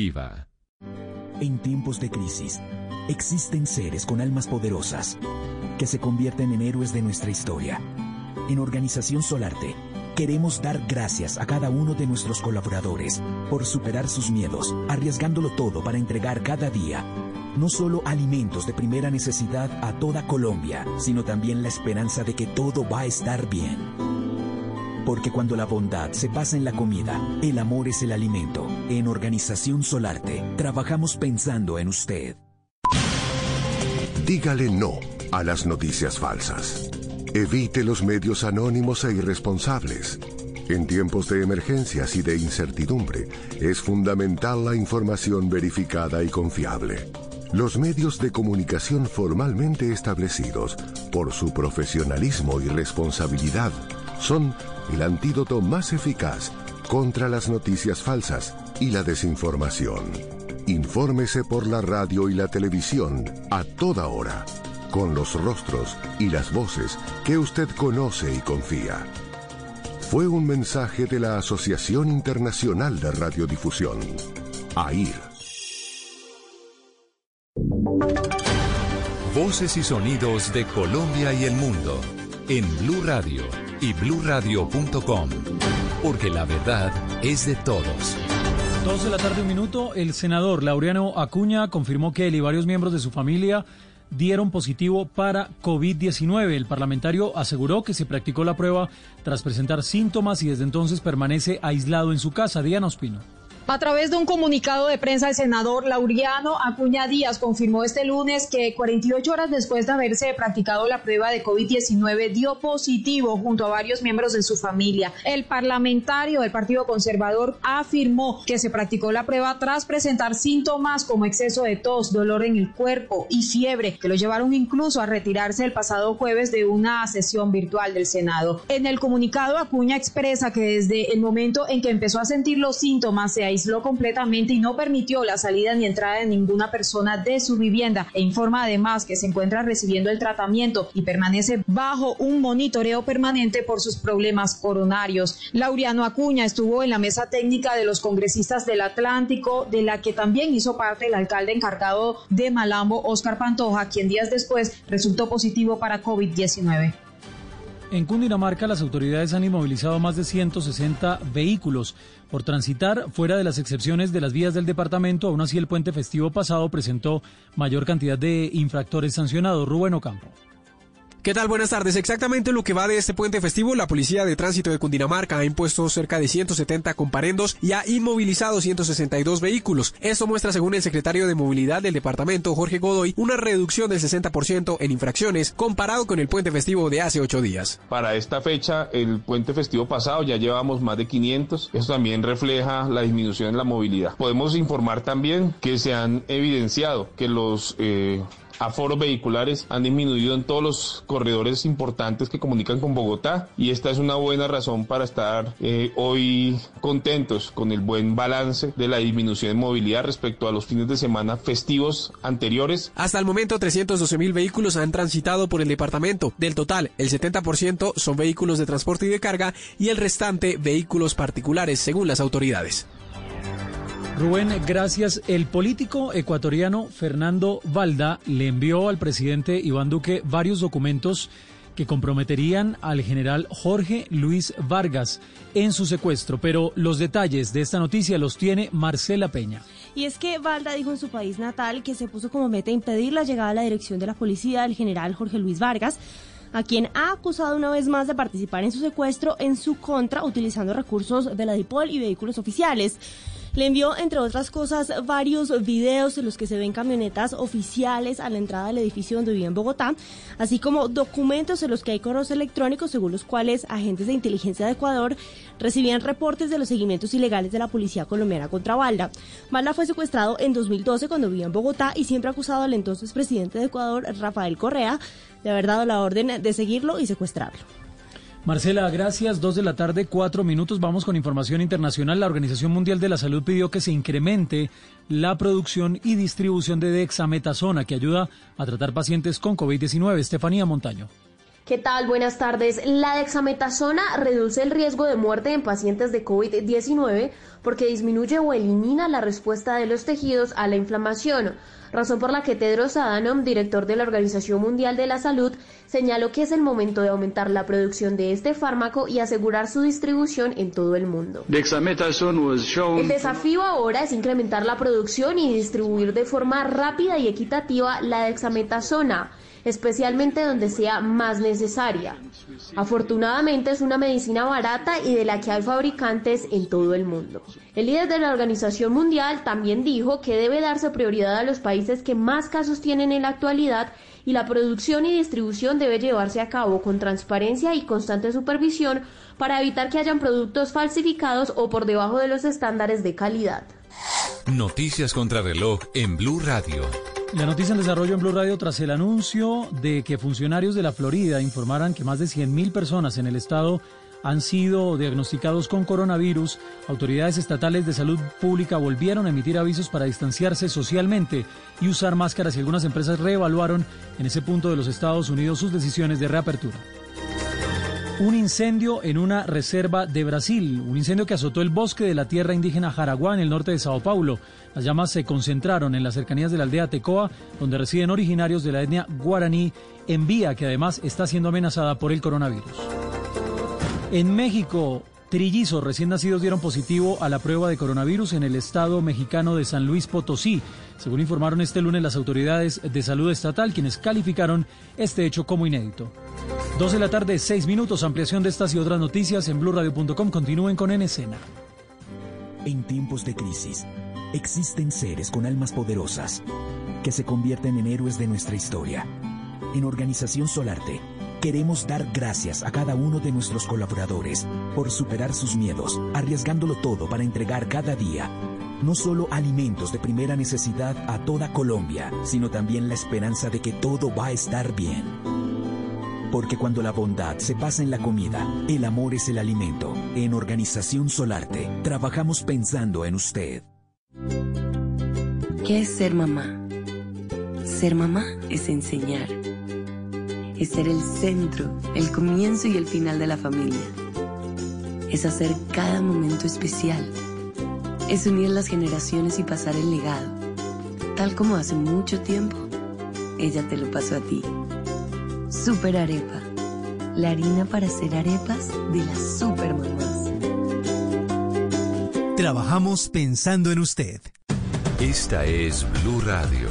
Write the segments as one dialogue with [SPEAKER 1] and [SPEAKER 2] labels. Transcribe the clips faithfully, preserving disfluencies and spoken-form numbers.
[SPEAKER 1] Viva.
[SPEAKER 2] En tiempos de crisis, existen seres con almas poderosas que se convierten en héroes de nuestra historia. En Organización Solarte, queremos dar gracias a cada uno de nuestros colaboradores por superar sus miedos, arriesgándolo todo para entregar cada día no solo alimentos de primera necesidad a toda Colombia, sino también la esperanza de que todo va a estar bien. Porque cuando la bondad se pasa en la comida, el amor es el alimento. En Organización Solarte, trabajamos pensando en usted.
[SPEAKER 3] Dígale no a las noticias falsas. Evite los medios anónimos e irresponsables. En tiempos de emergencias y de incertidumbre, es fundamental la información verificada y confiable. Los medios de comunicación formalmente establecidos, por su profesionalismo y responsabilidad, son el antídoto más eficaz contra las noticias falsas y la desinformación. Infórmese por la radio y la televisión a toda hora, con los rostros y las voces que usted conoce y confía. Fue un mensaje de la Asociación Internacional de Radiodifusión, A I R.
[SPEAKER 1] Voces y sonidos de Colombia y el mundo en Blue Radio y blue radio punto com, porque la verdad es de todos.
[SPEAKER 4] Dos de la tarde, un minuto. El senador Laureano Acuña confirmó que él y varios miembros de su familia dieron positivo para COVID diecinueve. El parlamentario aseguró que se practicó la prueba tras presentar síntomas y desde entonces permanece aislado en su casa. Diana Ospino.
[SPEAKER 5] A través de un comunicado de prensa, el senador Laureano Acuña Díaz confirmó este lunes que cuarenta y ocho horas después de haberse practicado la prueba de COVID diecinueve dio positivo junto a varios miembros de su familia. El parlamentario del Partido Conservador afirmó que se practicó la prueba tras presentar síntomas como exceso de tos, dolor en el cuerpo y fiebre, que lo llevaron incluso a retirarse el pasado jueves de una sesión virtual del Senado. En el comunicado, Acuña expresa que desde el momento en que empezó a sentir los síntomas se aisló completamente y no permitió la salida ni entrada de ninguna persona de su vivienda, e informa además que se encuentra recibiendo el tratamiento y permanece bajo un monitoreo permanente por sus problemas coronarios. Laureano Acuña estuvo en la mesa técnica de los congresistas del Atlántico, de la que también hizo parte el alcalde encargado de Malambo, Óscar Pantoja, quien días después resultó positivo para COVID diecinueve.
[SPEAKER 4] En Cundinamarca, las autoridades han inmovilizado más de ciento sesenta vehículos por transitar fuera de las excepciones de las vías del departamento. Aún así, el puente festivo pasado presentó mayor cantidad de infractores sancionados. Rubén Ocampo.
[SPEAKER 6] ¿Qué tal? Buenas tardes. Exactamente lo que va de este puente festivo, la Policía de Tránsito de Cundinamarca ha impuesto cerca de ciento setenta comparendos y ha inmovilizado ciento sesenta y dos vehículos. Esto muestra, según el secretario de Movilidad del departamento, Jorge Godoy, una reducción del sesenta por ciento en infracciones comparado con el puente festivo de hace ocho días.
[SPEAKER 7] Para esta fecha, el puente festivo pasado ya llevamos más de quinientos. Eso también refleja la disminución en la movilidad. Podemos informar también que se han evidenciado que los eh, aforos vehiculares han disminuido en todos los corredores importantes que comunican con Bogotá, y esta es una buena razón para estar eh, hoy contentos con el buen balance de la disminución en movilidad respecto a los fines de semana festivos anteriores.
[SPEAKER 6] Hasta el momento, trescientos doce mil vehículos han transitado por el departamento. Del total, el setenta por ciento son vehículos de transporte y de carga y el restante vehículos particulares, según las autoridades.
[SPEAKER 4] Rubén, gracias. El político ecuatoriano Fernando Valda le envió al presidente Iván Duque varios documentos que comprometerían al general Jorge Luis Vargas en su secuestro, pero los detalles de esta noticia los tiene Marcela Peña.
[SPEAKER 8] Y es que Valda dijo en su país natal que se puso como meta impedir la llegada a la dirección de la policía del general Jorge Luis Vargas, a quien ha acusado una vez más de participar en su secuestro en su contra, utilizando recursos de la DIPOL y vehículos oficiales. Le envió, entre otras cosas, varios videos en los que se ven camionetas oficiales a la entrada del edificio donde vive en Bogotá, así como documentos en los que hay correos electrónicos según los cuales agentes de inteligencia de Ecuador recibían reportes de los seguimientos ilegales de la policía colombiana contra Valda. Valda fue secuestrado en dos mil doce cuando vivía en Bogotá y siempre ha acusado al entonces presidente de Ecuador, Rafael Correa, de haber dado la orden de seguirlo y secuestrarlo.
[SPEAKER 4] Marcela, gracias. Dos de la tarde, cuatro minutos. Vamos con información internacional. La Organización Mundial de la Salud pidió que se incremente la producción y distribución de dexametasona, que ayuda a tratar pacientes con COVID diecinueve. Estefanía Montaño.
[SPEAKER 9] ¿Qué tal? Buenas tardes. La dexametasona reduce el riesgo de muerte en pacientes de COVID diecinueve porque disminuye o elimina la respuesta de los tejidos a la inflamación, razón por la que Tedros Adhanom, director de la Organización Mundial de la Salud, señaló que es el momento de aumentar la producción de este fármaco y asegurar su distribución en todo el mundo. El desafío ahora es incrementar la producción y distribuir de forma rápida y equitativa la dexametasona, especialmente donde sea más necesaria. Afortunadamente es una medicina barata y de la que hay fabricantes en todo el mundo. El líder de la Organización Mundial también dijo que debe darse prioridad a los países que más casos tienen en la actualidad y la producción y distribución debe llevarse a cabo con transparencia y constante supervisión para evitar que hayan productos falsificados o por debajo de los estándares de calidad.
[SPEAKER 1] Noticias contra reloj en Blue Radio.
[SPEAKER 4] La noticia en desarrollo en Blue Radio tras el anuncio de que funcionarios de la Florida informaran que más de cien mil personas en el estado han sido diagnosticados con coronavirus. Autoridades estatales de salud pública volvieron a emitir avisos para distanciarse socialmente y usar máscaras, y algunas empresas reevaluaron en ese punto de los Estados Unidos sus decisiones de reapertura. Un incendio en una reserva de Brasil, un incendio que azotó el bosque de la tierra indígena Jaraguá en el norte de Sao Paulo. Las llamas se concentraron en las cercanías de la aldea Tecoa, donde residen originarios de la etnia guaraní, en vía que además está siendo amenazada por el coronavirus. En México, trillizos recién nacidos dieron positivo a la prueba de coronavirus en el estado mexicano de San Luis Potosí, según informaron este lunes las autoridades de salud estatal, quienes calificaron este hecho como inédito. dos de la tarde, seis minutos. Ampliación de estas y otras noticias en blue radio punto com. Continúen con En Escena.
[SPEAKER 2] En tiempos de crisis, existen seres con almas poderosas que se convierten en héroes de nuestra historia. En Organización Solarte, queremos dar gracias a cada uno de nuestros colaboradores por superar sus miedos, arriesgándolo todo para entregar cada día no solo alimentos de primera necesidad a toda Colombia, sino también la esperanza de que todo va a estar bien. Porque cuando la bondad se pasa en la comida, el amor es el alimento. En Organización Solarte, trabajamos pensando en usted.
[SPEAKER 10] ¿Qué es ser mamá? Ser mamá es enseñar. Es ser el centro, el comienzo y el final de la familia. Es hacer cada momento especial. Es unir las generaciones y pasar el legado. Tal como hace mucho tiempo, ella te lo pasó a ti. Super Arepa, la harina para hacer arepas de las super mamás.
[SPEAKER 11] Trabajamos pensando en usted.
[SPEAKER 1] Esta es Blue Radio.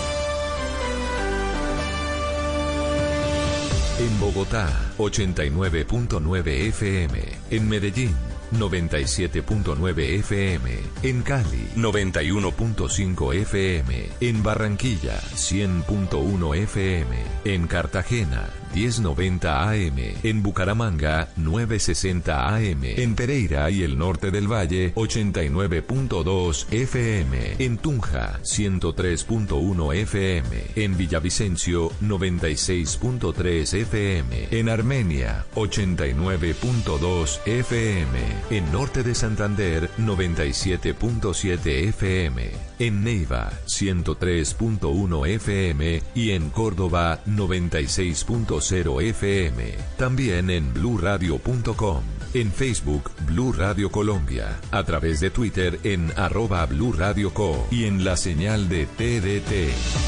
[SPEAKER 1] En Bogotá, ochenta y nueve punto nueve F M. En Medellín, noventa y siete punto nueve F M. En Cali, noventa y uno punto cinco F M. En Barranquilla, cien punto uno F M. En Cartagena, diez noventa A M. En Bucaramanga, novecientos sesenta A M. En Pereira y el norte del Valle, ochenta y nueve punto dos F M. En Tunja, ciento tres punto uno F M. En Villavicencio, noventa y seis punto tres F M. En Armenia, ochenta y nueve punto dos F M. En norte de Santander, noventa y siete punto siete F M. En Neiva, ciento tres punto uno F M. Y en Córdoba, noventa y seis punto cero F M. También en blue radio punto com. En Facebook, Blue Radio Colombia. A través de Twitter en arroba Blue Radio Co. Y en la señal de T D T.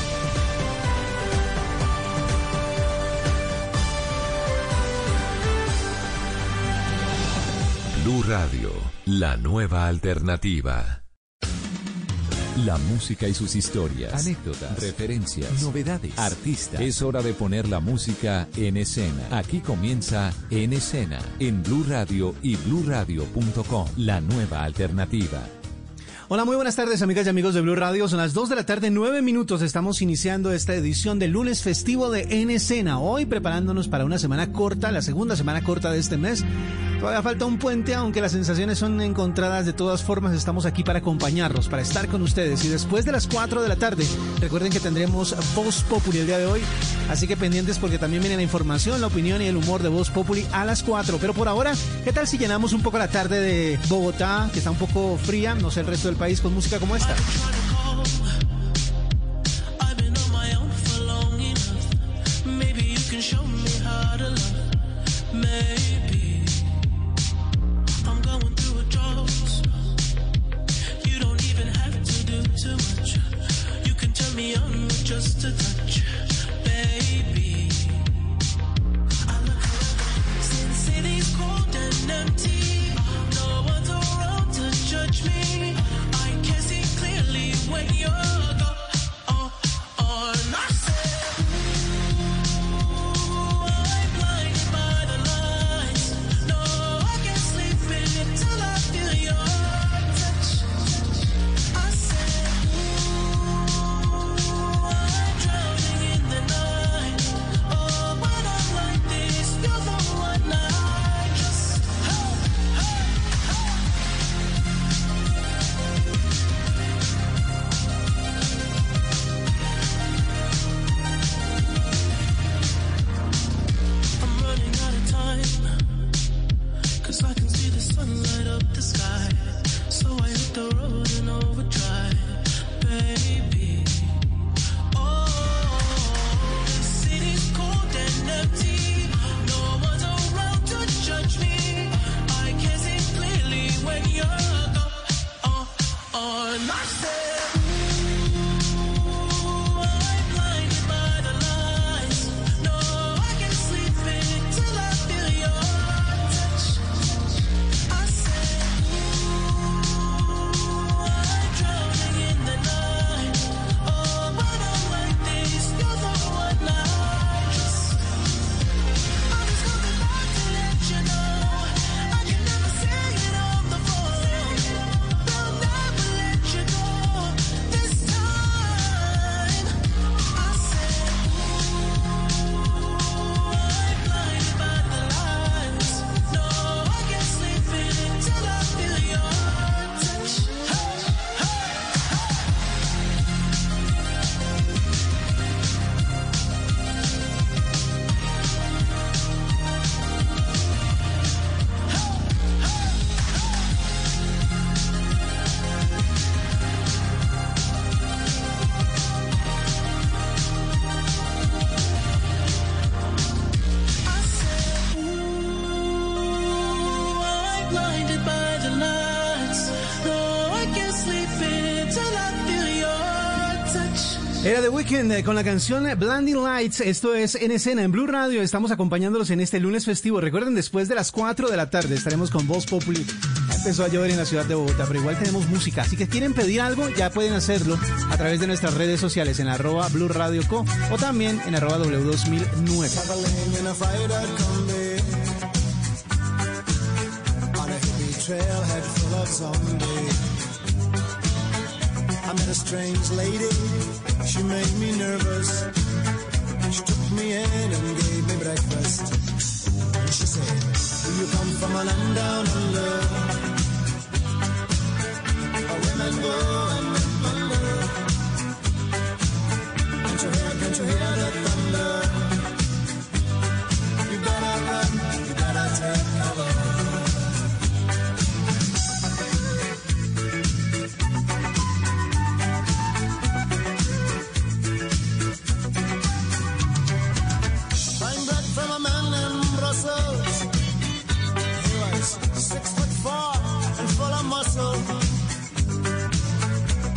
[SPEAKER 1] Blue Radio, la nueva alternativa. La música y sus historias, anécdotas, referencias, novedades, artistas. Es hora de poner la música en escena. Aquí comienza En Escena, en Blue Radio y blue radio punto com, la nueva alternativa.
[SPEAKER 11] Hola, muy buenas tardes, amigas y amigos de Blue Radio. Son las dos de la tarde, nueve minutos. Estamos iniciando esta edición del lunes festivo de En Escena. Hoy preparándonos para una semana corta, la segunda semana corta de este mes. Todavía falta un puente, aunque las sensaciones son encontradas. De todas formas, estamos aquí para acompañarlos, para estar con ustedes. Y después de las cuatro de la tarde, recuerden que tendremos Voz Populi el día de hoy. Así que pendientes porque también viene la información, la opinión y el humor de Voz Populi a las cuatro. Pero por ahora, ¿qué tal si llenamos un poco la tarde de Bogotá, que está un poco fría, no sé, el resto del país, con música como esta?
[SPEAKER 12] can show me how to love. Maybe I'm going through a drought. You don't even have to do too much. You can turn me on with just a touch, baby. I look around, since city's cold and empty, no one's around to judge me. I can see clearly when you're gone. Oh, oh, and I said, ooh, I'm blinded by the lights. No, I can't sleep until I feel your touch. I said, ooh, I'm drowning in the night. Oh, when I'm like this, you're the one I just, hey, hey, hey. I'm running out of time, 'cause I can see the sun light up the sky. So I hit the road in overdrive, baby. Oh, the city's cold and empty. No one's around to judge me. I can see clearly when you're gone. Oh, oh, and I said, ooh, I'm blinded by the lights. No, I can't sleep until I feel your touch. I said, ooh, I'm drowning in the night. Oh, when I'm like this, you're the one I just, I was coming back to let you know. I can never say it on the phone. They'll never let you go this time. I said, ooh, I'm blinded by the lights. No, I can't sleep until I feel your touch. Hey, hey, I said, ooh, I'm blinded by the lights. No, I can't sleep until I feel your touch.
[SPEAKER 11] Era The Weeknd eh, con la canción Blinding Lights. Esto es En Escena en Blue Radio. Estamos acompañándolos en este lunes festivo. Recuerden, después de las cuatro de la tarde estaremos con Voz Populi. Ya empezó a llover en la ciudad de Bogotá, pero igual tenemos música. Así que quieren pedir algo, ya pueden hacerlo a través de nuestras redes sociales en arroba Blue Radio Co o también en arroba W dos mil nueve.
[SPEAKER 12] Traveling in a freighter combi on a hippie trailhead full of zombies. I met a strange lady, she made me nervous. She took me in and gave me breakfast. And she said, do you come from a land down under? Where women go and men wonder. Can't you hear, can't you hear the thunder? You better run, you better take cover. Fine bread from a man in Brussels. He was six foot four and full of muscle.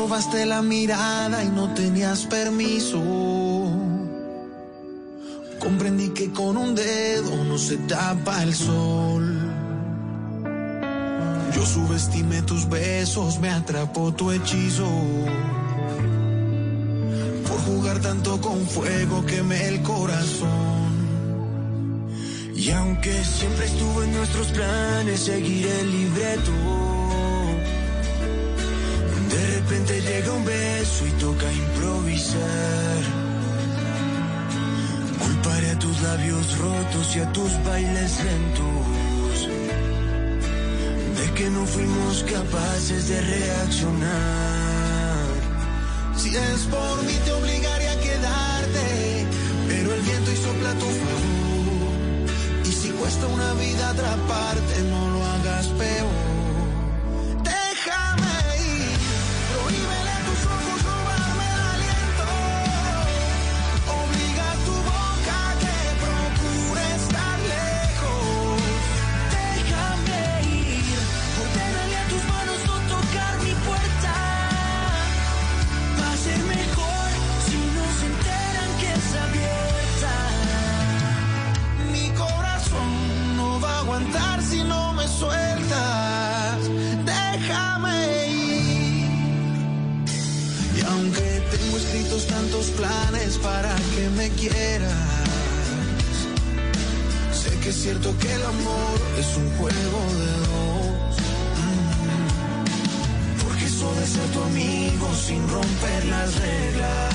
[SPEAKER 13] robaste la mirada y no tenías permiso. Comprendí que con un dedo no se tapa el sol. Yo subestimé tus besos, me atrapó tu hechizo. Por jugar tanto con fuego quemé el corazón. Y aunque siempre estuvo en nuestros planes seguir el libreto, de repente llega un beso y toca improvisar. Culparé a tus labios rotos y a tus bailes lentos, de que no fuimos capaces de reaccionar. Si es por mí te obligaría a quedarte, pero el viento y sopla a tu favor. Y si cuesta una vida atraparte, no lo hagas peor. Si no me sueltas, déjame ir. Y aunque tengo escritos tantos planes para que me quieras, sé que es cierto que el amor es un juego de dos. Mm. Porque eso de ser tu amigo sin romper las reglas,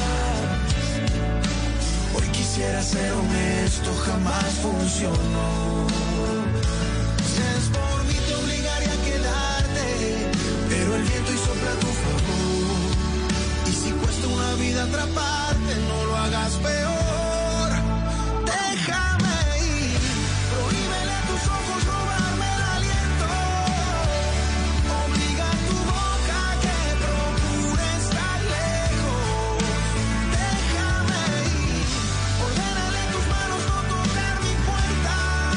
[SPEAKER 13] hoy quisiera ser honesto, jamás funcionó. Es por mí te obligaría a quedarte, pero el viento y sopla a tu favor. Y si cuesta una vida atraparte, no lo hagas peor. Déjame ir, prohíbele a tus ojos robarme el aliento. Obliga a tu boca a que procure estar lejos. Déjame ir, ordénale a tus manos no tocar mi puerta.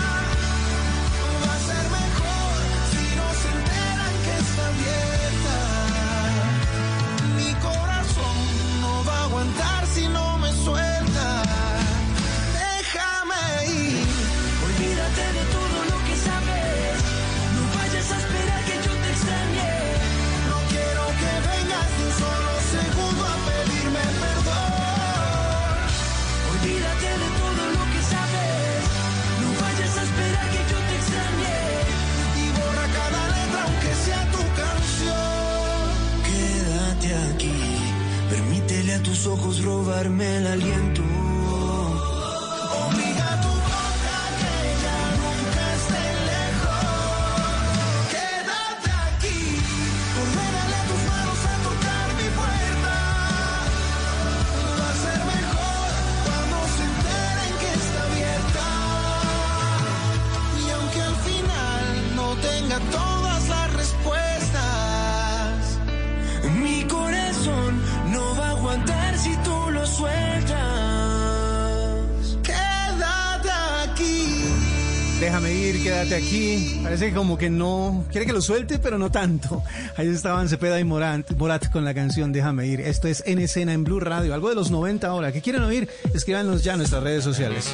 [SPEAKER 13] Mi corazón no va a aguantar si no me suelta. Déjame ir. Olvídate de todo lo que sabes. No vayas a esperar que yo te extrañe. No quiero que vengas ni un solo segundo a pedirme perdón. Olvídate de todo lo que sabes. No vayas a esperar que yo te extrañe. Y borra cada letra aunque sea tu canción. Quédate aquí, permítele a tus ojos robarme el aliento. Obliga a tu boca a que ya nunca esté lejos. Quédate aquí, ordénale a tus manos a tocar mi puerta. Va a ser mejor cuando se enteren que está abierta. Y aunque al final no tenga todas las respuestas, mi corazón no va a aguantar si tú lo sueltas. Quédate aquí.
[SPEAKER 11] Déjame ir, quédate aquí. Parece como que no quiere que lo suelte, pero no tanto. Ahí estaban Cepeda y Morat, Morat con la canción Déjame ir. Esto es En Escena en Blue Radio, algo de los noventa ahora. ¿Qué quieren oír? Escríbanos ya en nuestras redes sociales.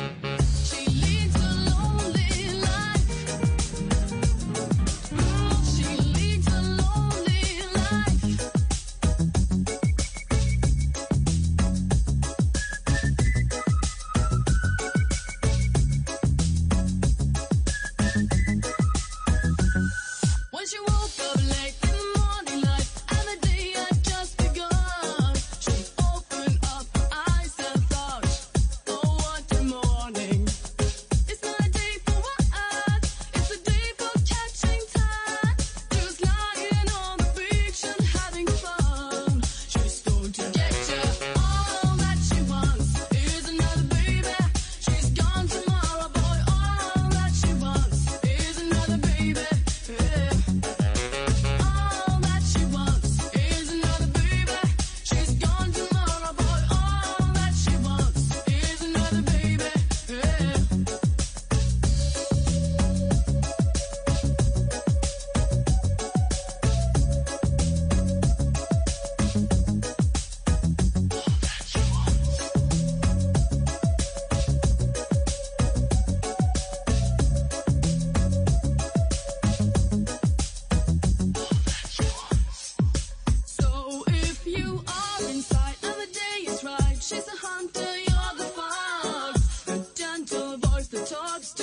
[SPEAKER 12] Morning.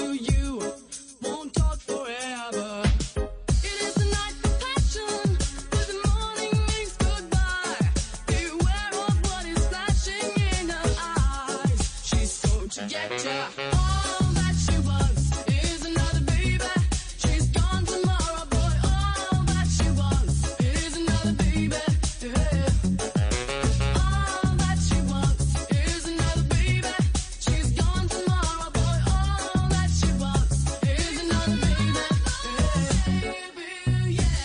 [SPEAKER 13] to you won't talk forever. It is the night for passion, till the morning means goodbye. Beware of what is flashing in her eyes. She's going to get ya. All that she wants is another baby. She's gone tomorrow, boy. All that she wants is another baby. Yeah. All that she wants is another baby. She's gone tomorrow, boy. All that she wants is another baby. Yeah. Yeah.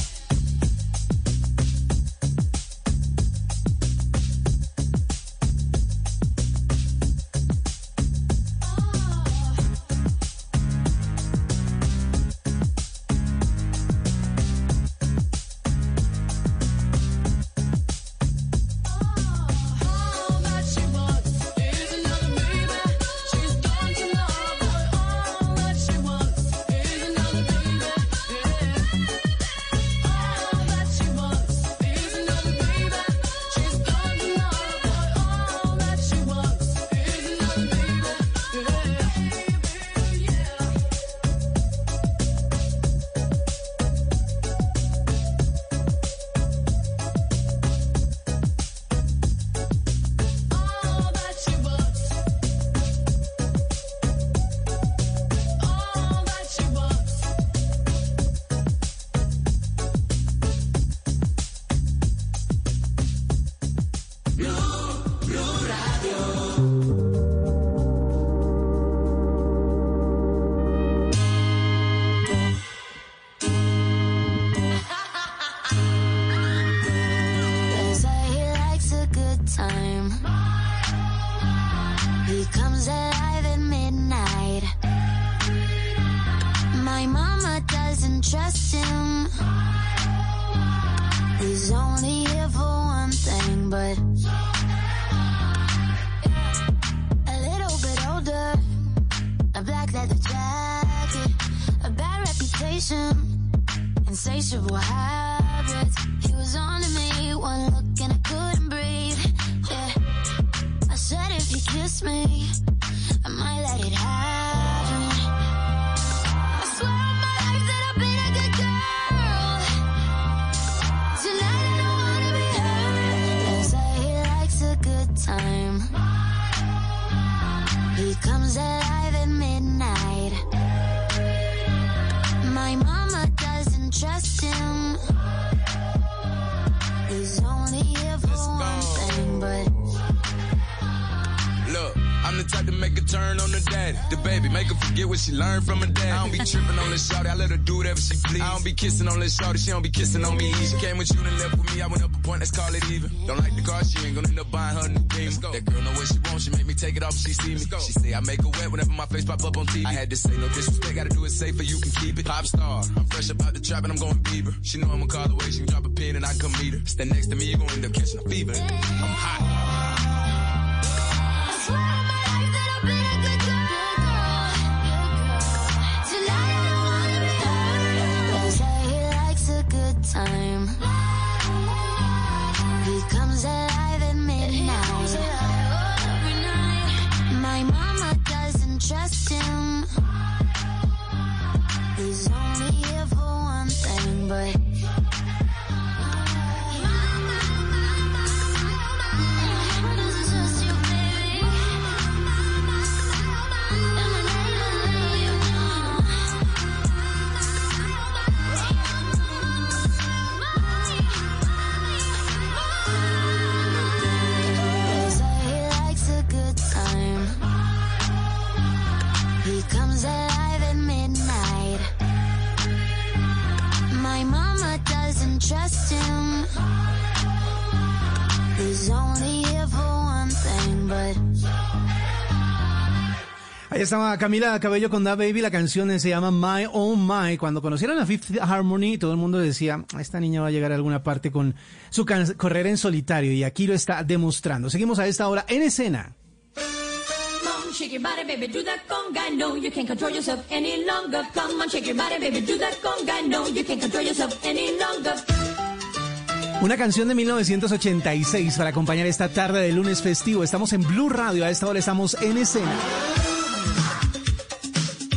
[SPEAKER 13] All that she wants is another baby. She's gone tomorrow, boy. All that she wants is another baby. Yeah. All that she wants is another baby. She's gone tomorrow, boy. All that she wants is another baby. Yeah. All that she wants. All that she wants.
[SPEAKER 14] They say he likes a good time. He comes alive at midnight. My mama doesn't trust him. He's only here for one thing, but a little bit older, a black leather jacket, a bad reputation, insatiable habits. He was on to me, one look and I couldn't breathe. Yeah, I said if he kissed me, I might let it happen. I swear on my life that I've been a good girl. Tonight I don't wanna be hurt. They say he likes a good time. He comes alive at midnight. My mama doesn't trust him. He's only here for one thing, but
[SPEAKER 15] Look, I'm the type to make a turn on the daddy. The baby, make her forget what she learned from her dad. I don't be tripping on this shawty, I let her do whatever she please. I don't be kissing on this shawty, she don't be kissing on me. She came with you and left with me, I went up a point, let's call it even. Don't like the car, she ain't gonna end up buying her a new Beamer. That girl know what she wants, she make me take it off if she see me. She say I make her wet whenever my face pop up on T V. I had to say no disrespect, gotta do it safer, you can keep it. Pop star, I'm fresh up out the trap and I'm going Bieber. She know I'ma call the way, she can drop a pin and I come meet her. Stand next to me, you gon' end up catching a fever. I'm hot.
[SPEAKER 14] I swear on my life that I've been a good girl. Tonight I don't wanna be hurt. They say he likes a good time. He comes alive at midnight. My mama doesn't trust him. He's only here for one thing, but they say he likes a good time. He comes alive at midnight. My mama doesn't trust him. He's only here for one thing, but
[SPEAKER 11] Ahí estaba Camila Cabello con Da Baby, la canción se llama My Oh My. Cuando conocieron a Fifth Harmony, todo el mundo decía, esta niña va a llegar a alguna parte con su can- carrera en solitario, y aquí lo está demostrando. Seguimos a esta hora en escena.
[SPEAKER 16] Come on, shake your body, baby, do that conga. No, you can't control yourself any longer. Come on, shake your body, baby, do that conga. No, you can't control yourself any longer.
[SPEAKER 11] Una canción de mil novecientos ochenta y seis para acompañar esta tarde de lunes festivo. Estamos en Blue Radio, a esta hora estamos en escena.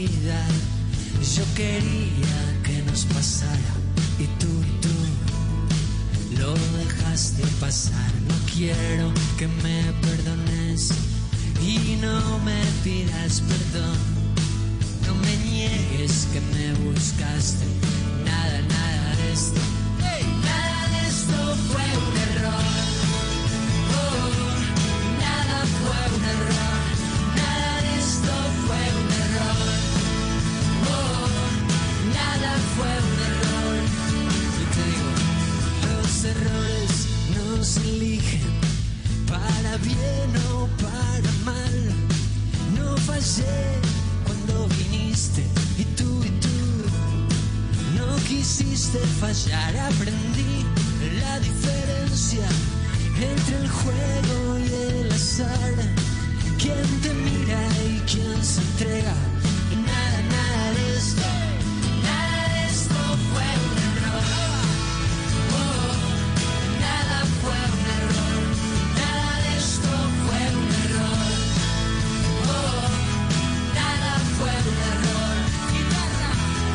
[SPEAKER 17] realidad. Yo quería que nos pasara y tú y tú lo dejaste pasar. No quiero que me perdones y no me pidas perdón. No me niegues que me buscaste. Nada, nada de esto. Hey, nada de esto fue un error. Oh, nada fue un error. Nada de esto fue un error. Oh, nada fue un error. Y te digo, los errores no se eligen para bien o para mal. No fallé cuando viniste y tú y tú no quisiste fallar. Aprendí la diferencia entre el juego y el azar. Quién te mira y quién se entrega. Y nada, nada de esto, nada de esto fue un error. Oh, nada fue un error. Nada de esto fue un error. Oh, nada fue un error. Guitarra.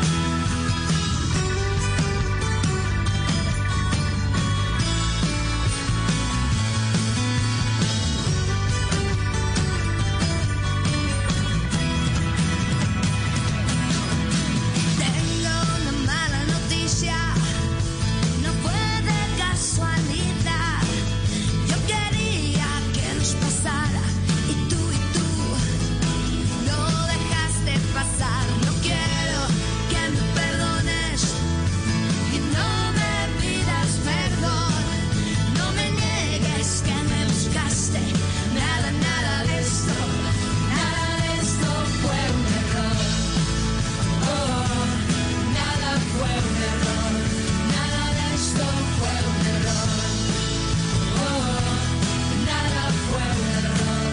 [SPEAKER 18] Tengo una mala noticia, no fue de casualidad. Yo quería que nos pasara y tú y tú lo dejaste pasar. No quiero que me perdones y no me pidas perdón. No me niegues que me buscaste. Nada, nada de esto, nada de esto fue un error. Oh, nada fue un error. Nada de esto fue un error. Oh, nada fue un error.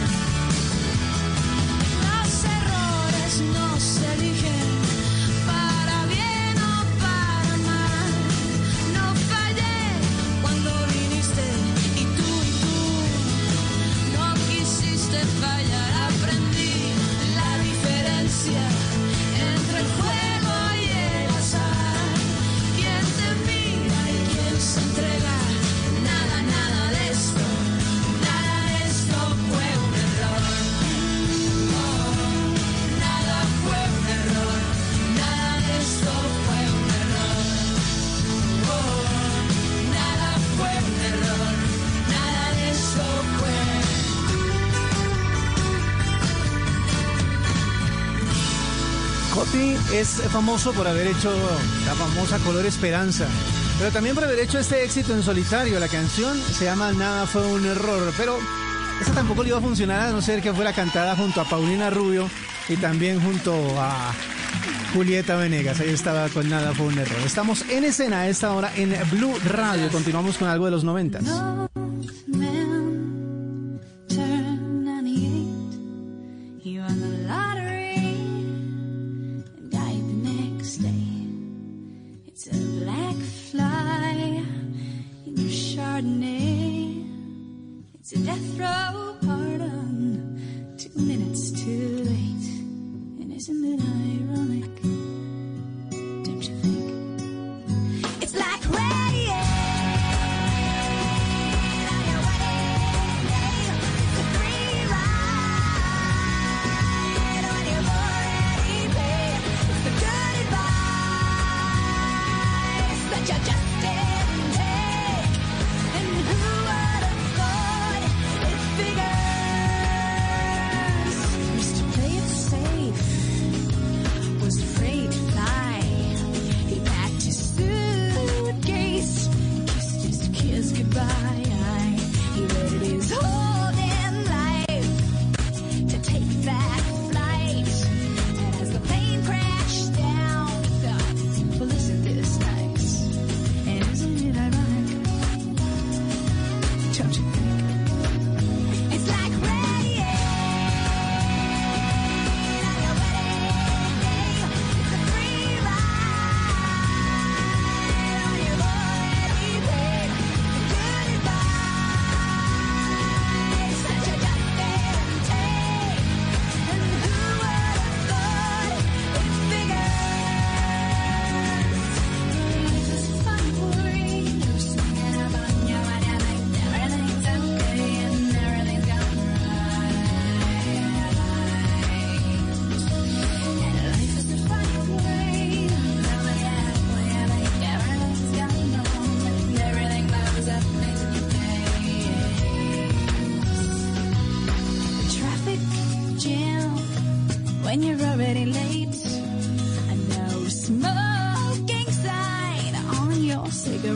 [SPEAKER 18] Los errores no se eligen para bien o para mal. No fallé cuando viniste y tú y tú no quisiste fallar. Aprendí la diferencia entre el juego y el azar. Quién te mira y quién se entrega. Nada, nada de esto, nada de esto fue un error. Oh, nada fue un error. Nada de esto fue un error. Oh, nada fue un error. Nada de esto fue.
[SPEAKER 11] Coti es famoso por haber hecho la famosa Color Esperanza, pero también por haber hecho este éxito en solitario. La canción se llama Nada fue un error, pero esa tampoco le iba a funcionar a no ser que fuera cantada junto a Paulina Rubio y también junto a Julieta Venegas. Ahí estaba con Nada fue un error. Estamos en escena a esta hora en Blue Radio. Continuamos con algo de los noventas.
[SPEAKER 18] Man, turn ninety-eight. You won the lottery and died the next day. It's a black fly in your Chardonnay. It's a death row pardon, two minutes too late. And isn't it ironic? Don't you think? It's like rain. Afraid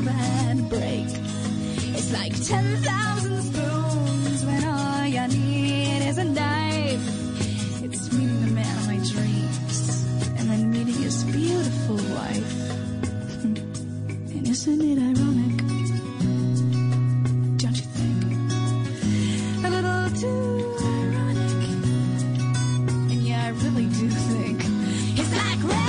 [SPEAKER 18] never had a break. It's like ten thousand spoons when all you need is a knife. It's meeting the man of my dreams and then meeting his beautiful wife. And isn't it ironic? Don't you think? A little too ironic. And yeah, I really do think it's like rain.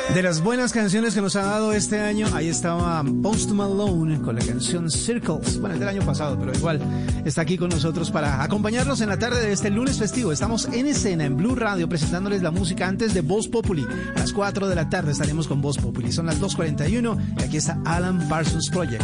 [SPEAKER 11] De las buenas canciones que nos ha dado este año, ahí estaba Post Malone con la canción Circles. Bueno, es del año pasado, pero igual está aquí con nosotros para acompañarnos en la tarde de este lunes festivo. Estamos en escena en Blue Radio presentándoles la música antes de Voz Populi. A las cuatro de la tarde estaremos con Voz Populi. Son las dos cuarenta y uno y aquí está Alan Parsons Project.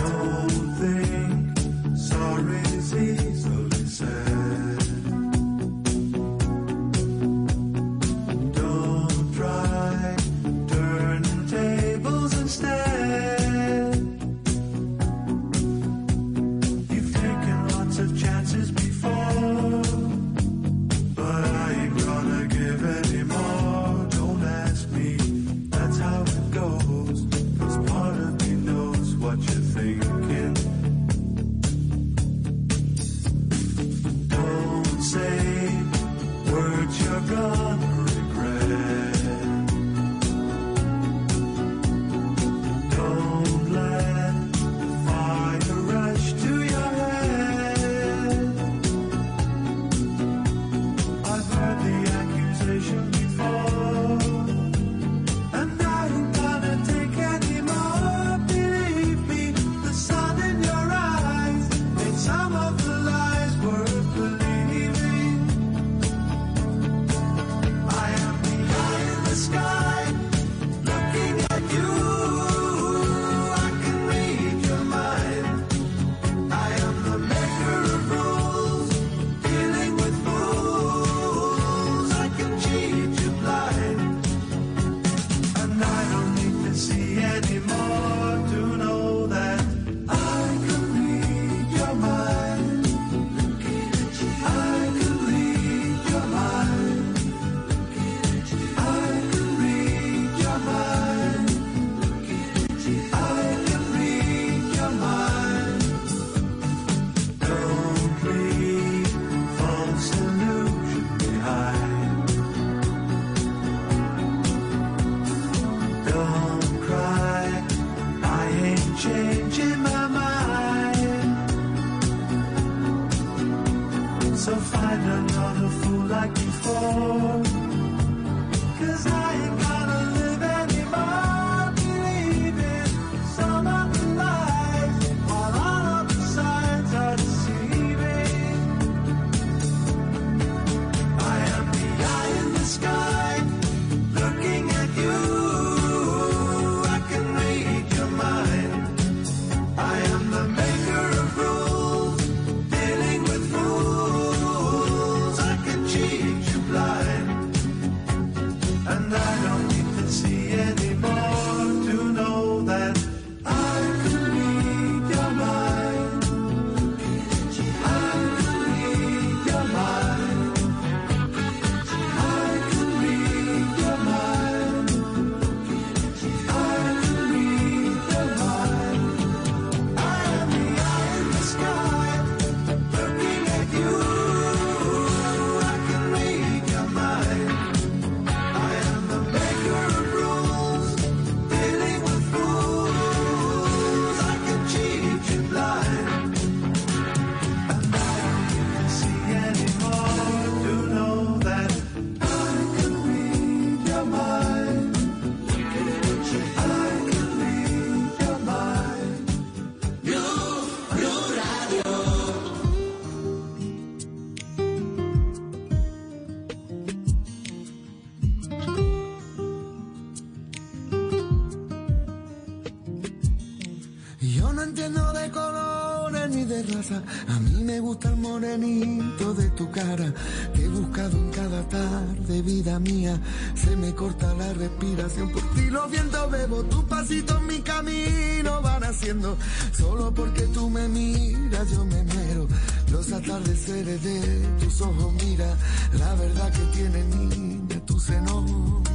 [SPEAKER 19] A mí me gusta el morenito de tu cara que he buscado en cada tarde, vida mía. Se me corta la respiración por ti, los vientos bebo, tus pasitos mi camino van haciendo. Solo porque tú me miras yo me muero. Los atardeceres de tus ojos, mira la verdad que tiene niña tu seno.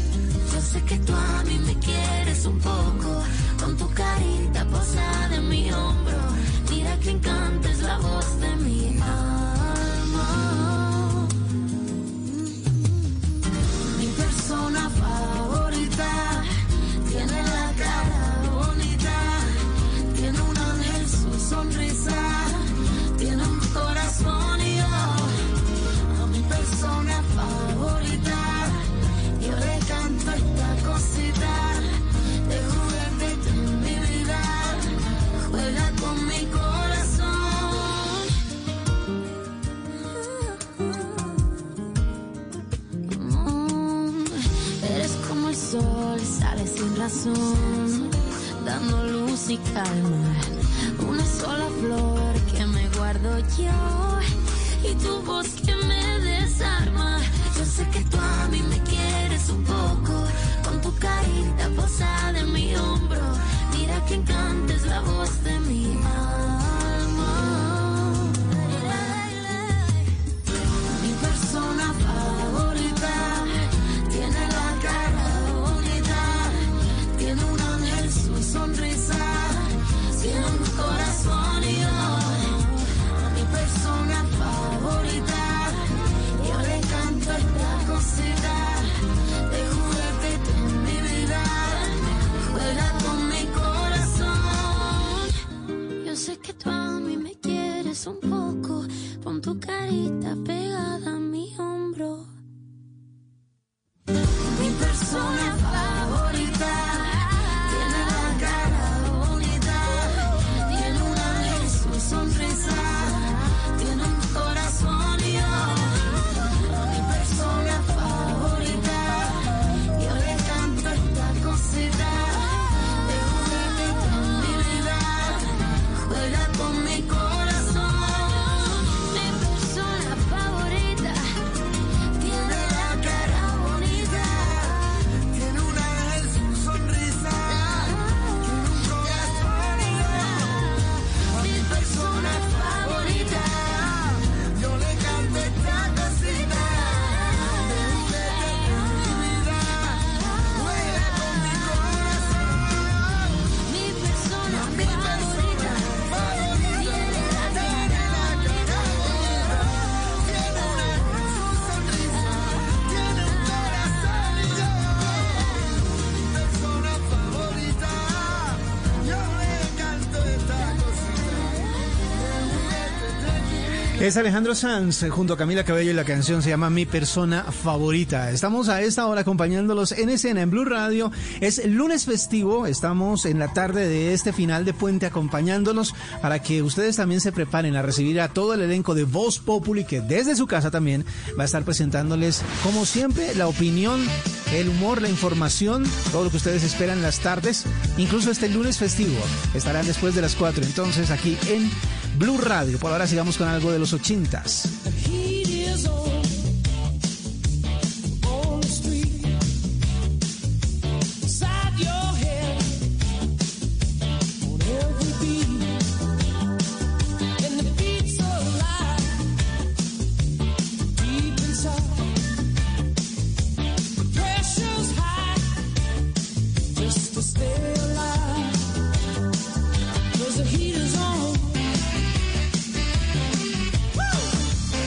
[SPEAKER 18] Yo sé que tú a mí me quieres un poco, con tu carita posada en mi hombro. Mira que encanta es la voz de mi alma. Mi persona favorita tiene la cara bonita, tiene un ángel su sonrisa, tiene un corazón y yo a mi persona favorita yo le canto esta cosita.
[SPEAKER 14] sol sale sin razón, dando luz y calma. Una sola flor que me guardo yo y tu voz que me desarma. Yo sé que tú a mí me quieres un poco, con tu carita posada en mi hombro. Mira que encanta es la voz de mi alma. Mi persona favorita tiene la cara bonita, tiene un ángel su sonrisa, tiene un corazón y yo. Mi persona favorita, yo le canto esta cosita de juguete en mi vida, juega con mi corazón. Yo sé que tú a mí me quieres un poco, con tu carita pegada a mi hombro. Mi persona favorita tiene la cara bonita, tiene un ángel su sonrisa, tiene un corazón y yo. Mi persona favorita, yo le canto esta cosita de juguete con mi vida, juega con mi corazón. Mi persona favorita tiene la cara bonita, tiene un ángel su sonrisa, tiene un corazón y yo. Mi persona favorita, yo le canto esta cosita de juguete con mi vida, juega con mi corazón. Mi persona favorita tiene la cara bonita, tiene una su sonrisa, tiene un corazón y yo. Mi persona favorita, yo le canto esta cosita de juguete de mi vida.
[SPEAKER 11] Es Alejandro Sanz junto a Camila Cabello y la canción se llama Mi Persona Favorita. Estamos a esta hora acompañándolos en escena en Blue Radio. Es lunes festivo, estamos en la tarde de este final de puente acompañándolos para que ustedes también se preparen a recibir a todo el elenco de Voz Populi, que desde su casa también va a estar presentándoles, como siempre, la opinión, el humor, la información, todo lo que ustedes esperan en las tardes. Incluso este lunes festivo estarán después de las cuatro, entonces aquí en Blue Radio. Por ahora sigamos con algo de los ochentas.
[SPEAKER 13] Heat is on, on the street, inside your head, on every beat, and the beat's alive, deep inside. The pressure's high, just to stay alive, 'cause the heat is on. Woo!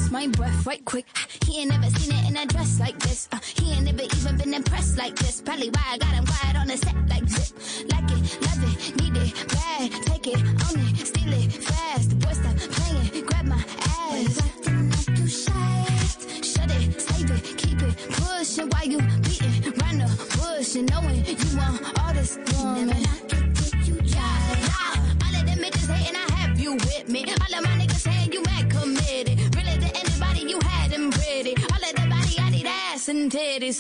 [SPEAKER 14] catch my breath right quick. He ain't never seen it in a dress like this. Uh, he ain't never even been impressed like this. Probably why I got him quiet on the set like zip. Like it, love it, need it, bad. Take it, own it, steal it, fast. The boy stop playing, grab my ass. Acting like you shy. Shut it, save it, keep it pushing while you beating round the bush and knowing you want all this woman. Never knock it till you try. Yeah. All of them bitches hating, I have you with me. All of my niggas saying you mad committed. Really to anybody, you had them pretty. All of the body, I need ass and titties.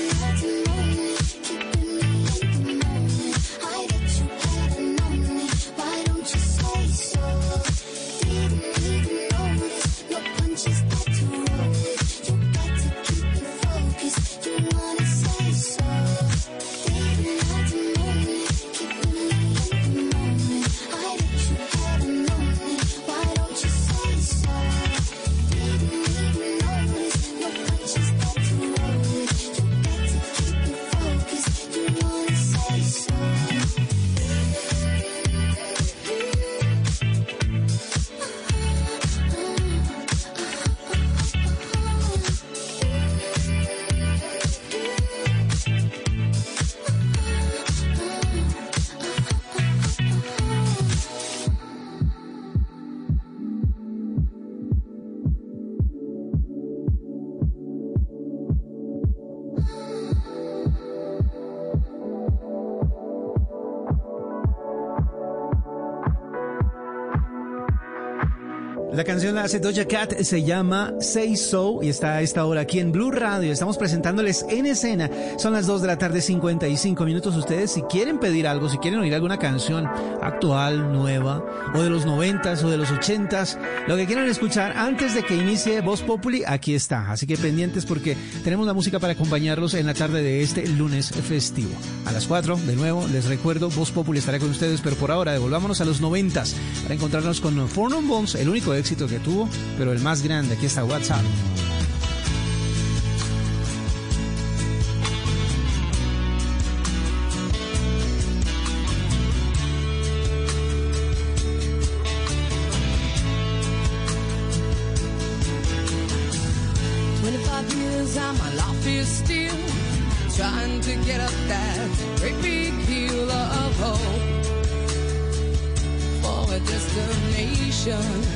[SPEAKER 11] La canción la hace Doja Cat, se llama Say So y está a esta hora aquí en Blue Radio. Estamos presentándoles En Escena. Son las dos de la tarde, cincuenta y cinco minutos. Ustedes, si quieren pedir algo, si quieren oír alguna canción actual, nueva, o de los noventas o de los ochentas, lo que quieran escuchar antes de que inicie Voz Populi, aquí está. Así que pendientes porque tenemos la música para acompañarlos en la tarde de este lunes festivo. A las cuatro, de nuevo, les recuerdo, Voz Populi estará con ustedes, pero por ahora devolvámonos a los noventas para encontrarnos con Four Non Bones, el único éxito que tuvo, pero el más grande. Aquí está WhatsApp.
[SPEAKER 20] twenty-five years and my life is still trying to get up that great big hill of hope for a destination.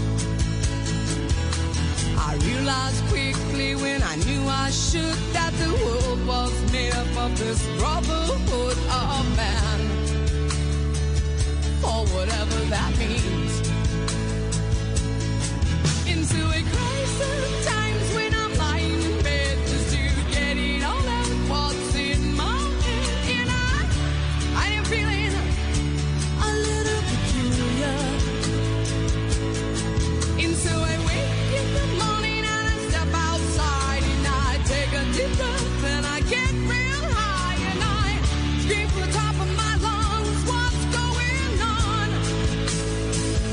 [SPEAKER 20] I realized quickly when I knew I should that the world was made up of this brotherhood of man, or whatever that means. Into a crisis times when I'm lying in bed just to get it all out what's in my head, and I, I am feeling a little peculiar. Into a wake in the morning and I step outside and I take a deep breath and I get real high and I scream from the top of my lungs, what's going on?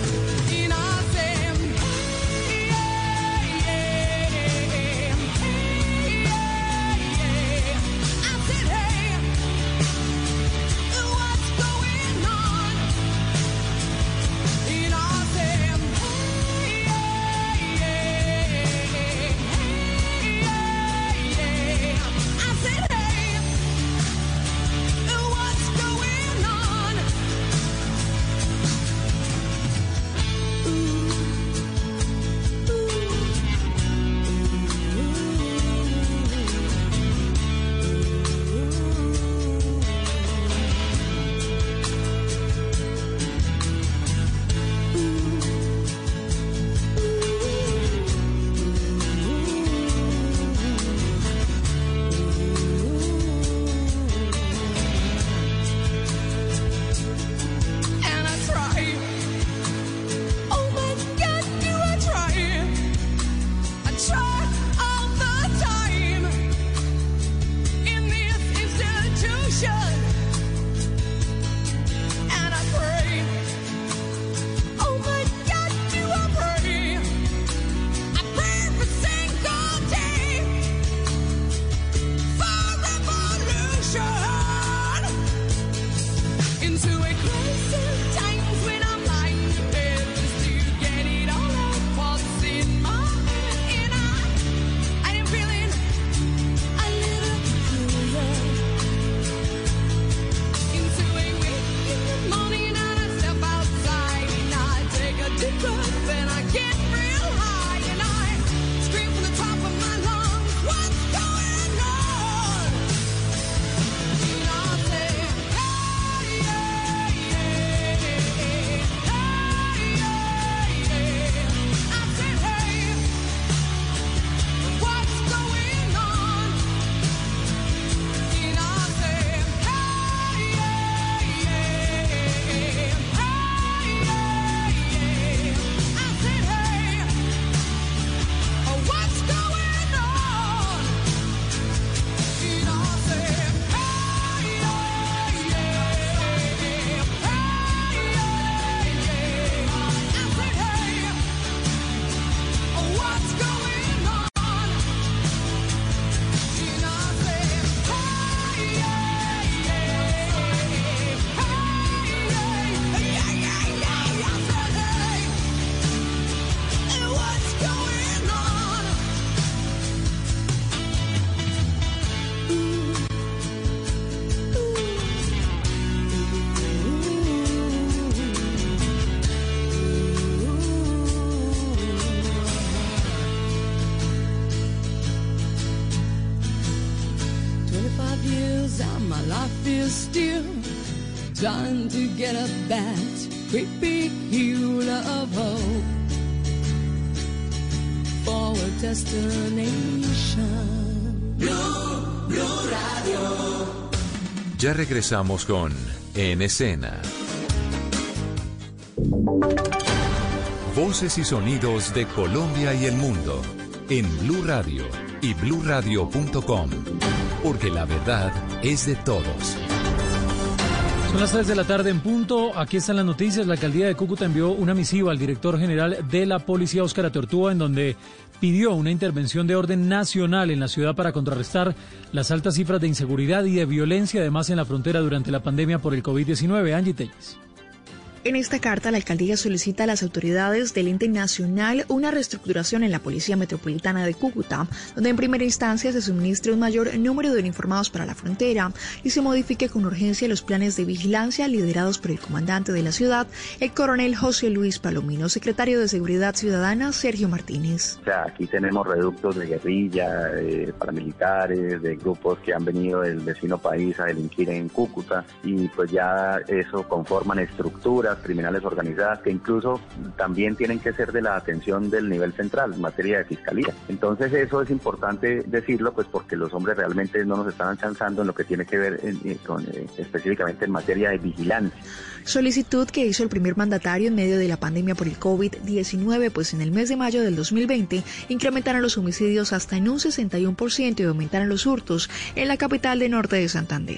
[SPEAKER 20] my life is still trying to get up that great big hill of hope for a destination.
[SPEAKER 1] Blue, Blue Radio. Ya regresamos con En Escena. Voces y sonidos de Colombia y el mundo en Blue Radio y blue radio punto com, porque la verdad es de todos.
[SPEAKER 4] Son las tres de la tarde en punto. Aquí están las noticias. La alcaldía de Cúcuta envió una misiva al director general de la policía, Óscar Atortúa, en donde pidió una intervención de orden nacional en la ciudad para contrarrestar las altas cifras de inseguridad y de violencia, además en la frontera durante la pandemia por el COVID diecinueve. Angie Telles.
[SPEAKER 21] En esta carta, la alcaldía solicita a las autoridades del ente nacional una reestructuración en la Policía Metropolitana de Cúcuta, donde en primera instancia se suministre un mayor número de uniformados para la frontera y se modifique con urgencia los planes de vigilancia liderados por el comandante de la ciudad, el coronel José Luis Palomino. Secretario de Seguridad Ciudadana, Sergio Martínez.
[SPEAKER 22] O sea, aquí tenemos reductos de guerrilla, eh, paramilitares, de grupos que han venido del vecino país a delinquir en Cúcuta, y pues ya eso conforman estructuras criminales organizadas que incluso también tienen que ser de la atención del nivel central en materia de fiscalía. Entonces eso es importante decirlo, pues porque los hombres realmente no nos están alcanzando en lo que tiene que ver en, en, con, eh, específicamente en materia de vigilancia.
[SPEAKER 21] Solicitud que hizo el primer mandatario en medio de la pandemia por el COVID diecinueve, pues en el mes de mayo del dos mil veinte incrementaron los homicidios hasta en un sesenta y uno por ciento y aumentaron los hurtos en la capital de norte de Santander.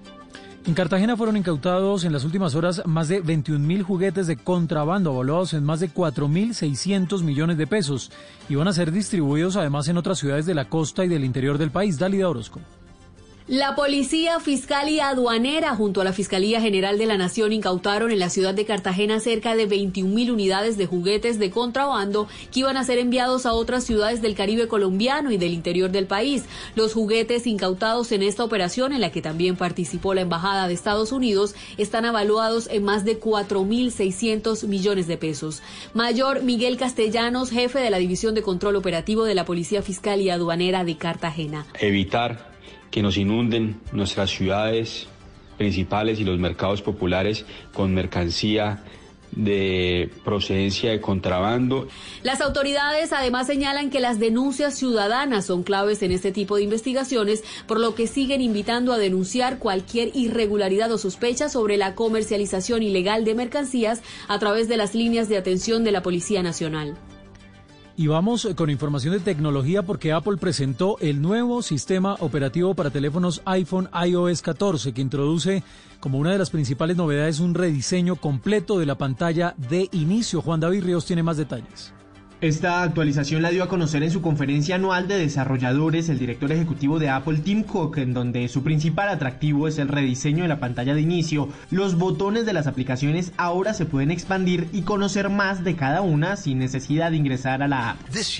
[SPEAKER 4] En Cartagena fueron incautados en las últimas horas más de veintiún mil juguetes de contrabando, evaluados en más de cuatro mil seiscientos millones de pesos, y van a ser distribuidos además en otras ciudades de la costa y del interior del país. Dálida Orozco.
[SPEAKER 23] La Policía Fiscal y Aduanera junto a la Fiscalía General de la Nación incautaron en la ciudad de Cartagena cerca de veintiún mil unidades de juguetes de contrabando que iban a ser enviados a otras ciudades del Caribe colombiano y del interior del país. Los juguetes incautados en esta operación, en la que también participó la Embajada de Estados Unidos, están evaluados en más de cuatro mil seiscientos millones de pesos. Mayor Miguel Castellanos, jefe de la División de Control Operativo de la Policía Fiscal y Aduanera de Cartagena.
[SPEAKER 24] Evitar que nos inunden nuestras ciudades principales y los mercados populares con mercancía de procedencia de contrabando.
[SPEAKER 23] Las autoridades además señalan que las denuncias ciudadanas son claves en este tipo de investigaciones, por lo que siguen invitando a denunciar cualquier irregularidad o sospecha sobre la comercialización ilegal de mercancías a través de las líneas de atención de la Policía Nacional.
[SPEAKER 4] Y vamos con información de tecnología, porque Apple presentó el nuevo sistema operativo para teléfonos iPhone i O S catorce, que introduce como una de las principales novedades un rediseño completo de la pantalla de inicio. Juan David Ríos tiene más detalles.
[SPEAKER 25] Esta actualización la dio a conocer en su conferencia anual de desarrolladores el director ejecutivo de Apple, Tim Cook, en donde su principal atractivo es el rediseño de la pantalla de inicio. Los botones de las aplicaciones ahora se pueden expandir y conocer más de cada una sin necesidad de ingresar a la app.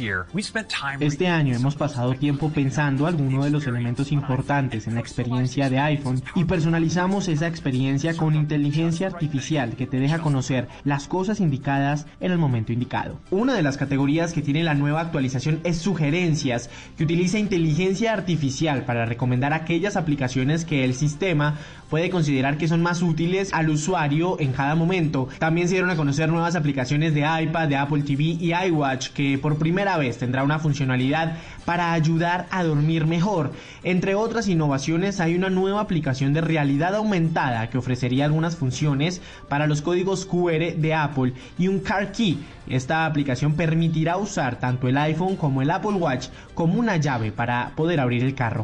[SPEAKER 25] Este año hemos pasado tiempo pensando algunos de los elementos importantes en la experiencia de iPhone y personalizamos esa experiencia con inteligencia artificial que te deja conocer las cosas indicadas en el momento indicado. Una de las categorías que tiene la nueva actualización es sugerencias, que utiliza inteligencia artificial para recomendar aquellas aplicaciones que el sistema puede considerar que son más útiles al usuario en cada momento. También se dieron a conocer nuevas aplicaciones de iPad, de Apple T V y iWatch, que por primera vez tendrá una funcionalidad para ayudar a dormir mejor. Entre otras innovaciones, hay una nueva aplicación de realidad aumentada que ofrecería algunas funciones para los códigos Q R de Apple y un Car Key. Esta aplicación permitirá usar tanto el iPhone como el Apple Watch como una llave para poder abrir el carro.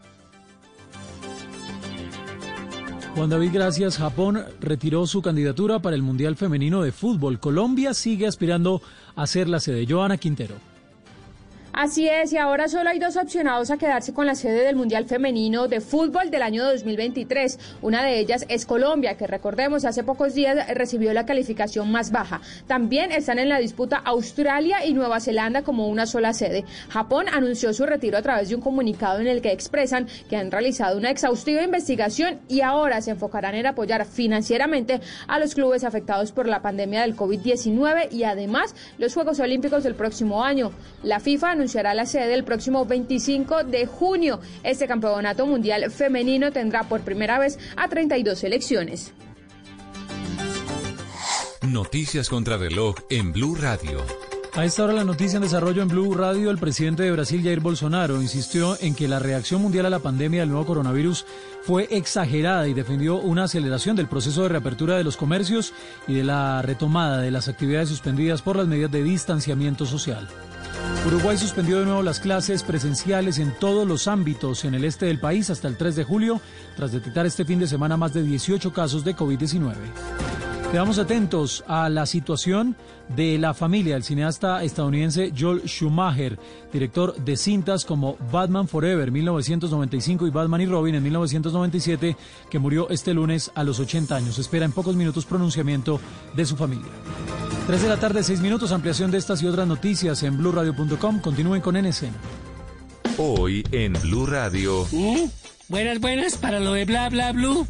[SPEAKER 4] Juan David, gracias. Japón retiró su candidatura para el Mundial Femenino de Fútbol. Colombia sigue aspirando a ser la sede. Joana Quintero.
[SPEAKER 5] Así es, y ahora solo hay dos opcionados a quedarse con la sede del Mundial Femenino de Fútbol del año dos mil veintitrés. Una de ellas es Colombia, que recordemos hace pocos días recibió la calificación más baja. También están en la disputa Australia y Nueva Zelanda como una sola sede. Japón anunció su retiro a través de un comunicado en el que expresan que han realizado una exhaustiva investigación y ahora se enfocarán en apoyar financieramente a los clubes afectados por la pandemia del COVID diecinueve y además los Juegos Olímpicos del próximo año. La FIFA anunció
[SPEAKER 3] anunciará la sede el próximo veinticinco de junio. Este campeonato mundial femenino tendrá por primera vez a treinta y dos selecciones.
[SPEAKER 1] Noticias contra reloj en Blue Radio.
[SPEAKER 4] A esta hora la noticia en desarrollo en Blue Radio. El presidente de Brasil, Jair Bolsonaro, insistió en que la reacción mundial a la pandemia del nuevo coronavirus fue exagerada y defendió una aceleración del proceso de reapertura de los comercios y de la retomada de las actividades suspendidas por las medidas de distanciamiento social. Uruguay suspendió de nuevo las clases presenciales en todos los ámbitos en el este del país hasta el tres de julio, tras detectar este fin de semana más de dieciocho casos de COVID diecinueve. Quedamos atentos a la situación de la familia del cineasta estadounidense Joel Schumacher, director de cintas como Batman Forever mil novecientos noventa y cinco y Batman y Robin en mil novecientos noventa y siete, que murió este lunes a los ochenta años. Se espera en pocos minutos pronunciamiento de su familia. tres de la tarde, seis minutos, ampliación de estas y otras noticias en blue radio punto com. Continúen con N Escena.
[SPEAKER 1] Hoy en Blue Radio.
[SPEAKER 6] ¿Mm? Buenas, buenas, para lo de bla, bla, blue.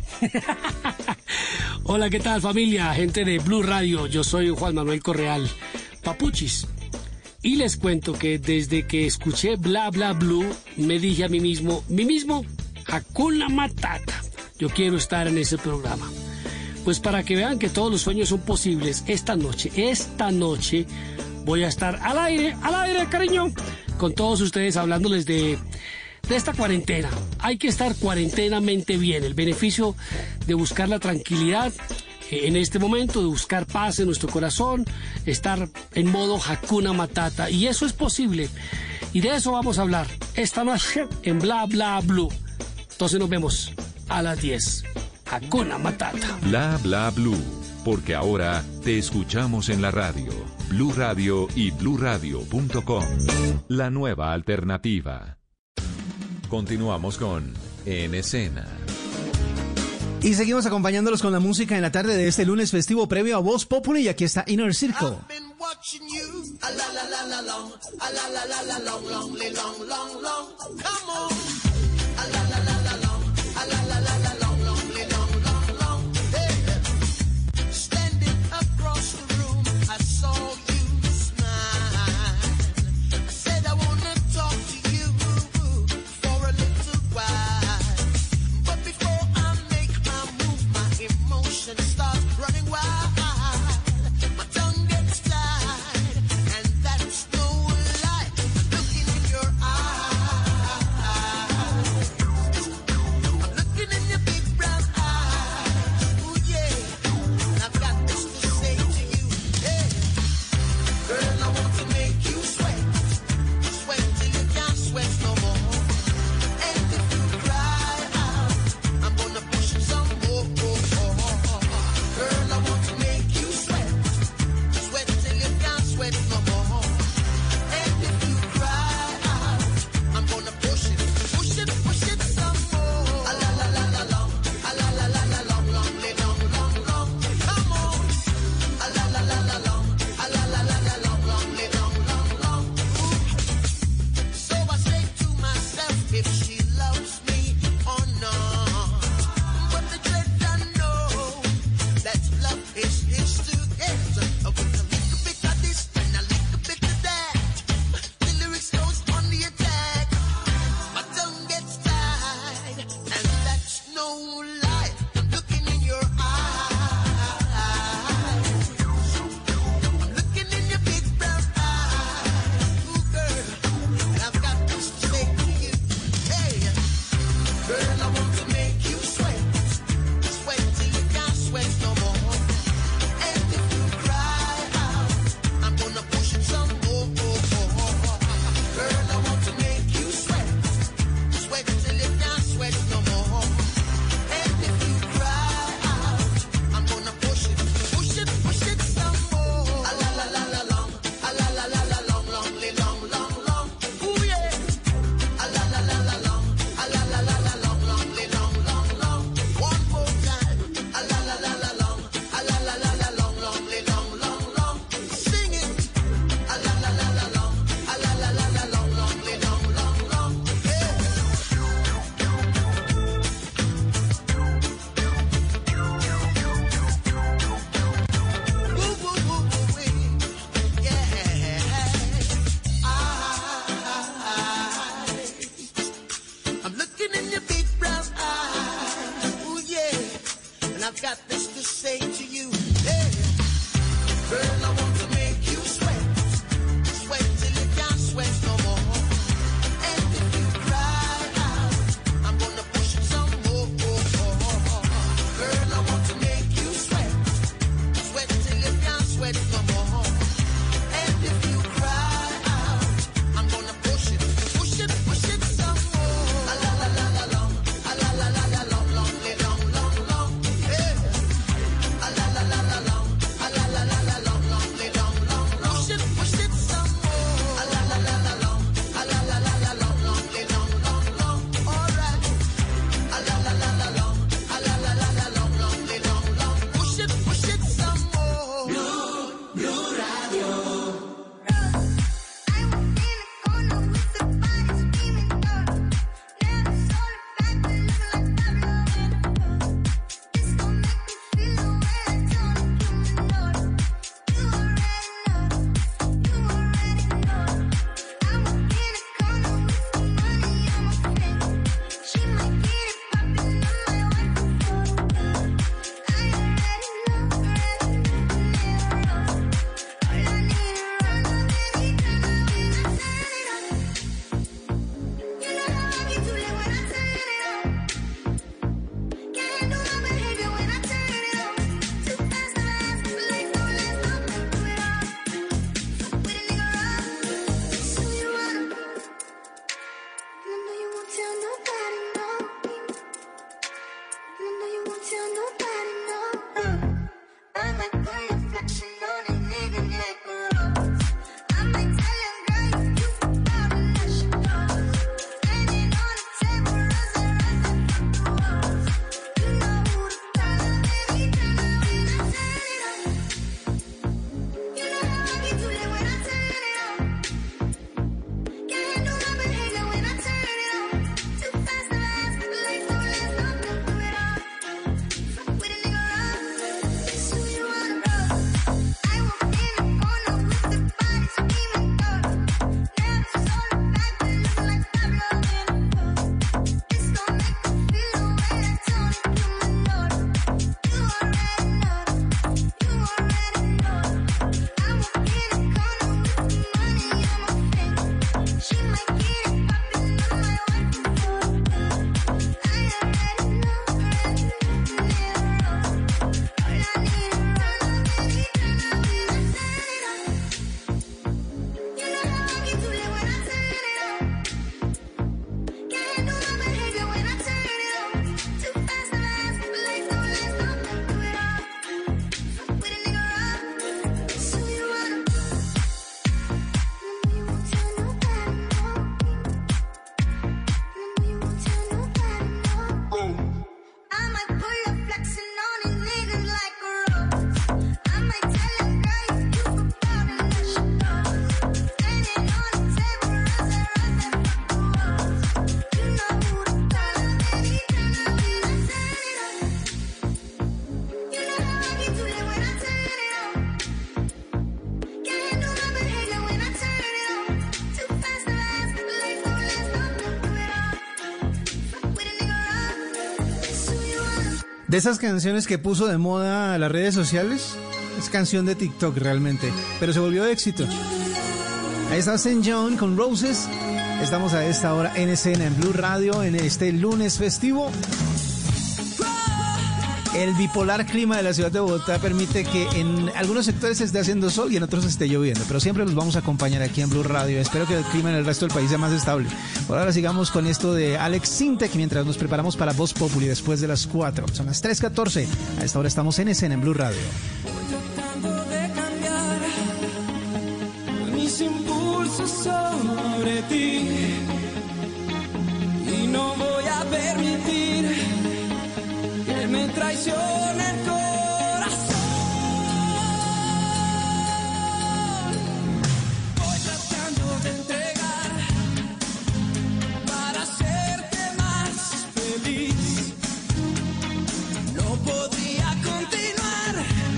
[SPEAKER 6] Hola, ¿qué tal, familia? Gente de Blue Radio, yo soy Juan Manuel Correal, Papuchis. Y les cuento que desde que escuché Bla, Bla, Blue, me dije a mí mismo, mí mismo, Hakuna Matata. Yo quiero estar en ese programa. Pues para que vean que todos los sueños son posibles, esta noche, esta noche, voy a estar al aire, al aire, cariño, con todos ustedes hablándoles de... de esta cuarentena. Hay que estar cuarentenamente bien. El beneficio de buscar la tranquilidad eh, en este momento, de buscar paz en nuestro corazón, estar en modo Hakuna Matata. Y eso es posible. Y de eso vamos a hablar esta noche en Bla Bla Blue. Entonces nos vemos a las diez. Hakuna Matata.
[SPEAKER 1] Bla Bla Blue. Porque ahora te escuchamos en la radio. Blue Radio y blue radio punto com. La nueva alternativa. Continuamos con En Escena.
[SPEAKER 11] Y seguimos acompañándolos con la música en la tarde de este lunes festivo previo a Voz Populi, y aquí está Inner Circle.
[SPEAKER 13] Look in your eyes.
[SPEAKER 11] De esas canciones que puso de moda las redes sociales, es canción de TikTok realmente, pero se volvió éxito. Ahí está Saint John con Roses. Estamos a esta hora en escena en Blue Radio en este lunes festivo. El bipolar clima de la ciudad de Bogotá permite que en algunos sectores se esté haciendo sol y en otros esté lloviendo, pero siempre los vamos a acompañar aquí en Blue Radio. Espero que el clima en el resto del país sea más estable. Por ahora sigamos con esto de Alex Sintek mientras nos preparamos para Voz Populi después de las cuatro. Son las tres catorce. A esta hora estamos en escena en Blue Radio.
[SPEAKER 13] Tratando de cambiar mis impulsos sobre ti y no voy a permitir que me traicione el corazón. Voy tratando de entregar para hacerte más feliz. No podría continuar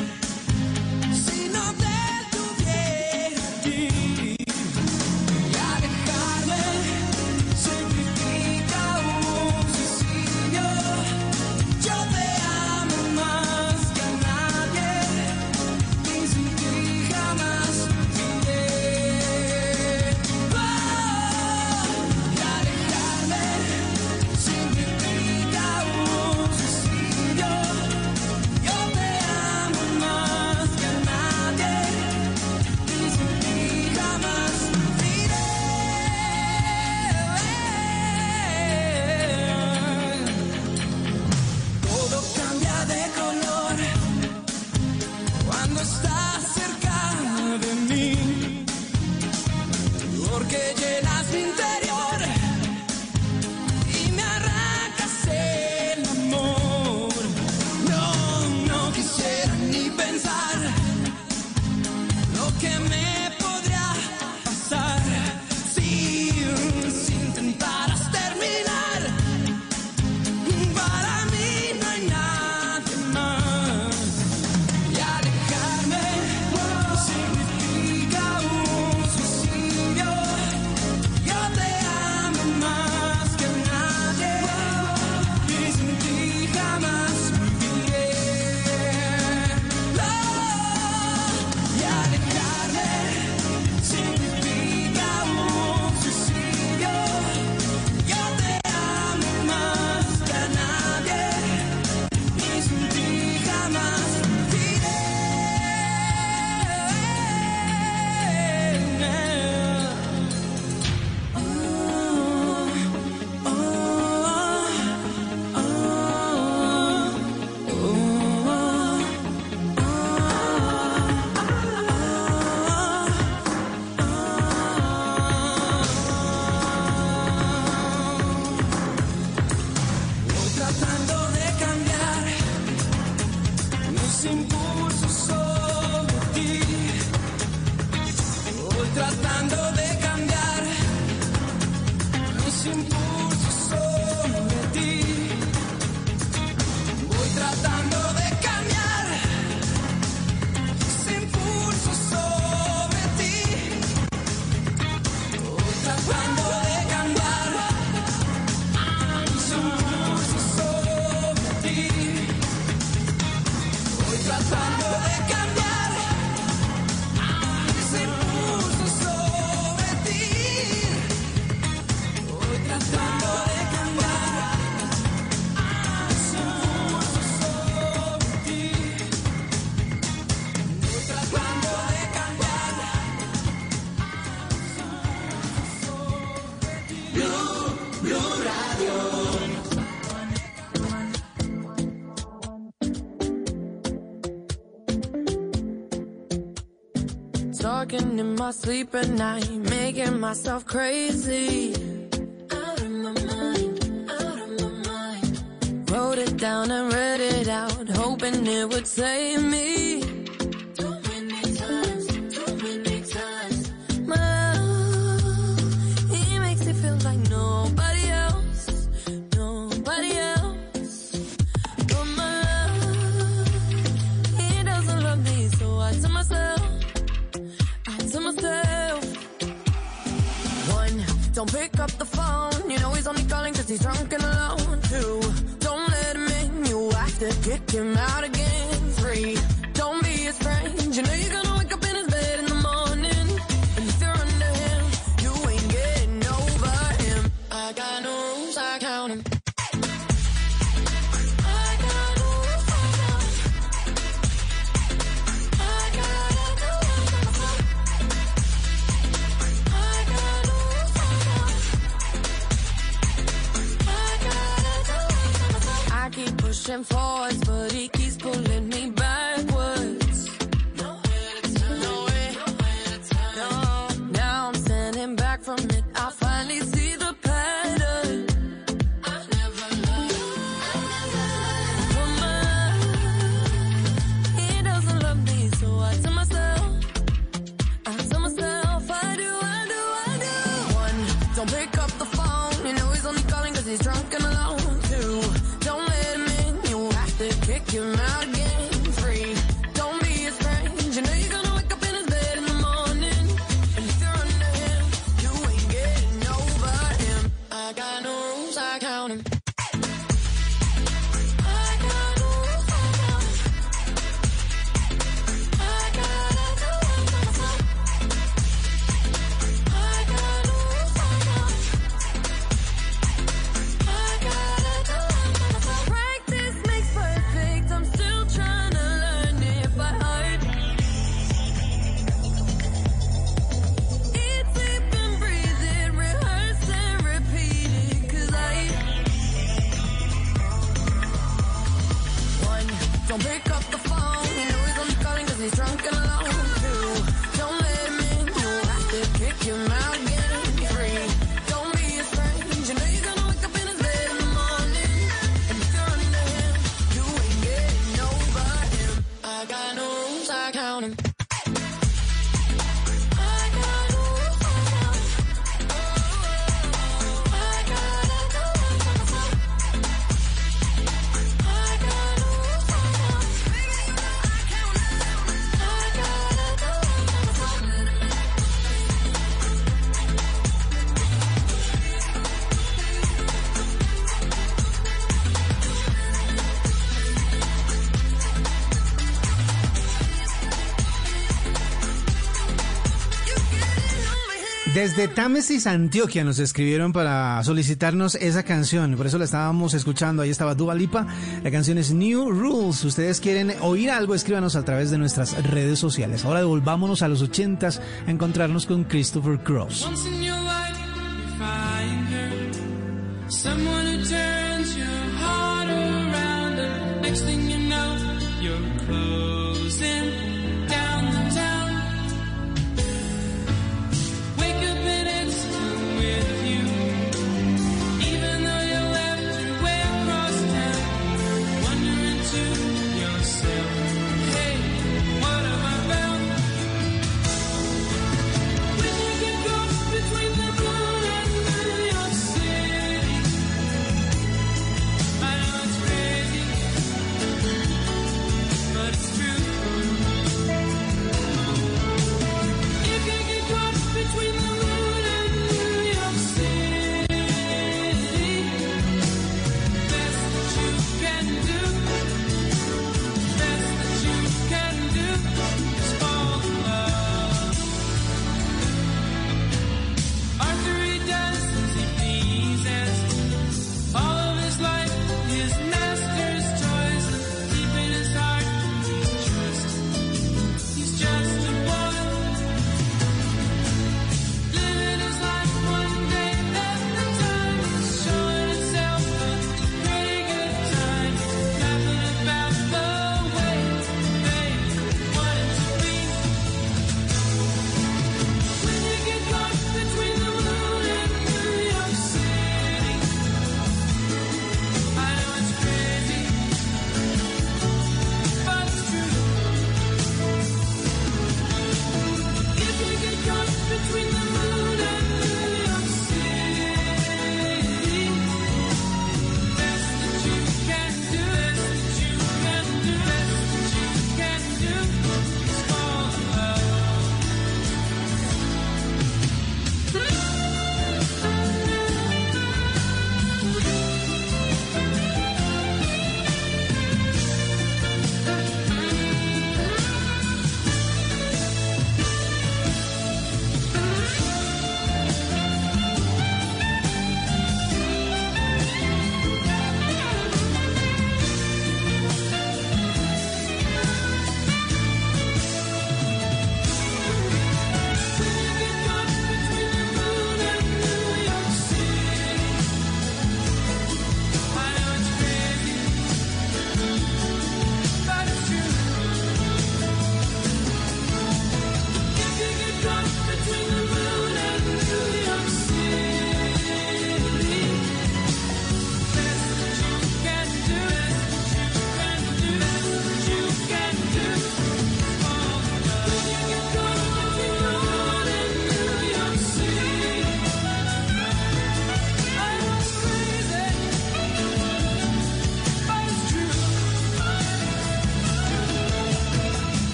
[SPEAKER 13] si no te tuviera aquí. Y alejarme significa un suicidio. Yo te amo más que a nadie y sin ti jamás viviré. Oh, y alejarme significa un suicidio. Yo te amo más que a nadie y sin ti jamás viviré. Todo cambia de color cuando estás cerca de mí, porque llenas mi interior y me arrancas el amor. No, no quisiera ni pensar lo que me podría pasar si, si intentaras terminar. Para mí no hay nadie más. Y alejarme significa un suicidio. Yo te amo más que a nadie y sin ti jamás viviré. Oh, y alejarme significa un suicidio. Yo te amo más que a nadie y sin ti jamás viviré. Oh, oh, oh, oh, Voy tratando de cambiar mis impulsos sobre ti. Voy tratando de cambiar mis impulsos sobre ti. Voy tratando de cambiar mis impulsos sobre ti. Voy tratando de cambiar mis impulsos sobre ti. Voy tratando de cambiar mis impulsos sobre ti. Voy tratando de cambiar mis impulsos sobre ti. Voy tratando de cambiar mis impulsos sobre ti. Blue, Blue Radio.
[SPEAKER 18] Talking in my sleep at night, making myself crazy. Out of my mind, out of my mind. Wrote it down and read it out, hoping it would save me. Too many times, too many times. My love, he makes me feel like nobody else, nobody else. But my love, he doesn't love me, so I tell myself, to myself. One, don't pick up the phone. You know he's only calling cause he's drunk and alone. Two, don't let him in. You have to
[SPEAKER 13] kick him out again. Free, don't be his friend. You know you're gonna wake up in his bed in the morning. And if you're under him, you ain't getting over him. I got no rules, I count him. I keep pushing forwards, but he keeps pulling me backwards. Nowhere to turn, nowhere, nowhere to turn. No, now I'm standing back from it. I finally see the pattern. I never learned. Woman, he doesn't love me, so I tell myself, I tell myself, I do, I do, I do. One, don't pick up the phone. You know he's only calling 'cause he's drunk and alone. Two, don't let him in, you have to kick him out again. Free, don't be his friend. You know you're gonna wake up in his bed in the morning. And if you're under him, you ain't getting over him. I got no rules, I count him. I got no rules, I count him. I gotta do it myself. I got no rules, I count him. I gotta do it myself. Practice makes perfect. I'm still trying to learn it by heart. Eat, sleep, and breathe it. Rehearse and repeat it. 'Cause I one, don't pick up the phone. You know he's only calling 'cause he's drunk and alone. Two, don't let him in. You have to kick him out again. Three, don't be his friend. You know you're gonna wake up in his bed in the morning. And if you're under him, you ain't getting over him. I got no rules, I count him. I got no rules, I count him. I gotta do it myself. I got no rules, I count him. I gotta do it myself.
[SPEAKER 11] Desde Támesis, Antioquia, nos escribieron para solicitarnos esa canción, por eso la estábamos escuchando. Ahí estaba Dua Lipa, la canción es New Rules. Ustedes quieren oír algo, escríbanos a través de nuestras redes sociales. Ahora devolvámonos a los ochentas a encontrarnos con Christopher Cross.
[SPEAKER 12] Once in your life, you find her, someone who turns your heart around, and next thing you know, you're closing down the town. Wake up and it's still with you, even though you left your way across town. Wondering to yourself, hey, what have I found? When you get caught between the moon and New York City,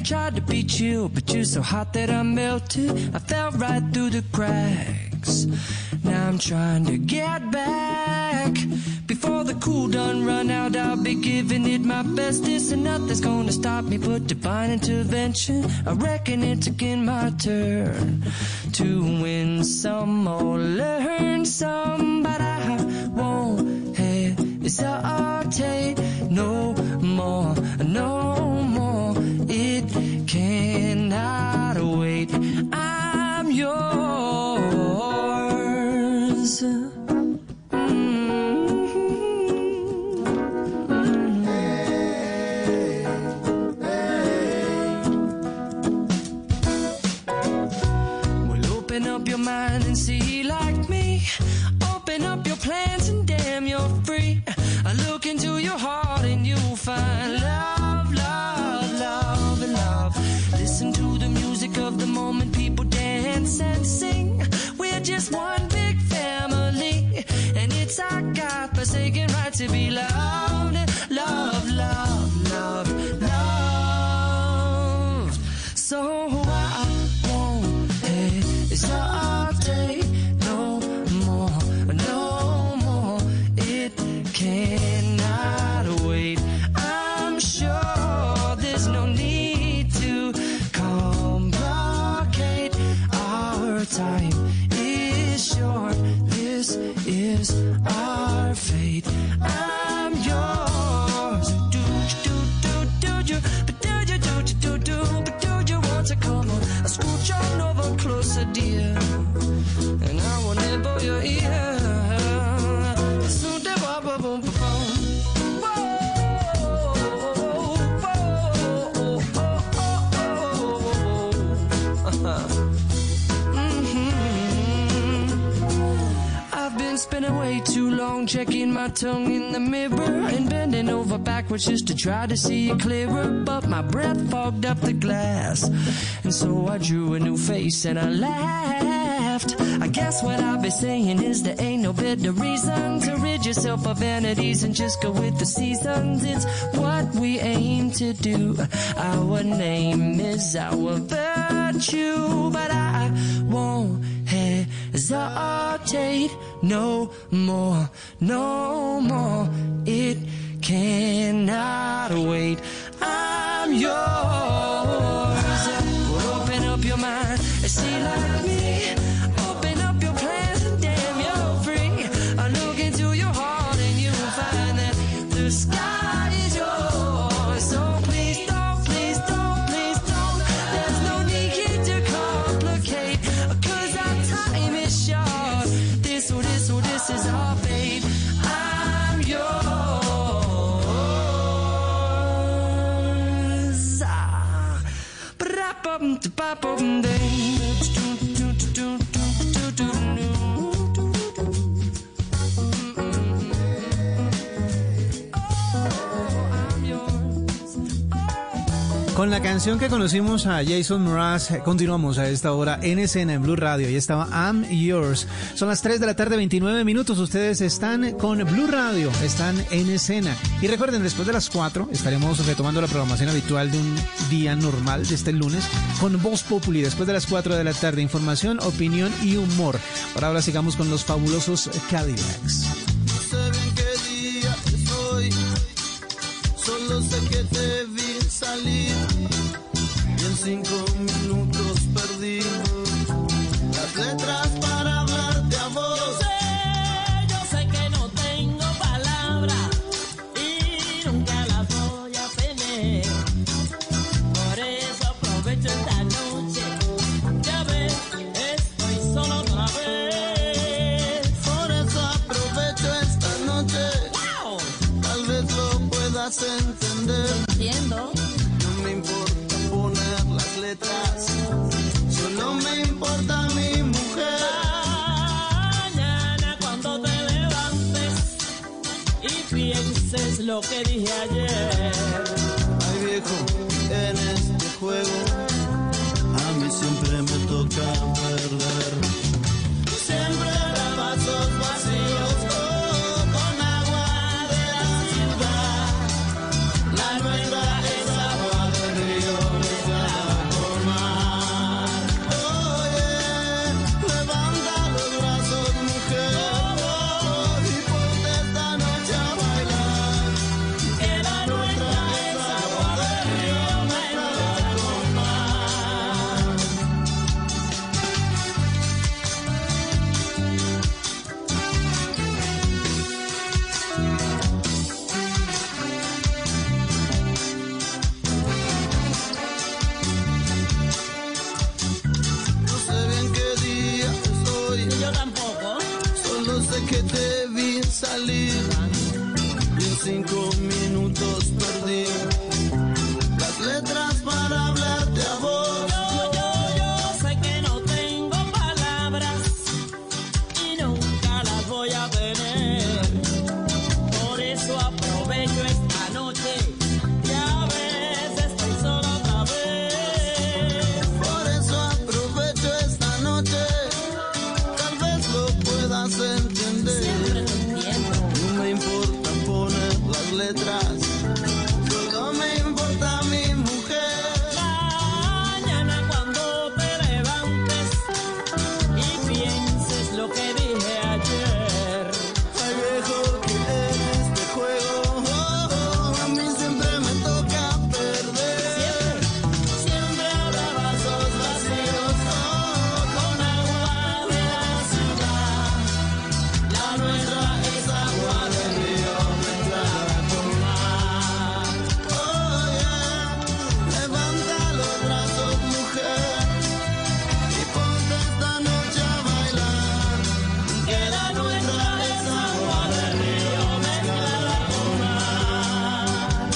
[SPEAKER 17] tried to be chill, but you're so hot that I melted. I fell right through the cracks. Now I'm trying to get back. Before the cool done run out, I'll be giving it my best. This and nothing's gonna stop me but divine intervention. I reckon it's again my turn to win some or learn some, but I won't hesitate no more, no more. It cannot wait. I'm yours. Up your mind and see like me. Open up your plans and damn, you're free. I look into your heart and you'll find love, love, love, and love. Listen to the music of the moment, people dance and sing. We're just one big family, and it's our God-forsaken right to be loved. Love, love, love, love. So I won't hesitate no more, no more. It cannot wait. I'm sure there's no need to complicate. Our time is short. This is our fate. I'm yours. Do do do do you? But do you do do do? But do you want to come on? I scooch on over closer, dear, and I will nibble your ear. So da ba ba boom ba boom. I've been spending way too long checking my tongue in the mirror and bending over backwards just to try to see it clearer, but my breath fogged up the glass, and so I drew a new face and I laughed. I guess what I'll be saying is there ain't no better reason to rid yourself of vanities and just go with the seasons. It's what we aim to do. Our name is our virtue, but I won't hesitate no more, no more. It cannot wait. I'm yours. Well, open up your mind and see like me. Open up your plans and damn, you're free. I look into your heart and you'll find that the sky is yours. So please don't, please don't, please don't. There's no need to complicate, 'cause our time is short. This or this or this is our fate. I'm yours. Ah. Ba-da-bum-da-ba-bum-ding.
[SPEAKER 11] Con la canción que conocimos a Jason Mraz, continuamos a esta hora en escena en Blue Radio. Y estaba I'm Yours. Son las tres de la tarde, veintinueve minutos. Ustedes están con Blue Radio, están en escena. Y recuerden, después de las cuatro estaremos retomando la programación habitual de un día normal de este lunes con Voz Populi. Después de las cuatro de la tarde, información, opinión y humor. Por ahora sigamos con los fabulosos Cadillacs.
[SPEAKER 13] No sé bien qué día es hoy, solo sé que te vi salir y en cinco minutos perdí las letras para hablarte a vos.
[SPEAKER 18] Yo sé, yo sé que no tengo palabras y nunca las voy a tener. Por eso aprovecho esta noche. Ya ves, estoy solo otra vez.
[SPEAKER 13] Por eso aprovecho esta noche.
[SPEAKER 18] Wow.
[SPEAKER 13] Tal vez lo puedas entender.
[SPEAKER 18] Entiendo.
[SPEAKER 13] No me importa poner las letras, solo me importa mi mujer.
[SPEAKER 18] Mañana cuando te levantes y pienses lo que dije ayer.
[SPEAKER 13] Ay viejo, en este juego a mí siempre me toca perder. Siempre de vasos vacíos, oh, con agua de la ciudad. La nuestra es agua del río, nuestra detrás. Solo me importa mi mujer.
[SPEAKER 18] Mañana cuando te levantes y pienses lo que dije ayer.
[SPEAKER 13] Ay, viejo, que en este juego oh, oh, a mí siempre me toca perder.
[SPEAKER 18] Siempre, siempre habrá vasos vacíos
[SPEAKER 13] Oh,
[SPEAKER 18] con agua de la ciudad. La nuestra es agua del río mezclada con mar.
[SPEAKER 13] oh, yeah. Levanta los brazos, mujer, y ponte esta noche a bailar.
[SPEAKER 18] Que la nuestra es agua del río mezclada con mar.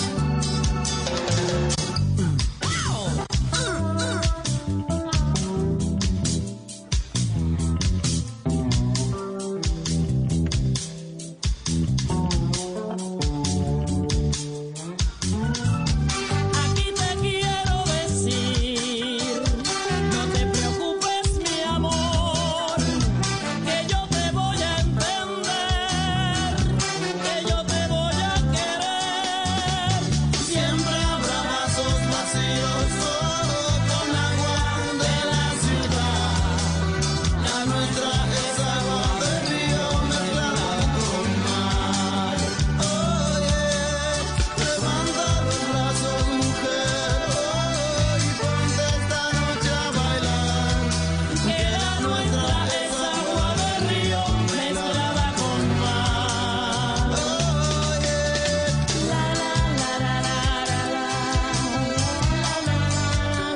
[SPEAKER 18] Aquí te quiero decir, no te preocupes mi amor, que yo te voy a entender, que yo te voy a querer.
[SPEAKER 13] Siempre habrá vasos vacíos oh, con agua de la ciudad. La nuestra es agua del río mezclada con mar. Oh, yeah. Levanta los brazos, mujer, oh, y ponte esta noche a bailar.
[SPEAKER 18] Que la nuestra es agua del río mezclada con mar.
[SPEAKER 13] Oh, yeah.
[SPEAKER 18] La la la la la la la. La la la la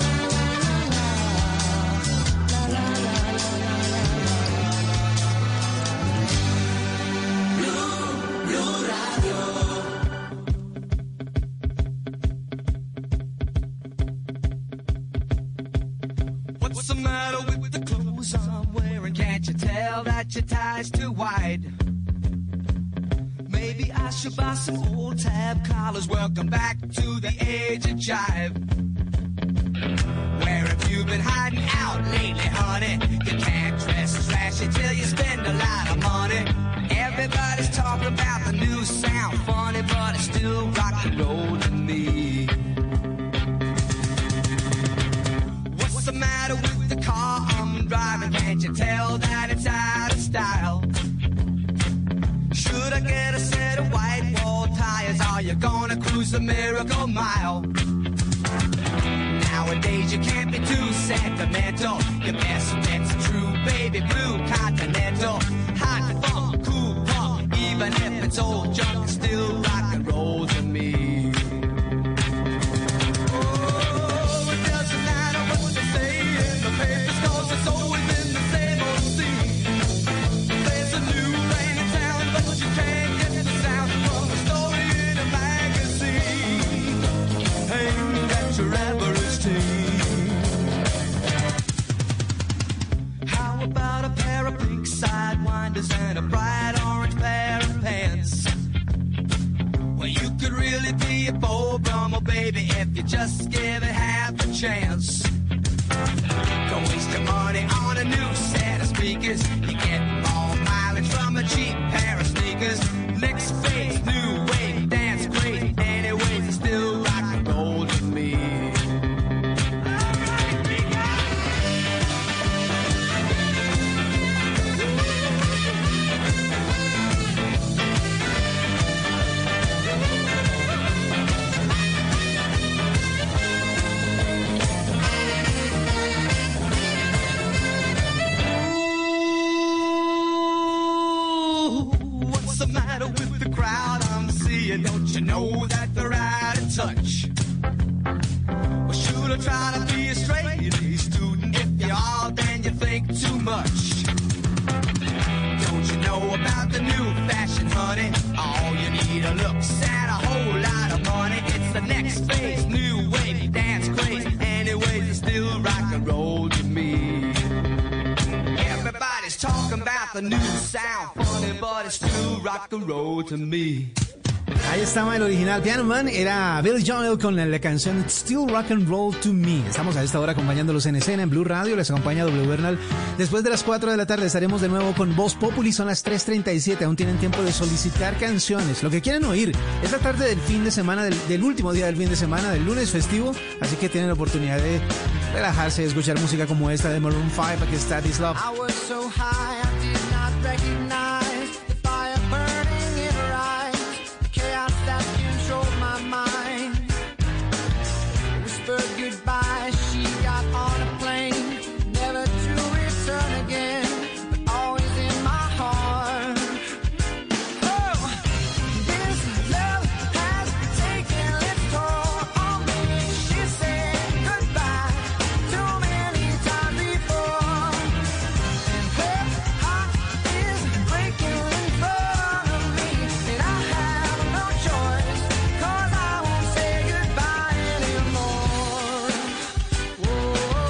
[SPEAKER 18] la la la la. Blue, Blue Radio.
[SPEAKER 2] What's the matter with the clothes I'm wearing? Can't you tell that your tie's too wide? Maybe I should buy some old tab collars. Welcome back to the age of jive. Where have you been hiding out lately, honey? You can't dress trashy till you spend a lot of money. Everybody's talking about the new sound, funny, but it's still rock and roll to me. What's the matter with the car I'm driving? Can't you tell that it's out of style? Should I get a set of white wall tires? Are you gonna cruise the Miracle Mile? Nowadays you can't be too sentimental. Your best bet's a true baby blue Continental. Hot funk, cool punk, even if it's old junk, it's still rock and roll to me. Oh, it doesn't matter what they say in the papers, 'cause it's always been the same old scene. There's a new rain in town, but you can't get the sound from a story in a magazine. Aimed at your average teen. How about a pair of pink sidewinders and a bright orange pair of pants? Well, you could really be a Beau Brummel, baby, if you just give it half a chance. Don't waste your money on a new set of speakers. You get more mileage from a cheap pair of sneakers. Next phase, new wave, dance crazy. Anyways, it's still rock and roll to me. What's the matter with the crowd I'm seeing? Don't you know that they're out of touch? Well, should I try to be a straight A student? If you are, then you think too much. Don't you know about the new fashion, honey? All you need are looks and a whole lot of money. It's the next phase, new wave, dance craze. Anyways, it's still rock and roll to me. Everybody's talking about the new sound, funny, but it's still rock and roll to me.
[SPEAKER 11] Ahí estaba el original. Piano Man era Billy Joel con la, la canción Still Rock and Roll to Me. Estamos a esta hora acompañándolos en escena en Blue Radio. Les acompaña W Bernal. Después de las cuatro de la tarde estaremos de nuevo con Voz Populi. Son las tres treinta y siete. Aún tienen tiempo de solicitar canciones. Lo que quieren oír. Es la tarde del fin de semana, del, del último día del fin de semana, del lunes festivo. Así que tienen la oportunidad de relajarse y escuchar música como esta de Maroon five. Aquí está This Love.
[SPEAKER 13] I was so high, I did not recognize the fire burning in her eyes, the chaos that controlled my mind. Whispered goodbye, she got on a plane, never to return again, but always in my heart. Oh, this love has taken its toll on me. She said goodbye too many times before. Her heart is breaking in front of me, and I have no choice, 'cause I won't say goodbye anymore. Whoa,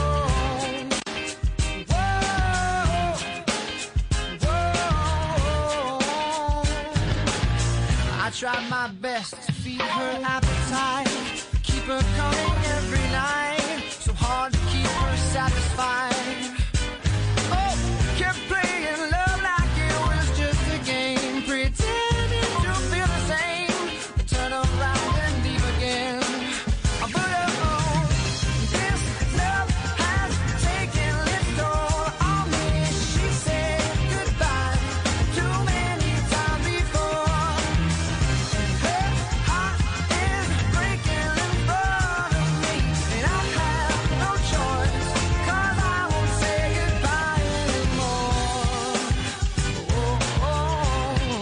[SPEAKER 13] whoa, whoa. I tried my best to feed her appetite, keep her coming every night, so hard to keep her satisfied. Oh, kept playing love like it was just a game, pretending to feel the same, but turn around and leave again. But oh, this love has taken its toll on me. She said goodbye too many times before. Her heart is breaking in front of me, and I have no choice, 'cause I won't say goodbye anymore. Whoa, whoa,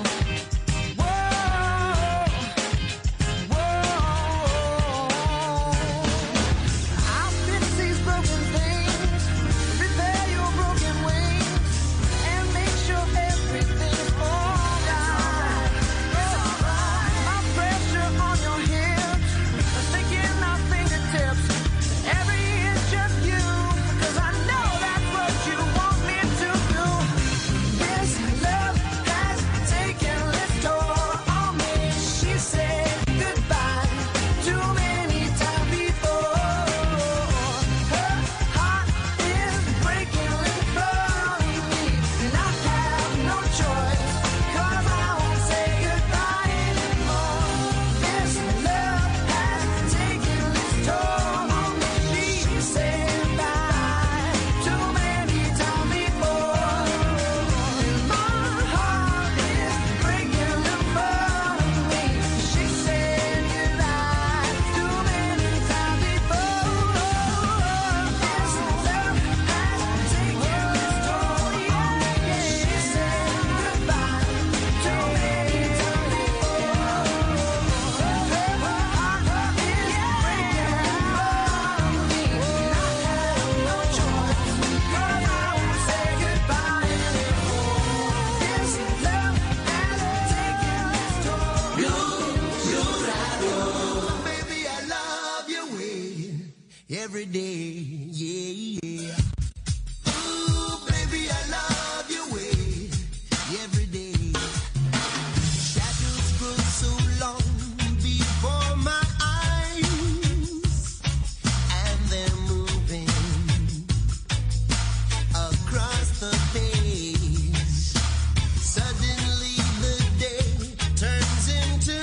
[SPEAKER 13] I'll fix these broken things, repair your broken wings, and make sure everything's alright. My pressure on your hips, sticking my fingertips, every inch of you, 'cause I know that's what you want me to do. This love has taken its toll on me. She said goodbye too many times before. Her heart is breaking in front of me, and I have no choice, 'cause I won't say goodbye anymore. This love has taken its toll on me. She said goodbye too many times before, and my heart is breaking in front of me. She said goodbye too many times before. This love has taken its toll, yeah, yeah. She said goodbye too many times before. Her heart is breaking in front of me, and I have no choice, 'cause I won't say goodbye anymore. This love has taken its toll.
[SPEAKER 19] Baby, I love your way every day, yeah, yeah. Ooh, baby, I love your way every day. Shadows grow so long before my eyes, and they're moving across the page. Suddenly the day turns into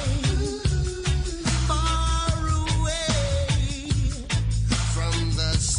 [SPEAKER 19] night, far away from the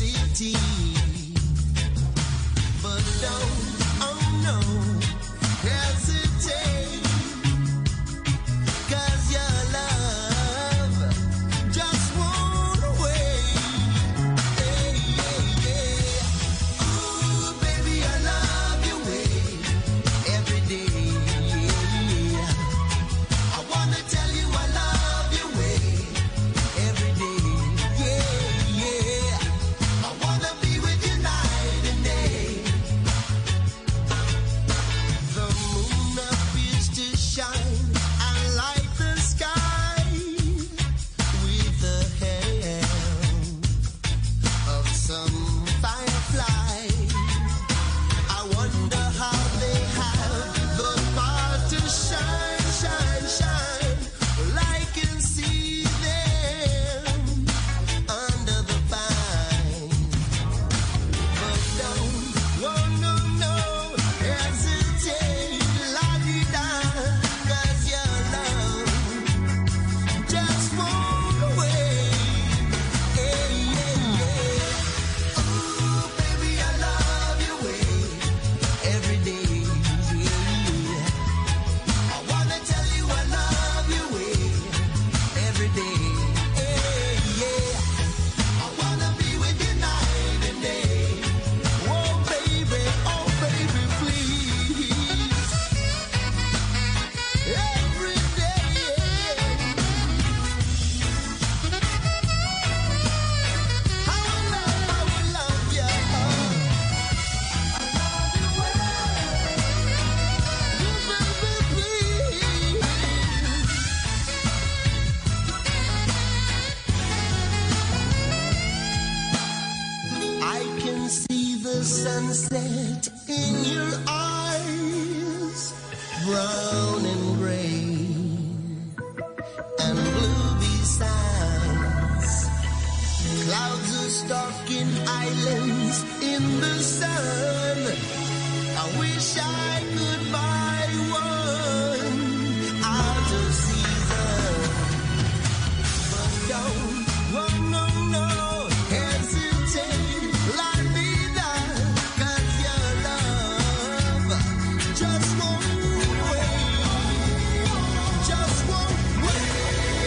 [SPEAKER 13] and blue besides. Clouds are stalking islands in the sun. I wish I could buy one out of season, but don't, oh no, no, hesitate, la vida, 'cause your love just won't wait, just won't wait.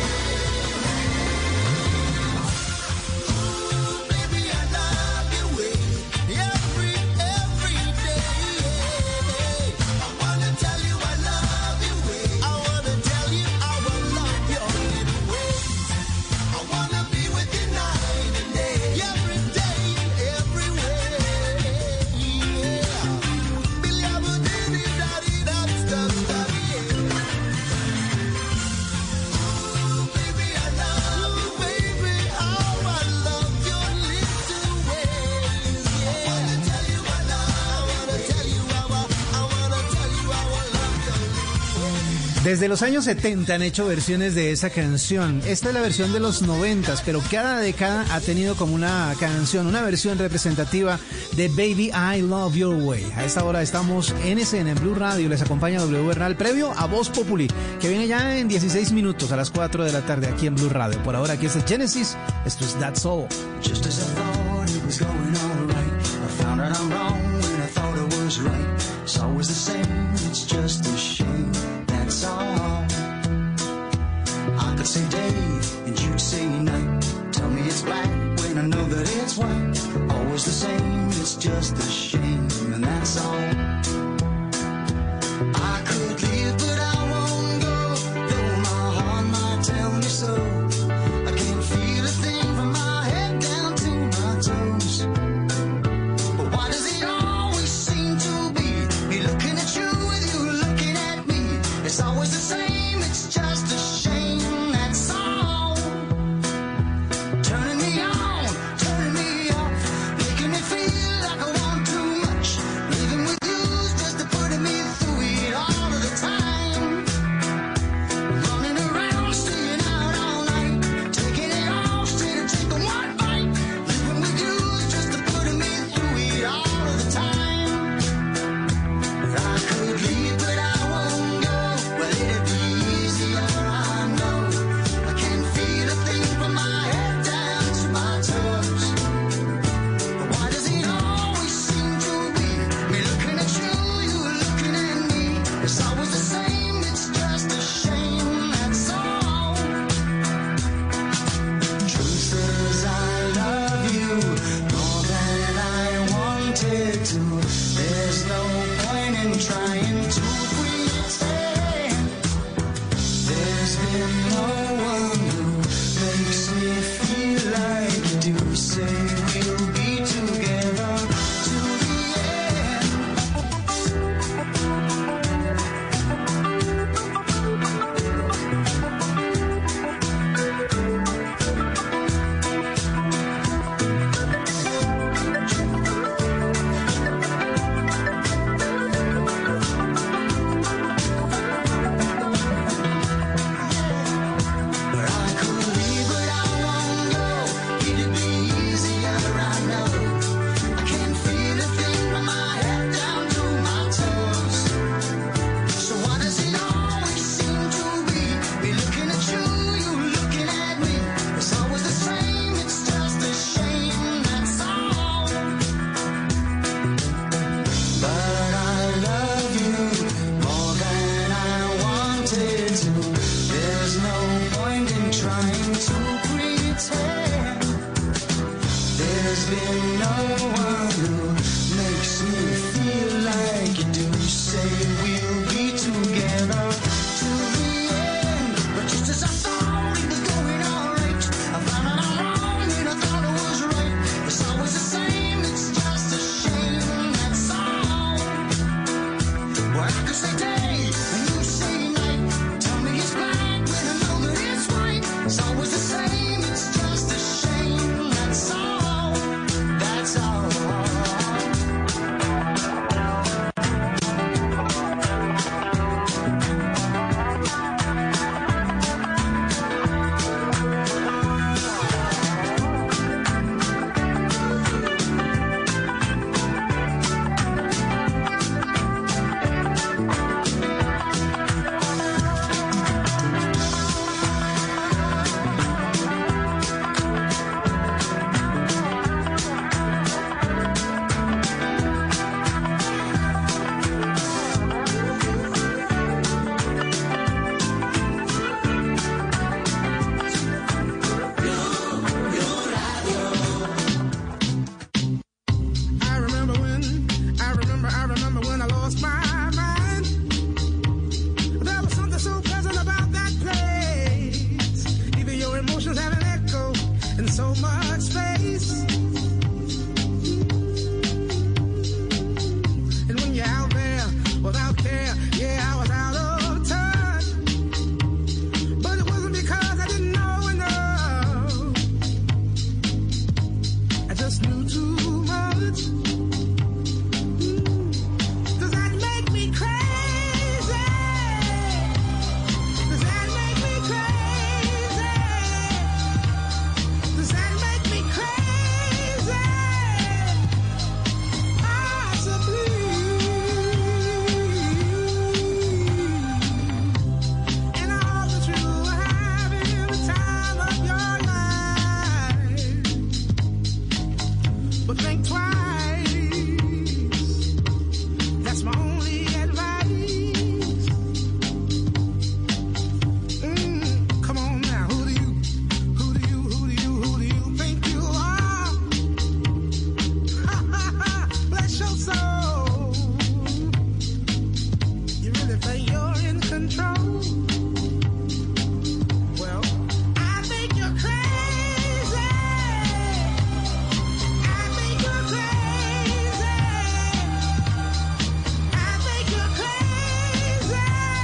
[SPEAKER 13] Ooh, baby, I love your way, every, every day. I wanna tell you I love your way, I wanna tell you I will love your way. I wanna be with you night and day, every day, everywhere. Yeah. Billy, I would do it, daddy, that's the study. Ooh, baby, I love you, baby, how I love your little ways. Yeah. I wanna tell you I love, I wanna tell you how I, I wanna tell you how I love your little ways.
[SPEAKER 11] Desde los años setenta han hecho versiones de esa canción. Esta es la versión de los noventas, pero cada década ha tenido como una canción, una versión representativa de Baby I Love Your Way. A esta hora estamos en escena en Blue Radio. Les acompaña W Bernal, previo a Voz Populi, que viene ya en dieciséis minutos a las cuatro de la tarde aquí en Blue Radio. Por ahora aquí es Genesis. Esto es That's All.
[SPEAKER 7] Just as I thought it was going all right, I found out I'm wrong when I thought I was right. It's always the same, it's just a shame, that's all. I could say day and you'd say night. Tell me it's black when I know that it's white. Always the same, it's just a shame, and that's all. I could leave but I won't go, though my heart might tell me so. I can't feel a thing from my head down to my toes. But why does it always seem to be me looking at you with you looking at me? It's always the same, it's just a shame, that's all. Turning me on, turning me off, making me feel like I want too much. Living with you's just putting me through it all of the time. Running around, staying out all night, taking it all straight and taking one bite. Living with you's just putting me through it all of the time. I could leave but I won't go. Well, it'd be easier, I know. I can't feel a thing from my head down to my toes. But why does it always seem to be me looking at you, you looking at me? It's always the same, it's just a shame, that's all. Truth is I love you more than I wanted to. There's no point in trying to pretend. There's been no one who makes me feel like you do. Say we'll be together to the end. But I could leave, but I won't go. It'd be easier, so much space. And when you're out there without care, yeah, I was out of touch. But it wasn't because I didn't know enough. I just knew too much. Does that make me crazy? Does that make me crazy? Does that make me crazy? Possibly. And I hope that you are having the time of your life. But think twice. That's my only advice. Mm, come on now, who do you, who do you, who do you, who do you think you are? Ha ha ha, bless your soul. You really think you're in control? Well, I think you're crazy. I think you're crazy. I think you're crazy.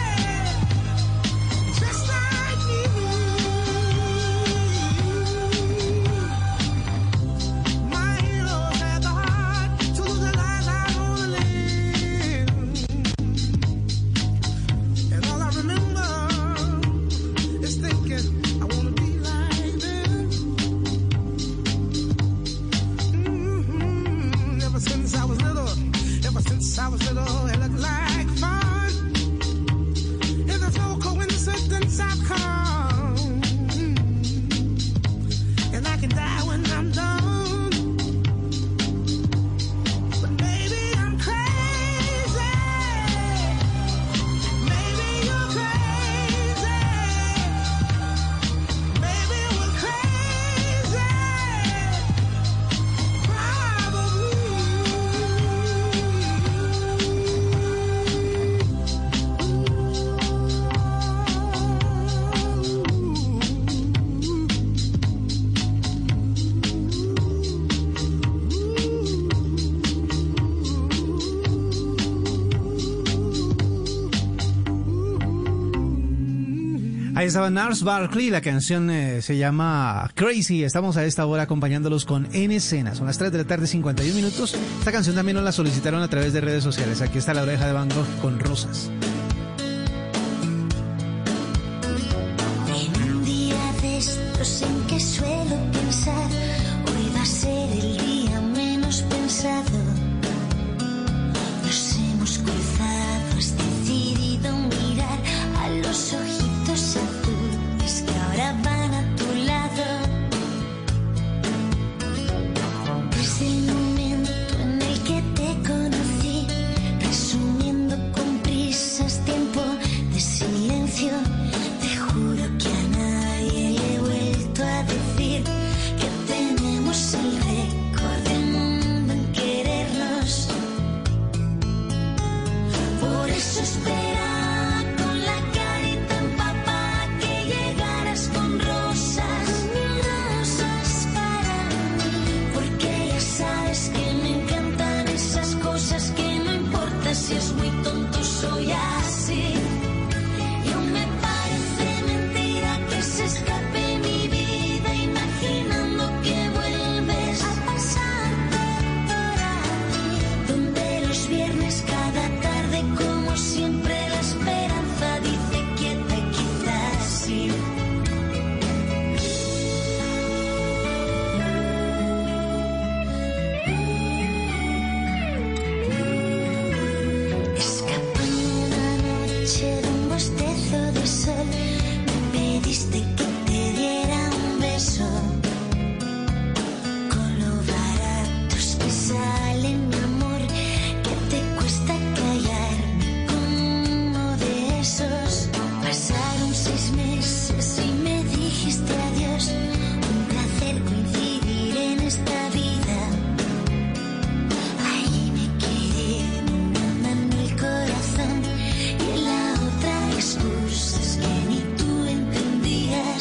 [SPEAKER 7] Just like me. My heroes had the heart to lose their lives out on the limb. And all I remember is thinking, I wanna be like them. Mhm. Ever since I was little, ever since I was little, it looked like fun. If there's no coincidence, I've come. And I can die when I'm done. But maybe I'm crazy. Maybe you're crazy. Maybe we're crazy.
[SPEAKER 11] Ahí estaba Gnarls Barkley, la canción eh, se llama Crazy. Estamos a esta hora acompañándolos con En Escena. Son las tres de la tarde, cincuenta y un minutos. Esta canción también nos la solicitaron a través de redes sociales. Aquí está La Oreja de Van Gogh con Rosas.
[SPEAKER 14] En un día de estos en que suelo pensar, hoy va a ser el día menos pensado. Nos hemos cruzado, has decidido mirar a los ojitos azules que ahora van a tu lado. Desde el momento en el que te conocí, resumiendo con prisas tiempo de silencio, te juro que a nadie le he vuelto a decir que tenemos el récord del mundo en querernos. Por eso esperaba con la carita empapada que llegaras con rosas, mil rosas para mí, porque ya sabes que me encantan esas cosas que no importa si es muy tonto, soy así. Y aún me parece mentira que se escape mi vida imaginando que vuelves a pasarte por ahí, donde los viernes cada tarde como siempre la esperanza dice quieta, quizás sí. Escapando una noche de un bostezo de sol, me pediste que te diera un beso. Con lo baratos que salen, mi amor, que te cuesta callarme con uno de esos. Pasaron seis meses y me dijiste adiós. Un placer coincidir en esta vida. Ahí me quedé, una mano el corazón y en la otra excusas que ni tú entendías.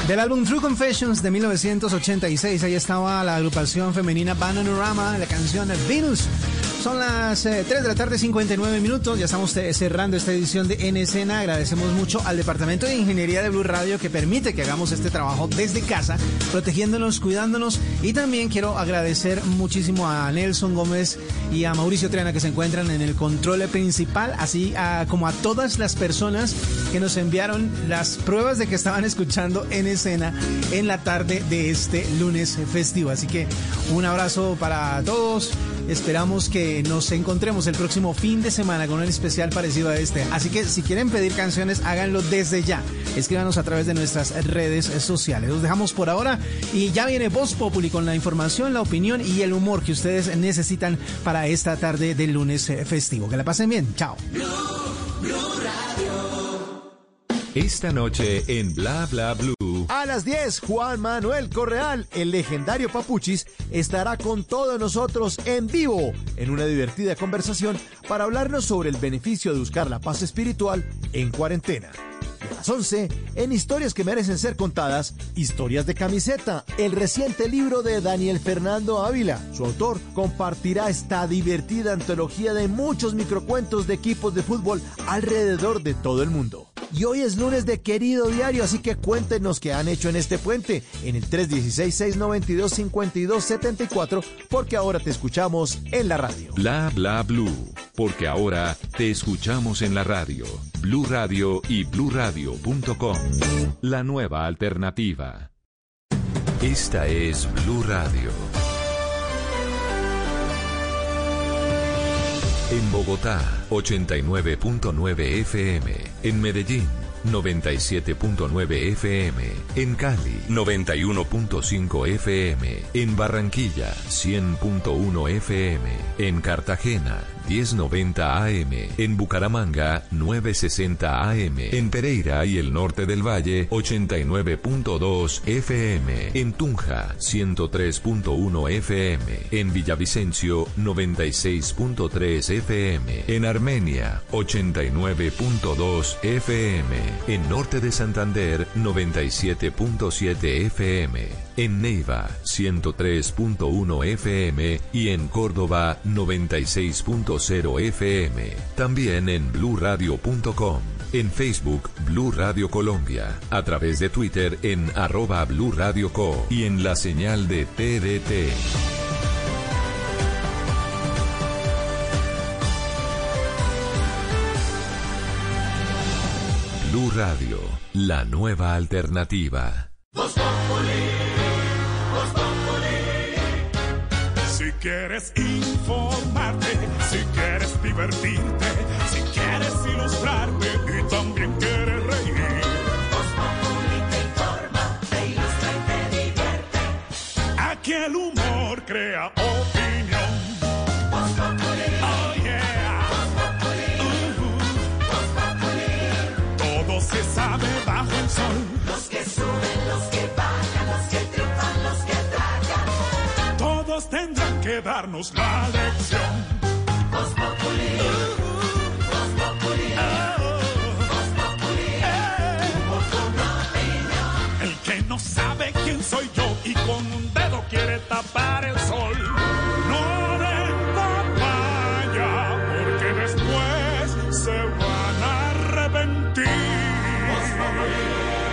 [SPEAKER 11] Del álbum True Confessions de mil novecientos ochenta y seis, ahí estaba la agrupación femenina Bananarama, la canción Venus. Son las eh, tres de la tarde, cincuenta y nueve minutos. Ya estamos eh, cerrando esta edición de En Escena. Agradecemos mucho al Departamento de Ingeniería de Blue Radio que permite que hagamos este trabajo desde casa, protegiéndonos, cuidándonos. Y también quiero agradecer muchísimo a Nelson Gómez y a Mauricio Triana, que se encuentran en el control principal, así a, como a todas las personas que nos enviaron las pruebas de que estaban escuchando En Escena en la tarde de este lunes festivo. Así que un abrazo para todos. Esperamos que nos encontremos el próximo fin de semana con un especial parecido a este. Así que si quieren pedir canciones, háganlo desde ya. Escríbanos a través de nuestras redes sociales. Los dejamos por ahora y ya viene Voz Populi con la información, la opinión y el humor que ustedes necesitan para esta tarde del lunes festivo. Que la pasen bien. Chao.
[SPEAKER 1] Blue, Blue Radio. Esta noche en Bla Bla Blue.
[SPEAKER 8] A las diez, Juan Manuel Correal, el legendario Papuchis, estará con todos nosotros en vivo en una divertida conversación para hablarnos sobre el beneficio de buscar la paz espiritual en cuarentena. Y a las once, en Historias que merecen ser contadas, Historias de Camiseta, el reciente libro de Daniel Fernando Ávila. Su autor compartirá esta divertida antología de muchos microcuentos de equipos de fútbol alrededor de todo el mundo. Y hoy es lunes de Querido Diario, así que cuéntenos qué han hecho en este puente en el tres uno seis, seis nueve dos, cinco dos siete cuatro, porque ahora te escuchamos en la radio.
[SPEAKER 1] Bla Bla Blue, porque ahora te escuchamos en la radio. Blue Radio y blue radio punto com, la nueva alternativa. Esta es Blue Radio. En Bogotá, ochenta y nueve punto nueve F M. En Medellín, noventa y siete punto nueve F M. En Cali, noventa y uno punto cinco F M. En Barranquilla, cien punto uno F M. En Cartagena, diez noventa A M. En Bucaramanga, novecientos sesenta A M. En Pereira y el norte del Valle, ochenta y nueve punto dos F M. En Tunja, ciento tres punto uno F M. En Villavicencio, noventa y seis punto tres F M. En Armenia, ochenta y nueve punto dos F M. En norte de Santander, noventa y siete punto siete F M. En Neiva, ciento tres punto uno F M. Y en Córdoba, noventa y seis punto cero F M. También en blue radio punto com. En Facebook, Blue Radio Colombia. A través de Twitter en arroba Blue Radio Co. Y en la señal de T D T. Blue Radio, la nueva alternativa.
[SPEAKER 9] Voz Populi, Voz Populi. Si quieres informarte, si quieres divertirte, si quieres ilustrarte y también quieres reír. Voz Populi te informa, te ilustra y te divierte. Aquí el humor crea opinión. Voz Populi. Oh yeah. Voz Populi. Uh-huh. Voz Populi. Todo se sabe bajo el sol. Los que suben, los que bajan, los que triunfan, los que tragan. Todos tendrán que darnos la lección. Voz Populi. Voz Populi. Voz Populi. Humor con opinión. El que no sabe quién soy yo y con un dedo quiere tapar el sol. No den papaya, porque después se van a arrepentir. Voz Populi.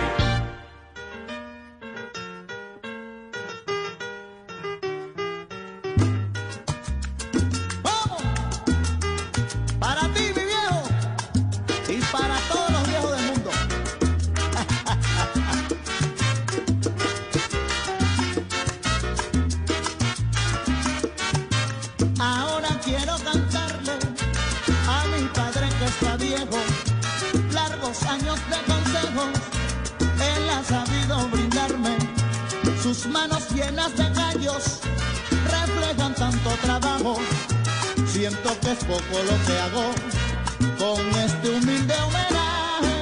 [SPEAKER 10] Para ti, mi viejo, y para todos los viejos del mundo. Ahora quiero cantarle a mi padre que está viejo, largos años de consejos, él ha sabido brindarme. Sus manos llenas de callos reflejan tanto trabajo. Siento que es poco lo que hago con este humilde homenaje.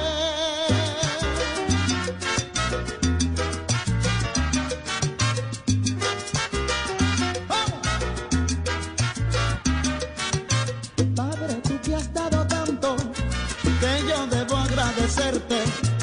[SPEAKER 10] ¡Vamos! Padre, tú que has dado tanto, que yo debo agradecerte.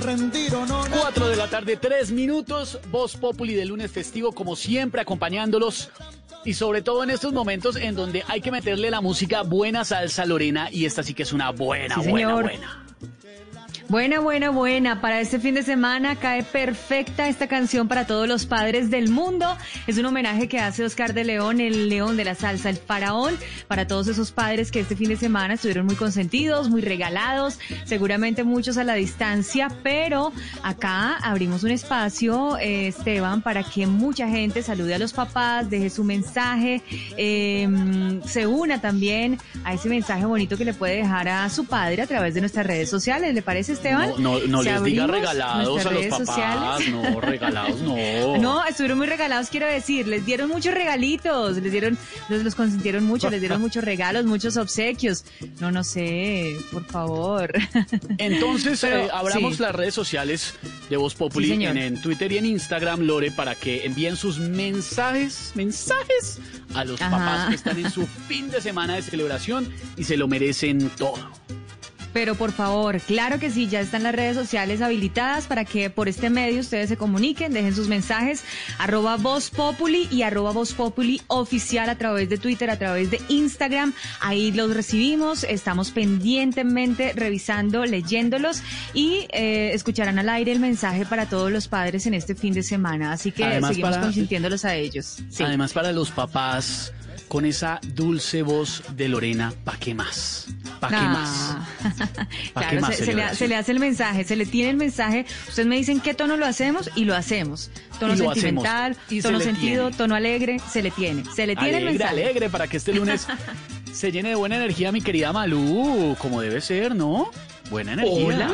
[SPEAKER 10] rendir honor.
[SPEAKER 15] Cuatro de la tarde, tres minutos. Voz Populi de lunes festivo, como siempre, acompañándolos. Y sobre todo en estos momentos en donde hay que meterle la música buena salsa, Lorena. Y esta sí que es una buena,
[SPEAKER 16] Sí,
[SPEAKER 15] buena,
[SPEAKER 16] señor.
[SPEAKER 15] buena.
[SPEAKER 16] Buena, buena, buena. Para este fin de semana cae perfecta esta canción para todos los padres del mundo. Es un homenaje que hace Oscar de León, el león de la salsa, el faraón, para todos esos padres que este fin de semana estuvieron muy consentidos, muy regalados, seguramente muchos a la distancia, pero acá abrimos un espacio, eh, Esteban, para que mucha gente salude a los papás, deje su mensaje, eh, se una también a ese mensaje bonito que le puede dejar a su padre a través de nuestras redes sociales. ¿Le parece, Esteban?
[SPEAKER 15] No, no, no
[SPEAKER 16] Si
[SPEAKER 15] les diga
[SPEAKER 16] abrimos
[SPEAKER 15] regalados
[SPEAKER 16] nuestras
[SPEAKER 15] a los
[SPEAKER 16] redes
[SPEAKER 15] papás.
[SPEAKER 16] sociales.
[SPEAKER 15] No, regalados no.
[SPEAKER 16] No, estuvieron muy regalados, quiero decir, les dieron muchos regalitos, les dieron, los, los consintieron mucho, les dieron muchos regalos, muchos obsequios. No, no sé, por favor.
[SPEAKER 15] Entonces,
[SPEAKER 16] Pero,
[SPEAKER 15] eh, abramos
[SPEAKER 16] sí.
[SPEAKER 15] las redes sociales de Voz Populi
[SPEAKER 16] Sí, señor.
[SPEAKER 15] en, en Twitter y en Instagram, Lore, para que envíen sus mensajes, mensajes a los
[SPEAKER 16] Ajá.
[SPEAKER 15] papás que están en su fin de semana de celebración y se lo merecen todo.
[SPEAKER 16] Pero por favor, claro que sí, ya están las redes sociales habilitadas para que por este medio ustedes se comuniquen, dejen sus mensajes, arroba Voz Populi y arroba Voz Populi oficial a través de Twitter, a través de Instagram. Ahí los recibimos, estamos pendientemente revisando, leyéndolos y eh, escucharán al aire el mensaje para todos los padres en este fin de semana. Así que
[SPEAKER 15] Además,
[SPEAKER 16] seguimos
[SPEAKER 15] para-
[SPEAKER 16] consintiéndolos a ellos. Sí.
[SPEAKER 15] Además, para los papás, con esa dulce voz de Lorena, ¿pa' qué más? ¿Pa' qué
[SPEAKER 16] Ah.
[SPEAKER 15] más? ¿Pa' qué
[SPEAKER 16] Claro,
[SPEAKER 15] más
[SPEAKER 16] se, se le,
[SPEAKER 15] celebración?
[SPEAKER 16] se le hace el mensaje, se le tiene el mensaje. Ustedes me dicen qué tono lo hacemos y lo hacemos. Tono
[SPEAKER 15] Y lo
[SPEAKER 16] sentimental,
[SPEAKER 15] hacemos. Y se
[SPEAKER 16] tono
[SPEAKER 15] le
[SPEAKER 16] sentido,
[SPEAKER 15] tiene.
[SPEAKER 16] tono alegre, se le tiene. Se le tiene el
[SPEAKER 15] Alegre,
[SPEAKER 16] mensaje.
[SPEAKER 15] alegre, para que este lunes se llene de buena energía, mi querida Malú, como debe ser, ¿no? Buena energía.
[SPEAKER 20] Hola.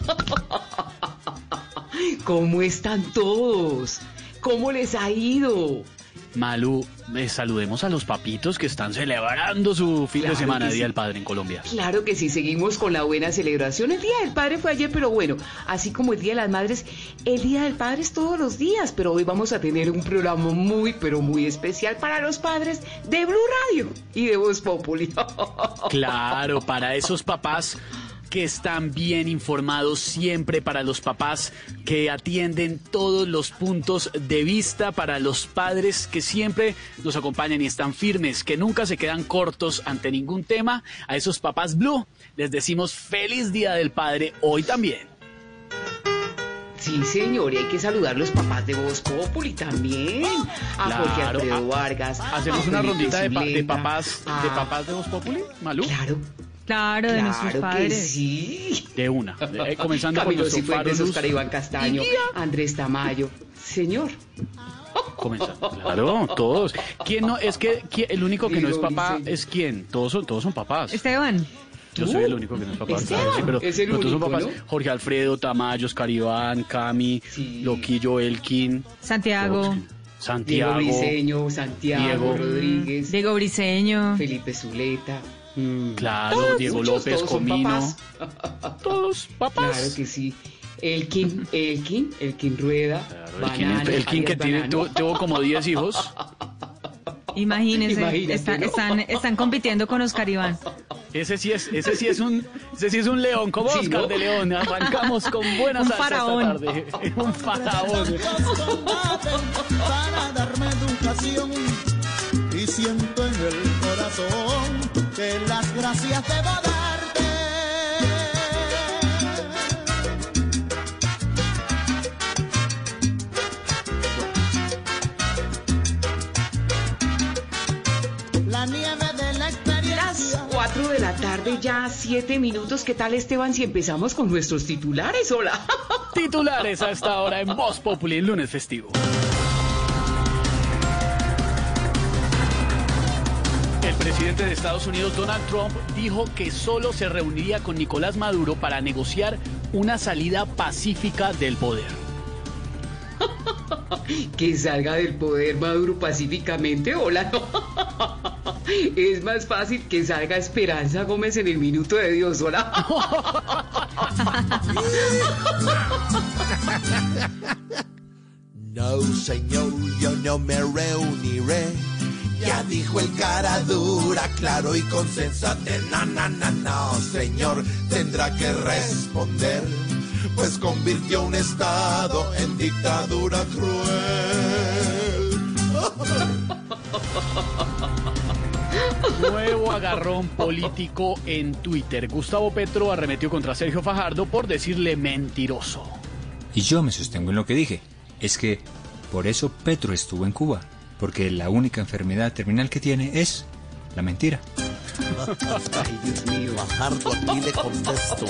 [SPEAKER 20] ¿Cómo están todos? ¿Cómo les ha ido?
[SPEAKER 15] Malú, eh, saludemos a los papitos que están celebrando su fin
[SPEAKER 20] Claro
[SPEAKER 15] de semana,
[SPEAKER 20] que
[SPEAKER 15] Día
[SPEAKER 20] sí.
[SPEAKER 15] del Padre en Colombia.
[SPEAKER 20] Claro que sí, seguimos con la buena celebración. El Día del Padre fue ayer, pero bueno, así como el Día de las Madres, el Día del Padre es todos los días, pero hoy vamos a tener un programa muy, pero muy especial para los padres de Blue Radio y de Voz Populi.
[SPEAKER 15] Claro, para esos papás que están bien informados siempre, para los papás que atienden todos los puntos de vista, para los padres que siempre nos acompañan y están firmes, que nunca se quedan cortos ante ningún tema. A esos papás Blue les decimos feliz Día del Padre hoy también.
[SPEAKER 20] Sí, señor, y hay que saludar a los papás de Voz Populi también. A Jorge
[SPEAKER 15] Claro,
[SPEAKER 20] Alfredo
[SPEAKER 15] a-
[SPEAKER 20] Vargas.
[SPEAKER 15] Hacemos
[SPEAKER 20] a
[SPEAKER 15] una
[SPEAKER 20] Felipe
[SPEAKER 15] rondita de, pa- de
[SPEAKER 20] Zuleta,
[SPEAKER 15] papás de
[SPEAKER 20] a-
[SPEAKER 15] papás de Voz Populi, Malú.
[SPEAKER 20] Claro.
[SPEAKER 16] Claro, de nuestros
[SPEAKER 20] Claro que
[SPEAKER 16] padres.
[SPEAKER 20] sí.
[SPEAKER 15] De una. De- eh, comenzando con
[SPEAKER 20] Camilo
[SPEAKER 15] nuestro
[SPEAKER 20] Cifuentes,
[SPEAKER 15] Faro Luz.
[SPEAKER 20] Oscar Iván Castaño, Andrés Tamayo. Señor.
[SPEAKER 15] Comenzando. Claro, todos. ¿Quién no? Es que ¿quién- el único que no es
[SPEAKER 20] Digo,
[SPEAKER 15] papá
[SPEAKER 20] dice-
[SPEAKER 15] es quién. Todos son, todos son papás.
[SPEAKER 16] Esteban.
[SPEAKER 15] Yo soy el único que no es papá.
[SPEAKER 20] Esteban,
[SPEAKER 15] claro, sí, pero,
[SPEAKER 20] es el
[SPEAKER 15] pero todos son
[SPEAKER 20] único,
[SPEAKER 15] papás.
[SPEAKER 20] ¿no?
[SPEAKER 15] Jorge Alfredo, Tamayo, Oscar Iván, Cami, Loquillo, Elkin,
[SPEAKER 16] Santiago.
[SPEAKER 15] Santiago.
[SPEAKER 20] Diego Briseño, Santiago
[SPEAKER 15] Diego.
[SPEAKER 20] Rodríguez,
[SPEAKER 16] Diego Briseño.
[SPEAKER 20] Felipe Zuleta.
[SPEAKER 15] Claro,
[SPEAKER 20] Todos,
[SPEAKER 15] Diego
[SPEAKER 20] muchos,
[SPEAKER 15] López,
[SPEAKER 20] todos son
[SPEAKER 15] Comino.
[SPEAKER 20] papás.
[SPEAKER 15] Todos papás.
[SPEAKER 20] Claro que sí. Elkin, Elkin, Elkin Rueda.
[SPEAKER 15] Elkin,
[SPEAKER 20] Banano,
[SPEAKER 15] Elkin, que
[SPEAKER 20] alias
[SPEAKER 15] tiene,
[SPEAKER 20] Banano.
[SPEAKER 15] tuvo, tuvo como diez hijos.
[SPEAKER 16] Imagínense,
[SPEAKER 20] Imagínate,
[SPEAKER 16] están,
[SPEAKER 20] ¿no?
[SPEAKER 16] están, están compitiendo con Oscar Iván.
[SPEAKER 15] Ese sí es, ese sí es un, ese sí es un león, como
[SPEAKER 20] Sí,
[SPEAKER 15] Oscar
[SPEAKER 20] ¿no?
[SPEAKER 15] de León. Arrancamos con buena
[SPEAKER 16] Un
[SPEAKER 15] salsa esta
[SPEAKER 16] faraón.
[SPEAKER 15] tarde. Un faraón.
[SPEAKER 10] Los combaten para darme educación y siento en el corazón que las gracias debo darte. La nieve de la experiencia.
[SPEAKER 20] Cuatro de la tarde, ya siete minutos. ¿Qué tal, Esteban, si empezamos con nuestros titulares? Hola.
[SPEAKER 15] Titulares a esta hora en Voz Populi, el lunes festivo. El presidente de Estados Unidos, Donald Trump, dijo que solo se reuniría con Nicolás Maduro para negociar una salida pacífica del poder.
[SPEAKER 20] Que salga del poder Maduro pacíficamente. Hola, no. Es más fácil que salga Esperanza Gómez en el minuto de Dios. Hola.
[SPEAKER 21] No, señor, yo no me reuniré. Ya dijo el cara dura, claro y con sensatez. No, no, no, no, señor, tendrá que responder. pues convirtió un estado en dictadura cruel.
[SPEAKER 15] Nuevo agarrón político en Twitter. Gustavo Petro arremetió contra Sergio Fajardo por decirle mentiroso.
[SPEAKER 5] Y yo me sostengo en lo que dije. Es que por eso Petro estuvo en Cuba. Porque la única enfermedad terminal que tiene es la mentira.
[SPEAKER 21] Ay, Dios mío, Fajardo, aquí le contesto.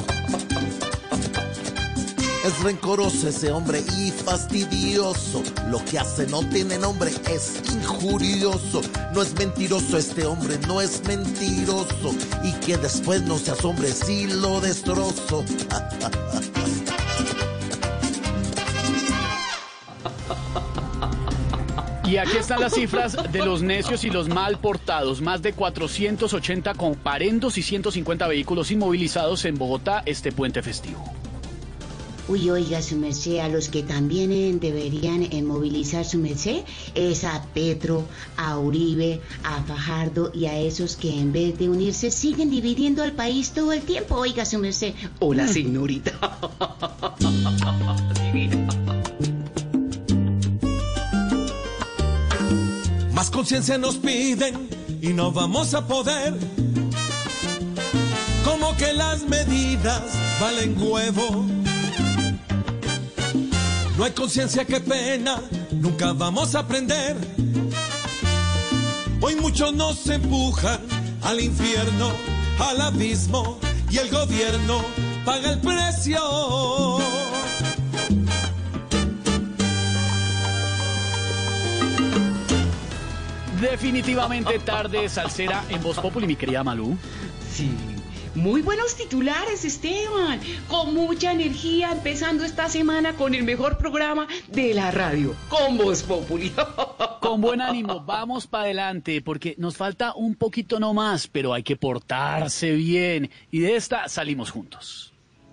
[SPEAKER 21] Es rencoroso ese hombre y fastidioso. Lo que hace no tiene nombre, es injurioso. No es mentiroso este hombre, no es mentiroso. Y que después no se asombre si lo destrozo.
[SPEAKER 15] Y aquí están las cifras de los necios y los mal portados. Más de cuatrocientos ochenta comparendos y ciento cincuenta vehículos inmovilizados en Bogotá este puente festivo.
[SPEAKER 22] Uy, oiga, su merced, a los que también eh, deberían eh, movilizar su merced es a Petro, a Uribe, a Fajardo y a esos que en vez de unirse siguen dividiendo al país todo el tiempo. Oiga, su merced. Hola, señorita.
[SPEAKER 23] Más conciencia nos piden y no vamos a poder. Como que las medidas valen huevo. No hay conciencia, qué pena, nunca vamos a aprender. Hoy muchos nos empujan al infierno, al abismo, y el gobierno paga el precio.
[SPEAKER 15] Definitivamente tarde salsera en Voz Populi, mi querida Malú.
[SPEAKER 20] Sí. Muy buenos titulares, Esteban. Con mucha energía, empezando esta semana con el mejor programa de la radio, con Voz Populi.
[SPEAKER 15] Con buen ánimo, vamos para adelante, porque nos falta un poquito no más, pero hay que portarse bien. Y de esta salimos juntos.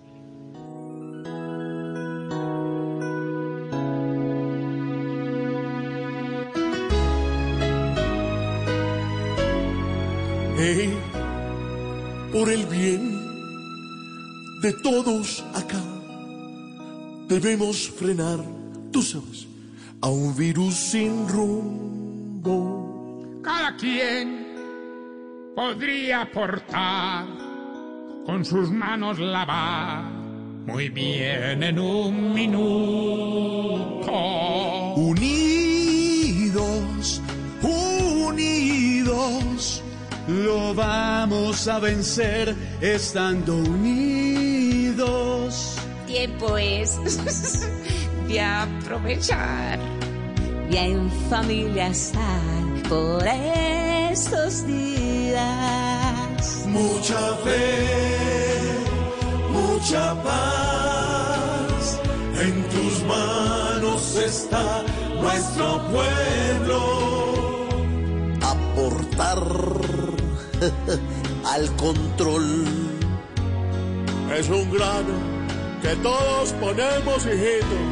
[SPEAKER 21] Hey, por el bien de todos acá, debemos frenar, tú sabes, a un virus sin rumbo.
[SPEAKER 24] Cada quien podría aportar, con sus manos lavar muy bien en un minuto.
[SPEAKER 25] Unidos, unidos, lo vamos a vencer estando unidos.
[SPEAKER 26] Tiempo es de aprovechar y en familia estar por estos días.
[SPEAKER 21] Mucha fe, mucha paz, en tus manos está nuestro pueblo. Aportar al control es un grano que todos ponemos, hijitos,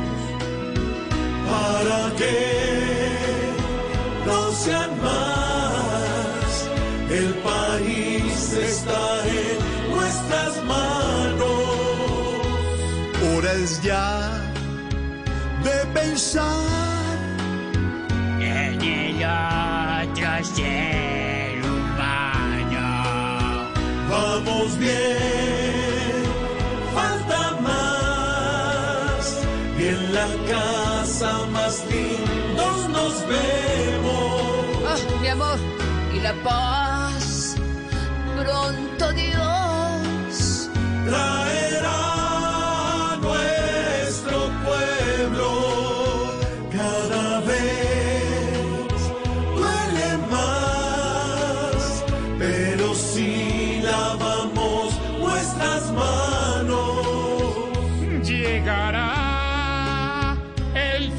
[SPEAKER 21] para que no sean más. El país está en nuestras manos.
[SPEAKER 25] Hora es ya de pensar
[SPEAKER 24] en nosotros ser humano.
[SPEAKER 21] Vamos bien, falta más, y en la casa más lindos nos vemos.
[SPEAKER 26] Ah, mi amor, y la paz, pronto Dios
[SPEAKER 21] traerá a nuestro pueblo. Cada vez duele más, pero si lavamos nuestras manos,
[SPEAKER 24] llegará el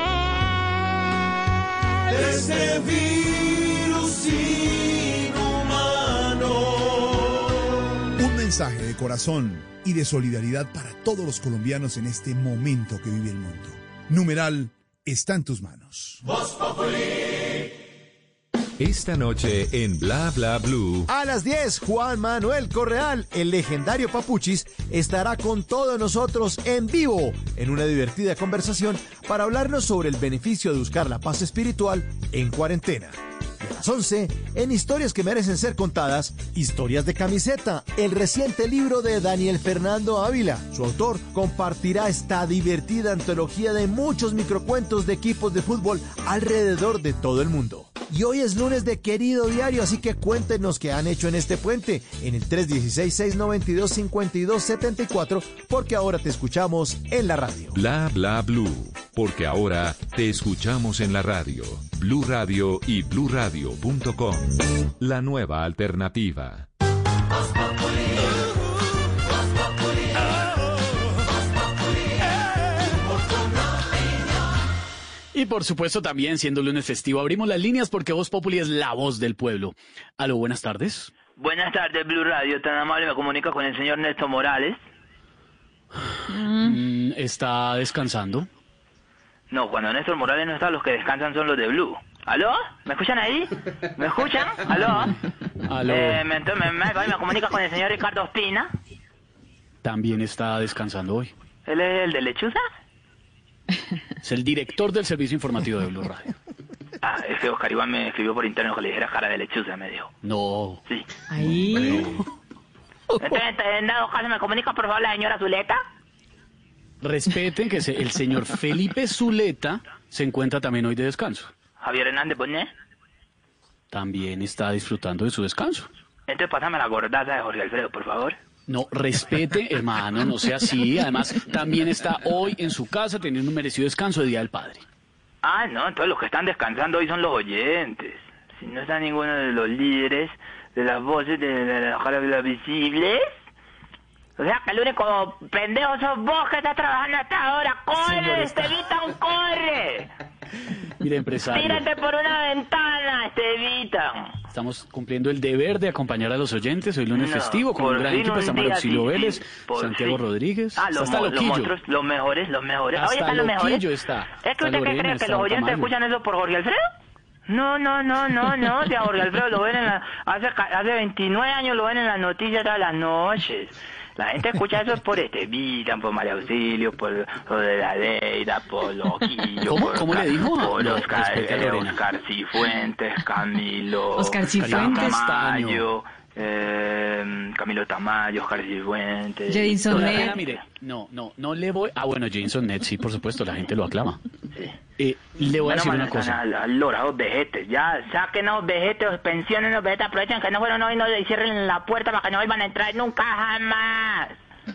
[SPEAKER 24] final
[SPEAKER 21] de este virus inhumano.
[SPEAKER 27] Un mensaje de corazón y de solidaridad para todos los colombianos en este momento que vive el mundo. Numeral está en tus manos.
[SPEAKER 21] Voz Populi.
[SPEAKER 1] Esta noche en Bla Bla Blue.
[SPEAKER 8] A las diez, Juan Manuel Correal, el legendario Papuchis, estará con todos nosotros en vivo en una divertida conversación para hablarnos sobre el beneficio de buscar la paz espiritual en cuarentena. Y a las once, en Historias que merecen ser contadas, Historias de Camiseta, el reciente libro de Daniel Fernando Ávila. Su autor compartirá esta divertida antología de muchos microcuentos de equipos de fútbol alrededor de todo el mundo. Y hoy es lunes de Querido Diario, así que cuéntenos qué han hecho en este puente en el tres uno seis, seis nueve dos, cinco dos siete cuatro, porque ahora te escuchamos en la radio.
[SPEAKER 1] Bla Bla Blue, porque ahora te escuchamos en la radio. Blue Radio y blue radio punto com. La nueva alternativa.
[SPEAKER 15] Y por supuesto también, siendo lunes festivo, abrimos las líneas porque Voz Populi es la voz del pueblo. Aló, buenas tardes.
[SPEAKER 2] Buenas tardes, Blue Radio. Tan amable, me comunica con el señor Néstor Morales.
[SPEAKER 15] Mm, ¿Está descansando?
[SPEAKER 2] No, cuando Néstor Morales no está, los que descansan son los de Blue. ¿Aló? ¿Me escuchan ahí? ¿Me escuchan? ¿Aló?
[SPEAKER 15] Aló.
[SPEAKER 2] Eh, me, me, me, me comunica con el señor Ricardo Ospina.
[SPEAKER 15] También está descansando hoy.
[SPEAKER 2] ¿Él es el de Lechuza?
[SPEAKER 15] Es el director del servicio informativo de Blue Radio.
[SPEAKER 2] Ah, es que Oscar Iván me escribió por internet que le dijera cara de Lechuza, me dijo.
[SPEAKER 15] No.
[SPEAKER 2] Sí.
[SPEAKER 16] Ahí.
[SPEAKER 2] Entonces, en dado caso, ¿me comunica por favor la señora Zuleta?
[SPEAKER 15] Respeten que se- el señor Felipe Zuleta se encuentra también hoy de descanso.
[SPEAKER 2] Javier Hernández Bonet.
[SPEAKER 15] También está disfrutando de su descanso.
[SPEAKER 2] Entonces, pásame la gordaza de Jorge Alfredo, por favor.
[SPEAKER 15] No, respete, hermano, no sea así. Además, también está hoy en su casa teniendo un merecido descanso de Día del Padre.
[SPEAKER 2] Ah, no, entonces los que están descansando hoy son los oyentes. Si no está ninguno de los líderes, de las voces, de, de, de las caras visibles. O sea, que el único pendejo sos vos que estás trabajando hasta ahora. ¡Corre,
[SPEAKER 15] Señor, está-
[SPEAKER 2] Estevitan, corre!
[SPEAKER 15] Mire, empresario,
[SPEAKER 2] ¡Tírate por una ventana, Estevitan!
[SPEAKER 15] estamos cumpliendo el deber de acompañar a los oyentes hoy lunes
[SPEAKER 2] No,
[SPEAKER 15] festivo con
[SPEAKER 2] por
[SPEAKER 15] un gran
[SPEAKER 2] fin
[SPEAKER 15] equipo.
[SPEAKER 2] un
[SPEAKER 15] Está
[SPEAKER 2] día
[SPEAKER 15] Mario
[SPEAKER 2] sí,
[SPEAKER 15] Vélez,
[SPEAKER 2] sí, por
[SPEAKER 15] Santiago
[SPEAKER 2] fin.
[SPEAKER 15] Rodríguez,
[SPEAKER 2] Ah,
[SPEAKER 15] está
[SPEAKER 2] los,
[SPEAKER 15] hasta
[SPEAKER 2] mo- los
[SPEAKER 15] Loquillo.
[SPEAKER 2] monstruos, los mejores, los mejores. Oye,
[SPEAKER 15] Hasta
[SPEAKER 2] están los mejores.
[SPEAKER 15] Loquillo está.
[SPEAKER 2] ¿Es que
[SPEAKER 15] Está
[SPEAKER 2] usted qué
[SPEAKER 15] Lorena,
[SPEAKER 2] cree que
[SPEAKER 15] está
[SPEAKER 2] los oyentes
[SPEAKER 15] Tamayo.
[SPEAKER 2] escuchan eso por Jorge Alfredo? No, no, no, no, no, si a Jorge Alfredo lo ven en la, hace, ca- hace veintinueve años lo ven en las noticias todas las noches. La gente escucha eso por Estevitan, por María Auxilio, por lo de la Leida, por Loquillo,
[SPEAKER 15] ¿Cómo-
[SPEAKER 2] por,
[SPEAKER 15] cómo le dijo?
[SPEAKER 2] por
[SPEAKER 15] No,
[SPEAKER 2] Oscar,
[SPEAKER 15] respete a
[SPEAKER 2] eh,
[SPEAKER 15] Lorena.
[SPEAKER 2] Oscar Cifuentes, Camilo
[SPEAKER 16] Oscar Cifuentes.
[SPEAKER 2] Tamayo, eh, Camilo Tamayo, Oscar Cifuentes.
[SPEAKER 16] Jason
[SPEAKER 2] toda la
[SPEAKER 16] Ned.
[SPEAKER 2] gente.
[SPEAKER 15] Mire, no, no, no le voy... Ah, bueno, Jason Ned, sí, por supuesto, la gente lo aclama. Eh, le voy a decir una cosa.
[SPEAKER 2] Al, al Lora, los vejetes, ya saquen los vejetes, pensionen los vejetes, aprovechen que no fueron hoy no, y cierren la puerta para que no vuelvan a entrar nunca jamás.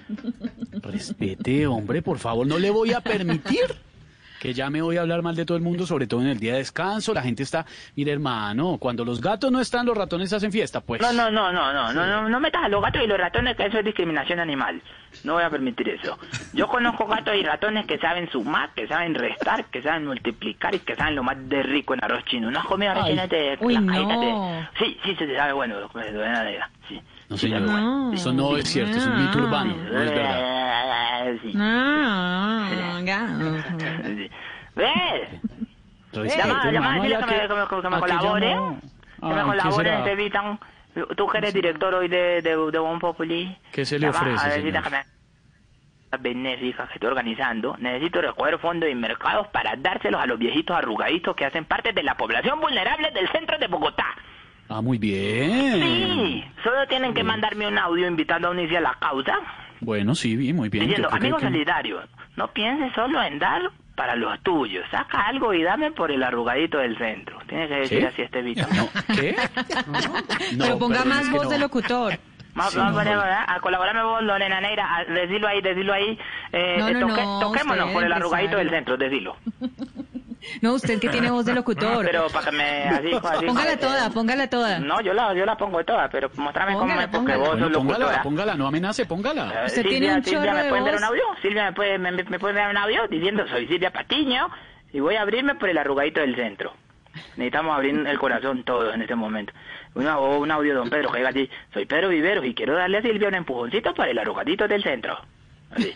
[SPEAKER 15] Respete, hombre, por favor, no le voy a permitir que ya me voy a hablar mal de todo el mundo, sobre todo en el día de descanso. La gente está, mire, hermano, cuando los gatos no están, los ratones hacen fiesta, pues.
[SPEAKER 2] No, no, no, no, no, no, no, no metas a los gatos y los ratones, que eso es discriminación animal. No voy a permitir eso. Yo conozco gatos y ratones que saben sumar, que saben restar, que saben multiplicar y que saben lo más de rico en arroz chino. ¿No has comido arroz
[SPEAKER 15] Ay.
[SPEAKER 2] chino de
[SPEAKER 16] Uy,
[SPEAKER 2] la
[SPEAKER 16] no.
[SPEAKER 2] cajita de- Sí, sí, se sabe bueno, lo de la negra, sí.
[SPEAKER 15] No,
[SPEAKER 2] Sí,
[SPEAKER 15] señor,
[SPEAKER 2] sabe bueno.
[SPEAKER 15] eso no es cierto, es un mito urbano, no es verdad.
[SPEAKER 2] Sí.
[SPEAKER 16] Ah, ya.
[SPEAKER 2] Sí. ¿Ves?
[SPEAKER 15] Respete,
[SPEAKER 2] Llama, llama a
[SPEAKER 15] hermano,
[SPEAKER 2] decirle
[SPEAKER 15] ya
[SPEAKER 2] que,
[SPEAKER 15] que-
[SPEAKER 2] me, que me- que me
[SPEAKER 15] ¿a qué
[SPEAKER 2] colabore.
[SPEAKER 15] llamó?
[SPEAKER 2] Que me
[SPEAKER 15] Ah, ¿qué
[SPEAKER 2] colabore,
[SPEAKER 15] será?
[SPEAKER 2] Estevitan. Tú que eres director hoy de, de, de Bon Populi.
[SPEAKER 15] ¿Qué se le
[SPEAKER 2] Llama
[SPEAKER 15] ofrece,
[SPEAKER 2] a decirle
[SPEAKER 15] señor?
[SPEAKER 2] que me benéficas que estoy organizando, necesito recoger fondos y mercados para dárselos a los viejitos arrugaditos que hacen parte de la población vulnerable del centro de Bogotá.
[SPEAKER 15] Ah, muy bien.
[SPEAKER 2] Sí, solo tienen que mandarme un audio invitando a unirse a la causa,
[SPEAKER 15] Bueno, sí, vi, muy bien.
[SPEAKER 2] diciendo,
[SPEAKER 15] Yo creo
[SPEAKER 2] amigos
[SPEAKER 15] que-
[SPEAKER 2] solidarios, no pienses solo en dar para los tuyos, saca algo y dame por el arrugadito del centro. Tienes que decir
[SPEAKER 15] ¿Sí?
[SPEAKER 2] así este Vito.
[SPEAKER 15] No, ¿qué? No,
[SPEAKER 16] Pero ponga
[SPEAKER 15] perdón,
[SPEAKER 16] más
[SPEAKER 15] es que
[SPEAKER 16] voz
[SPEAKER 15] no.
[SPEAKER 16] de locutor.
[SPEAKER 2] Vamos,
[SPEAKER 15] Sí,
[SPEAKER 2] vamos
[SPEAKER 15] no,
[SPEAKER 2] a, poner,
[SPEAKER 15] no.
[SPEAKER 2] ¿verdad? A colaborarme vos, Lorena Neira, a decirlo ahí, decirlo ahí. Eh,
[SPEAKER 16] No, no,
[SPEAKER 2] toque-
[SPEAKER 16] no,
[SPEAKER 2] toquémonos
[SPEAKER 16] usted,
[SPEAKER 2] por el arrugadito del
[SPEAKER 16] empresario.
[SPEAKER 2] centro, decirlo.
[SPEAKER 16] No, usted que tiene voz de locutor.
[SPEAKER 2] Pero para que me... Así, así,
[SPEAKER 16] Póngala
[SPEAKER 2] eh,
[SPEAKER 16] toda, póngala toda.
[SPEAKER 2] No, yo la, yo la pongo toda, pero mostrame cómo
[SPEAKER 16] Póngala,
[SPEAKER 2] me... Porque
[SPEAKER 16] póngala.
[SPEAKER 2] vos
[SPEAKER 15] Bueno,
[SPEAKER 2] sos
[SPEAKER 15] póngala,
[SPEAKER 2] locutora.
[SPEAKER 15] póngala, no amenace, póngala.
[SPEAKER 2] Eh,
[SPEAKER 16] Usted
[SPEAKER 2] Silvia,
[SPEAKER 16] tiene un
[SPEAKER 2] Silvia,
[SPEAKER 16] chorro
[SPEAKER 2] ¿me
[SPEAKER 16] de
[SPEAKER 2] pueden dar
[SPEAKER 16] voz.
[SPEAKER 2] un audio? Silvia, ¿me puede, me, me puede dar un audio diciendo soy Silvia Patiño y voy a abrirme por el arrugadito del centro? Necesitamos abrir el corazón todos en este momento. Una, o un audio de don Pedro que diga así, soy Pedro Viveros y quiero darle a Silvia un empujoncito para el arrugadito del centro. Así.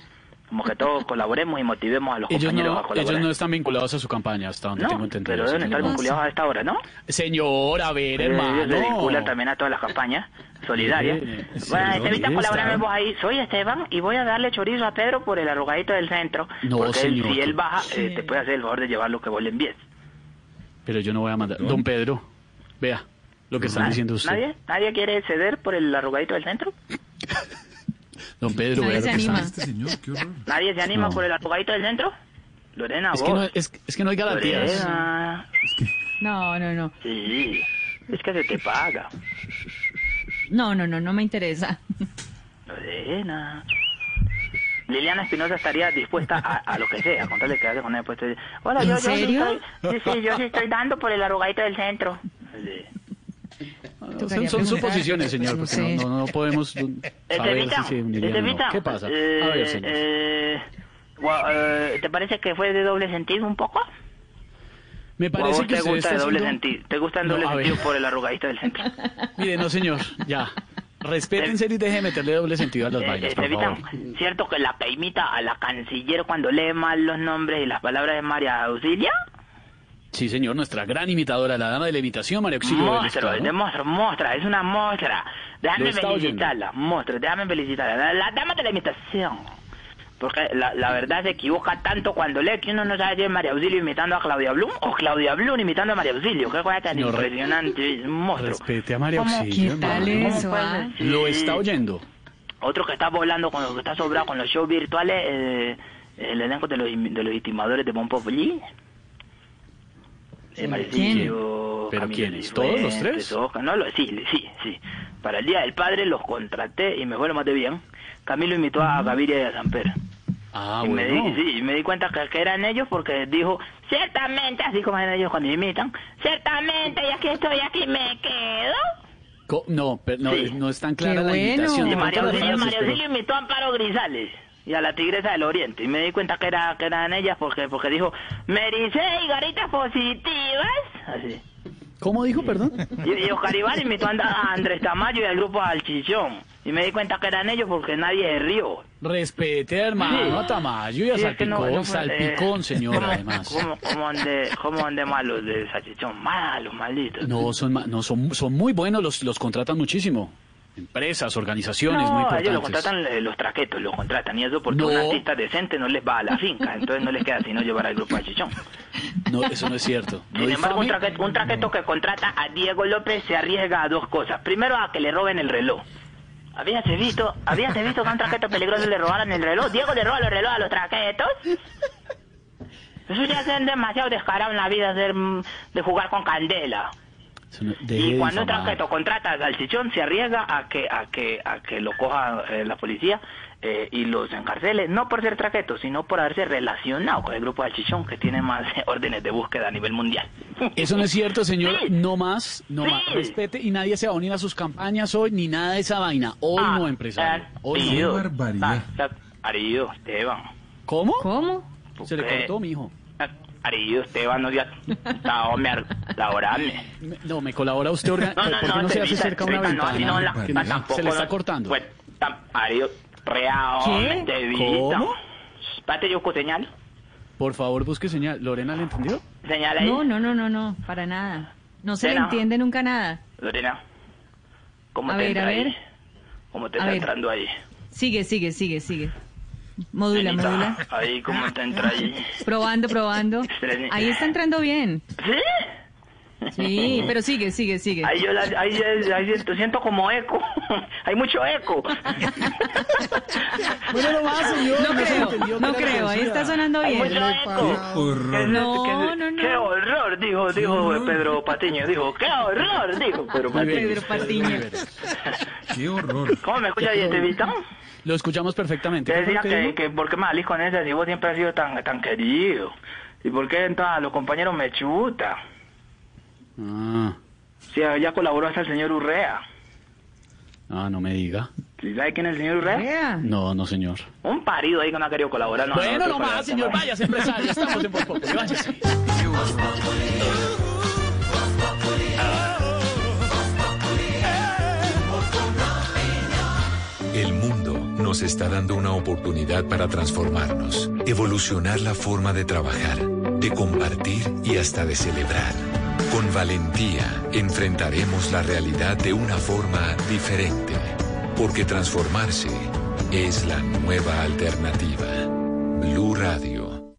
[SPEAKER 2] Como que todos colaboremos y motivemos a los
[SPEAKER 15] Ellos
[SPEAKER 2] compañeros
[SPEAKER 15] no,
[SPEAKER 2] a colaborar.
[SPEAKER 15] ellos no están vinculados a su campaña, hasta donde
[SPEAKER 2] No,
[SPEAKER 15] tengo entendido.
[SPEAKER 2] pero deben estar vinculados a esta hora, ¿no?
[SPEAKER 15] Señor, a ver,
[SPEAKER 2] Eh,
[SPEAKER 15] hermano.
[SPEAKER 2] Ellos se vinculan también a todas las campañas solidarias.
[SPEAKER 15] Bien,
[SPEAKER 2] Bueno,
[SPEAKER 15] sí,
[SPEAKER 2] Estevita,
[SPEAKER 15] bien,
[SPEAKER 2] colaborame
[SPEAKER 15] está.
[SPEAKER 2] vos ahí. Soy Esteban y voy a darle chorizo a Pedro por el arrugadito del centro.
[SPEAKER 15] No,
[SPEAKER 2] porque él,
[SPEAKER 15] señor.
[SPEAKER 2] si él baja, eh, te puede hacer el favor de llevar lo que vos le envíes.
[SPEAKER 15] Pero yo no voy a mandar. Don Pedro, vea lo que están
[SPEAKER 2] ¿Nadie?
[SPEAKER 15] diciendo usted.
[SPEAKER 2] ¿Nadie? ¿Nadie quiere ceder por el arrugadito del centro?
[SPEAKER 15] Don Pedro,
[SPEAKER 2] Nadie
[SPEAKER 15] vea lo
[SPEAKER 2] se
[SPEAKER 15] que
[SPEAKER 2] anima.
[SPEAKER 15] está-
[SPEAKER 2] ¿Nadie se anima
[SPEAKER 15] No.
[SPEAKER 2] por el arrugadito del centro? Lorena,
[SPEAKER 15] Es
[SPEAKER 2] vos.
[SPEAKER 15] que, no, es, es que no hay garantías.
[SPEAKER 2] Lorena.
[SPEAKER 16] No, no, no.
[SPEAKER 2] Sí, es que se te paga.
[SPEAKER 16] No, no, no, no me interesa.
[SPEAKER 2] Lorena. Liliana Espinosa estaría dispuesta a, a lo que sea, a contarle que hace con él. Pues, te- Hola,
[SPEAKER 16] ¿En
[SPEAKER 2] yo, yo sí
[SPEAKER 16] serio?
[SPEAKER 2] estoy, sí, sí, yo sí estoy dando por el arrugadito del centro. Sí.
[SPEAKER 15] Son, son suposiciones, señor, porque no, no, no podemos saber
[SPEAKER 2] Estevita,
[SPEAKER 15] si se unirían o no.
[SPEAKER 2] Estevita,
[SPEAKER 15] ¿Qué pasa?
[SPEAKER 2] eh,
[SPEAKER 15] A ver, señor.
[SPEAKER 2] eh, gua- eh, ¿te parece que fue de doble sentido un poco?
[SPEAKER 15] Me
[SPEAKER 2] ¿O a
[SPEAKER 15] parece
[SPEAKER 2] vos
[SPEAKER 15] que
[SPEAKER 2] te
[SPEAKER 15] usted
[SPEAKER 2] gusta
[SPEAKER 15] está
[SPEAKER 2] de doble
[SPEAKER 15] haciendo-
[SPEAKER 2] sentido? ¿Te gusta en
[SPEAKER 15] No,
[SPEAKER 2] doble
[SPEAKER 15] a ver.
[SPEAKER 2] sentido por el arrugadito del centro?
[SPEAKER 15] Mire, no, señor, ya. Respétense y deje de meterle doble sentido a las
[SPEAKER 2] Eh,
[SPEAKER 15] vainas, por
[SPEAKER 2] Estevita,
[SPEAKER 15] favor.
[SPEAKER 2] ¿cierto que la que imita a la canciller cuando lee mal los nombres y las palabras de María Auxilia?
[SPEAKER 15] Sí, señor, nuestra gran imitadora, la dama de la imitación, María Auxilio Vélez
[SPEAKER 2] Monstruo,
[SPEAKER 15] Prado.
[SPEAKER 2] de monstruo, mostra, es una mostra. Déjame
[SPEAKER 15] Lo está
[SPEAKER 2] felicitarla, monstruo, déjame felicitarla. La, la dama de la imitación. Porque la, la verdad se equivoca tanto cuando lee que uno no sabe si es María Auxilio imitando a Claudia Blum o Claudia Blum imitando a María Auxilio. Qué cosa tan
[SPEAKER 15] Señor,
[SPEAKER 2] impresionante, es un monstruo.
[SPEAKER 15] Respete a María
[SPEAKER 2] ¿Cómo?
[SPEAKER 15] Auxilio.
[SPEAKER 2] ¿Qué tal
[SPEAKER 15] hermano.
[SPEAKER 2] eso, ¿Cómo puede ah? ser?
[SPEAKER 15] Lo está oyendo.
[SPEAKER 2] Otro que está volando con lo que está sobrado con los shows virtuales, eh, el elenco de los, de los estimadores de Bon Populi. Eh, Maricillo,
[SPEAKER 15] ¿Pero
[SPEAKER 2] Camilo
[SPEAKER 15] quiénes? ¿Todos los
[SPEAKER 2] Cifuentes,
[SPEAKER 15] tres?
[SPEAKER 2] Oscar, no, lo- sí, sí, sí. Para el Día del Padre los contraté y me fue lo más de bien. Camilo invitó a Gaviria y a Samper.
[SPEAKER 15] Ah,
[SPEAKER 2] y me
[SPEAKER 15] bueno.
[SPEAKER 2] di, sí, y me di cuenta que, que eran ellos porque dijo, ciertamente, así como eran ellos cuando imitan, ciertamente, ya que estoy aquí me quedo.
[SPEAKER 15] Co- No, pero no,
[SPEAKER 2] Sí.
[SPEAKER 15] no es tan clara
[SPEAKER 2] Qué
[SPEAKER 15] la
[SPEAKER 2] bueno.
[SPEAKER 15] imitación.
[SPEAKER 2] Y
[SPEAKER 15] de
[SPEAKER 2] María
[SPEAKER 15] pronto las
[SPEAKER 2] Auxilio,
[SPEAKER 15] frases,
[SPEAKER 2] María
[SPEAKER 15] pero-
[SPEAKER 2] Auxilio imitó a Amparo Grisales y a la Tigresa del Oriente. Y me di cuenta que, era, que eran ellas porque, porque dijo, me ericé y garitas positivas. Así.
[SPEAKER 15] ¿Cómo dijo, perdón?
[SPEAKER 2] Y, y Oscar Iván imitó a And- a Andrés Tamayo y al grupo Salchichón. Y me di cuenta que eran ellos porque nadie se rió.
[SPEAKER 15] Respete, hermano,
[SPEAKER 2] Sí.
[SPEAKER 15] a Tamayo y a
[SPEAKER 2] Sí, es que
[SPEAKER 15] Salpicón,
[SPEAKER 2] no- no fue-
[SPEAKER 15] Salpicón,
[SPEAKER 2] eh,
[SPEAKER 15] señor,
[SPEAKER 2] ¿cómo-
[SPEAKER 15] además.
[SPEAKER 2] ¿Cómo, cómo, ande, cómo ande malos de Salchichón? Malos, malditos.
[SPEAKER 15] No, son, ma- no son, son muy buenos, los, los contratan muchísimo. Empresas, organizaciones muy
[SPEAKER 2] No, a ellos
[SPEAKER 15] importantes.
[SPEAKER 2] lo contratan eh, los traquetos, los contratan. Y eso porque
[SPEAKER 15] No.
[SPEAKER 2] un artista decente no les va a la finca. Entonces no les queda sino llevar al grupo Salchichón.
[SPEAKER 15] No, eso no es cierto. No
[SPEAKER 2] Sin embargo, un
[SPEAKER 15] difame.
[SPEAKER 2] traqueto, un traqueto que contrata a Diego López se arriesga a dos cosas. Primero, a que le roben el reloj. ¿Habías visto, ¿habías visto que a un traqueto peligroso le robaran el reloj? Diego le roba los relojes a los traquetos. Eso ya es demasiado descarado en la vida de, de jugar con candela.
[SPEAKER 15] Eso no- deje
[SPEAKER 2] Y
[SPEAKER 15] de
[SPEAKER 2] cuando un
[SPEAKER 15] difamar.
[SPEAKER 2] traqueto contrata al salchichón, se arriesga a que a que a que lo coja eh, la policía eh, y los encarcele, no por ser traqueto, sino por haberse relacionado con el grupo salchichón que tiene más eh, órdenes de búsqueda a nivel mundial.
[SPEAKER 15] Eso no es cierto, señor. No más, no
[SPEAKER 2] Sí.
[SPEAKER 15] más. Respete y nadie se va a unir a sus campañas hoy ni nada de esa vaina. Hoy
[SPEAKER 2] Ah,
[SPEAKER 15] no, empresario. Hoy
[SPEAKER 2] Arido,
[SPEAKER 15] no.
[SPEAKER 2] ah, ah, Arido, Esteban.
[SPEAKER 15] ¿Cómo?
[SPEAKER 16] ¿Cómo?
[SPEAKER 15] Se le
[SPEAKER 2] Eh,
[SPEAKER 15] cortó, mijo.
[SPEAKER 2] ah, Arido, Esteban, no ya me laborarme.
[SPEAKER 15] Me- No, me colabora usted. orga-
[SPEAKER 2] No, no,
[SPEAKER 15] ¿Por qué no,
[SPEAKER 2] no,
[SPEAKER 15] se hace
[SPEAKER 2] Estevita,
[SPEAKER 15] cerca una
[SPEAKER 2] Estevita, no,
[SPEAKER 15] ventana?
[SPEAKER 2] así no, la-
[SPEAKER 15] Que
[SPEAKER 2] la-
[SPEAKER 15] no-
[SPEAKER 2] tampoco
[SPEAKER 15] se le está
[SPEAKER 2] no-
[SPEAKER 15] cortando.
[SPEAKER 2] Pues, tam- Arido, real,
[SPEAKER 15] ¿Qué?
[SPEAKER 2] Estevita.
[SPEAKER 15] ¿Cómo?
[SPEAKER 2] Espérate, yo con señal.
[SPEAKER 15] Por favor, busque señal. ¿Lorena le entendió?
[SPEAKER 2] Señal ahí.
[SPEAKER 16] No, no, no, no, no, para nada. No se le
[SPEAKER 2] Lorena.
[SPEAKER 16] entiende nunca nada.
[SPEAKER 2] Lorena, ¿cómo
[SPEAKER 16] A
[SPEAKER 2] te
[SPEAKER 16] ver,
[SPEAKER 2] entra
[SPEAKER 16] a
[SPEAKER 2] ahí?
[SPEAKER 16] ver.
[SPEAKER 2] ¿Cómo te
[SPEAKER 16] A
[SPEAKER 2] está
[SPEAKER 16] ver.
[SPEAKER 2] entrando ahí?
[SPEAKER 16] Sigue, sigue, sigue, sigue. Modula,
[SPEAKER 2] Nenita,
[SPEAKER 16] modula.
[SPEAKER 2] ahí, ¿cómo te entra ahí?
[SPEAKER 16] Probando, probando. Ahí está entrando bien.
[SPEAKER 2] ¿Sí?
[SPEAKER 16] Sí, pero sigue, sigue, sigue.
[SPEAKER 2] Ahí yo la, ahí, ahí, ahí siento, siento como eco. Hay mucho eco.
[SPEAKER 11] Bueno, no más, señor.
[SPEAKER 16] No
[SPEAKER 11] se
[SPEAKER 16] creo,
[SPEAKER 11] entendió que
[SPEAKER 16] no
[SPEAKER 11] era
[SPEAKER 16] creo, ahí
[SPEAKER 11] grosera.
[SPEAKER 16] está sonando
[SPEAKER 2] Hay
[SPEAKER 16] bien.
[SPEAKER 2] mucho eco.
[SPEAKER 11] horror.
[SPEAKER 16] No,
[SPEAKER 2] ¿Qué,
[SPEAKER 16] no, no.
[SPEAKER 2] Qué horror, dijo, dijo Pedro Patiño. Dijo, qué horror, dijo Pedro Patiño.
[SPEAKER 16] Pedro Patiño.
[SPEAKER 15] Qué horror.
[SPEAKER 2] ¿Cómo me escucha ahí, Estevita?
[SPEAKER 15] Lo escuchamos perfectamente.
[SPEAKER 2] Te
[SPEAKER 15] ¿Qué fue
[SPEAKER 2] decía
[SPEAKER 15] lo que
[SPEAKER 2] que,
[SPEAKER 15] dijo?
[SPEAKER 2] que por qué me salís con esa si vos siempre has sido tan, tan querido. ¿Y por qué entonces a los compañeros me chuta?
[SPEAKER 15] Ah,
[SPEAKER 2] Si ya colaboró hasta el señor Urrea.
[SPEAKER 15] ah, no me diga.
[SPEAKER 2] ¿Sí sabe quién es el señor Urrea?
[SPEAKER 15] No, no, señor.
[SPEAKER 2] Un parido ahí que no ha querido colaborar. No,
[SPEAKER 15] bueno,
[SPEAKER 2] no,
[SPEAKER 15] no
[SPEAKER 2] no,
[SPEAKER 15] más, señor. Váyase, empresario. Estamos en Voz Populi. Váyase.
[SPEAKER 1] El mundo nos nos está dando una oportunidad para transformarnos, evolucionar la forma de trabajar, de compartir y hasta de celebrar. Con valentía enfrentaremos la realidad de una forma diferente, porque transformarse es la nueva alternativa. Blue Radio.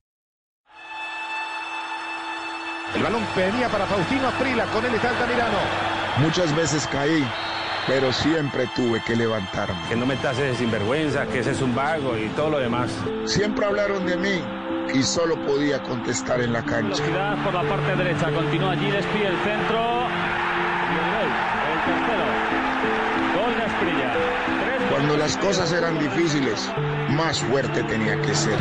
[SPEAKER 3] El balón venía para Faustino Asprila, con él está Altamirano.
[SPEAKER 4] Muchas veces caí, pero siempre tuve que levantarme.
[SPEAKER 6] Que no me tases de sinvergüenza, que ese es un vago y todo lo demás.
[SPEAKER 4] Siempre hablaron de mí y solo podía contestar en la cancha.
[SPEAKER 12] Velocidad por la parte derecha, continúa allí, despide el centro. Y el gol, el tercero. Gol de Asprilla.
[SPEAKER 4] Cuando las cosas eran difíciles, más fuerte tenía que ser.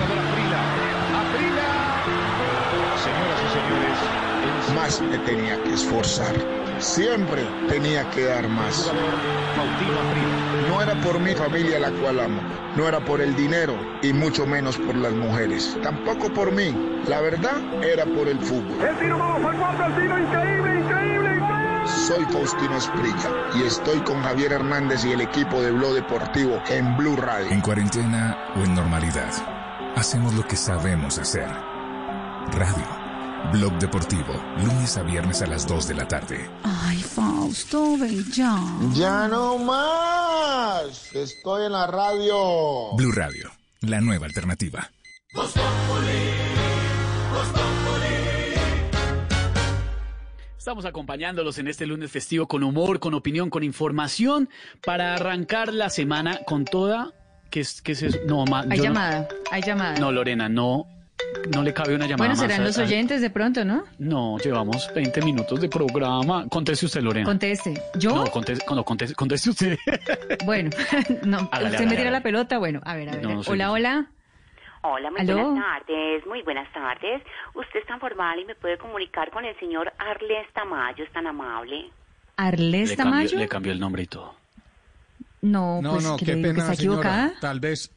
[SPEAKER 3] Señoras y señores,
[SPEAKER 4] más me tenía que esforzar. Siempre tenía que dar más. No era por mi familia la cual amo, no era por el dinero y mucho menos por las mujeres. Tampoco por mí, la verdad era por el fútbol.
[SPEAKER 3] El tiro, vamos al cuarto, el tiro, increíble, increíble, increíble.
[SPEAKER 4] Soy Faustino Asprilla y estoy con Javier Hernández y el equipo de Blog Deportivo en Blue Radio.
[SPEAKER 17] En cuarentena o en normalidad, hacemos lo que sabemos hacer. Radio. Blog Deportivo, lunes a viernes a las dos de la tarde.
[SPEAKER 18] Ay, Fausto, ven ya.
[SPEAKER 4] Ya no más. Estoy en la radio.
[SPEAKER 17] Blue Radio, la nueva alternativa.
[SPEAKER 13] Voz Populi, Voz Populi.
[SPEAKER 15] Estamos acompañándolos en este lunes festivo con humor, con opinión, con información para arrancar la semana con toda... ¿Qué es, qué es eso? No, ma,
[SPEAKER 16] Hay
[SPEAKER 15] yo
[SPEAKER 16] llamada,
[SPEAKER 15] no,
[SPEAKER 16] hay llamada.
[SPEAKER 15] no, Lorena, no... No le cabe una llamada
[SPEAKER 16] Bueno,
[SPEAKER 15] más
[SPEAKER 16] serán
[SPEAKER 15] a-
[SPEAKER 16] los
[SPEAKER 15] a-
[SPEAKER 16] oyentes de pronto, ¿no?
[SPEAKER 15] No, llevamos veinte minutos de programa. Conteste usted, Lorena.
[SPEAKER 16] Conteste. ¿Yo?
[SPEAKER 15] No, conteste, no, conteste, conteste usted.
[SPEAKER 16] Bueno, no,
[SPEAKER 15] Hágale,
[SPEAKER 16] usted
[SPEAKER 15] hágale,
[SPEAKER 16] me tira
[SPEAKER 15] hágale.
[SPEAKER 16] la pelota. Bueno, a ver, a ver.
[SPEAKER 15] No, no soy
[SPEAKER 16] hola,
[SPEAKER 15] yo.
[SPEAKER 16] hola.
[SPEAKER 19] Hola, muy
[SPEAKER 16] ¿Aló?
[SPEAKER 19] buenas tardes, muy buenas tardes. Usted es tan formal y me puede comunicar con el señor Arles Tamayo, es tan amable.
[SPEAKER 16] ¿Arles
[SPEAKER 15] Le cambió,
[SPEAKER 16] Tamayo?
[SPEAKER 15] le cambió el nombre y todo.
[SPEAKER 16] No,
[SPEAKER 27] No,
[SPEAKER 16] pues
[SPEAKER 27] no,
[SPEAKER 16] que
[SPEAKER 27] qué
[SPEAKER 16] le digo que
[SPEAKER 27] pena,
[SPEAKER 16] está equivocada.
[SPEAKER 27] señora. Tal vez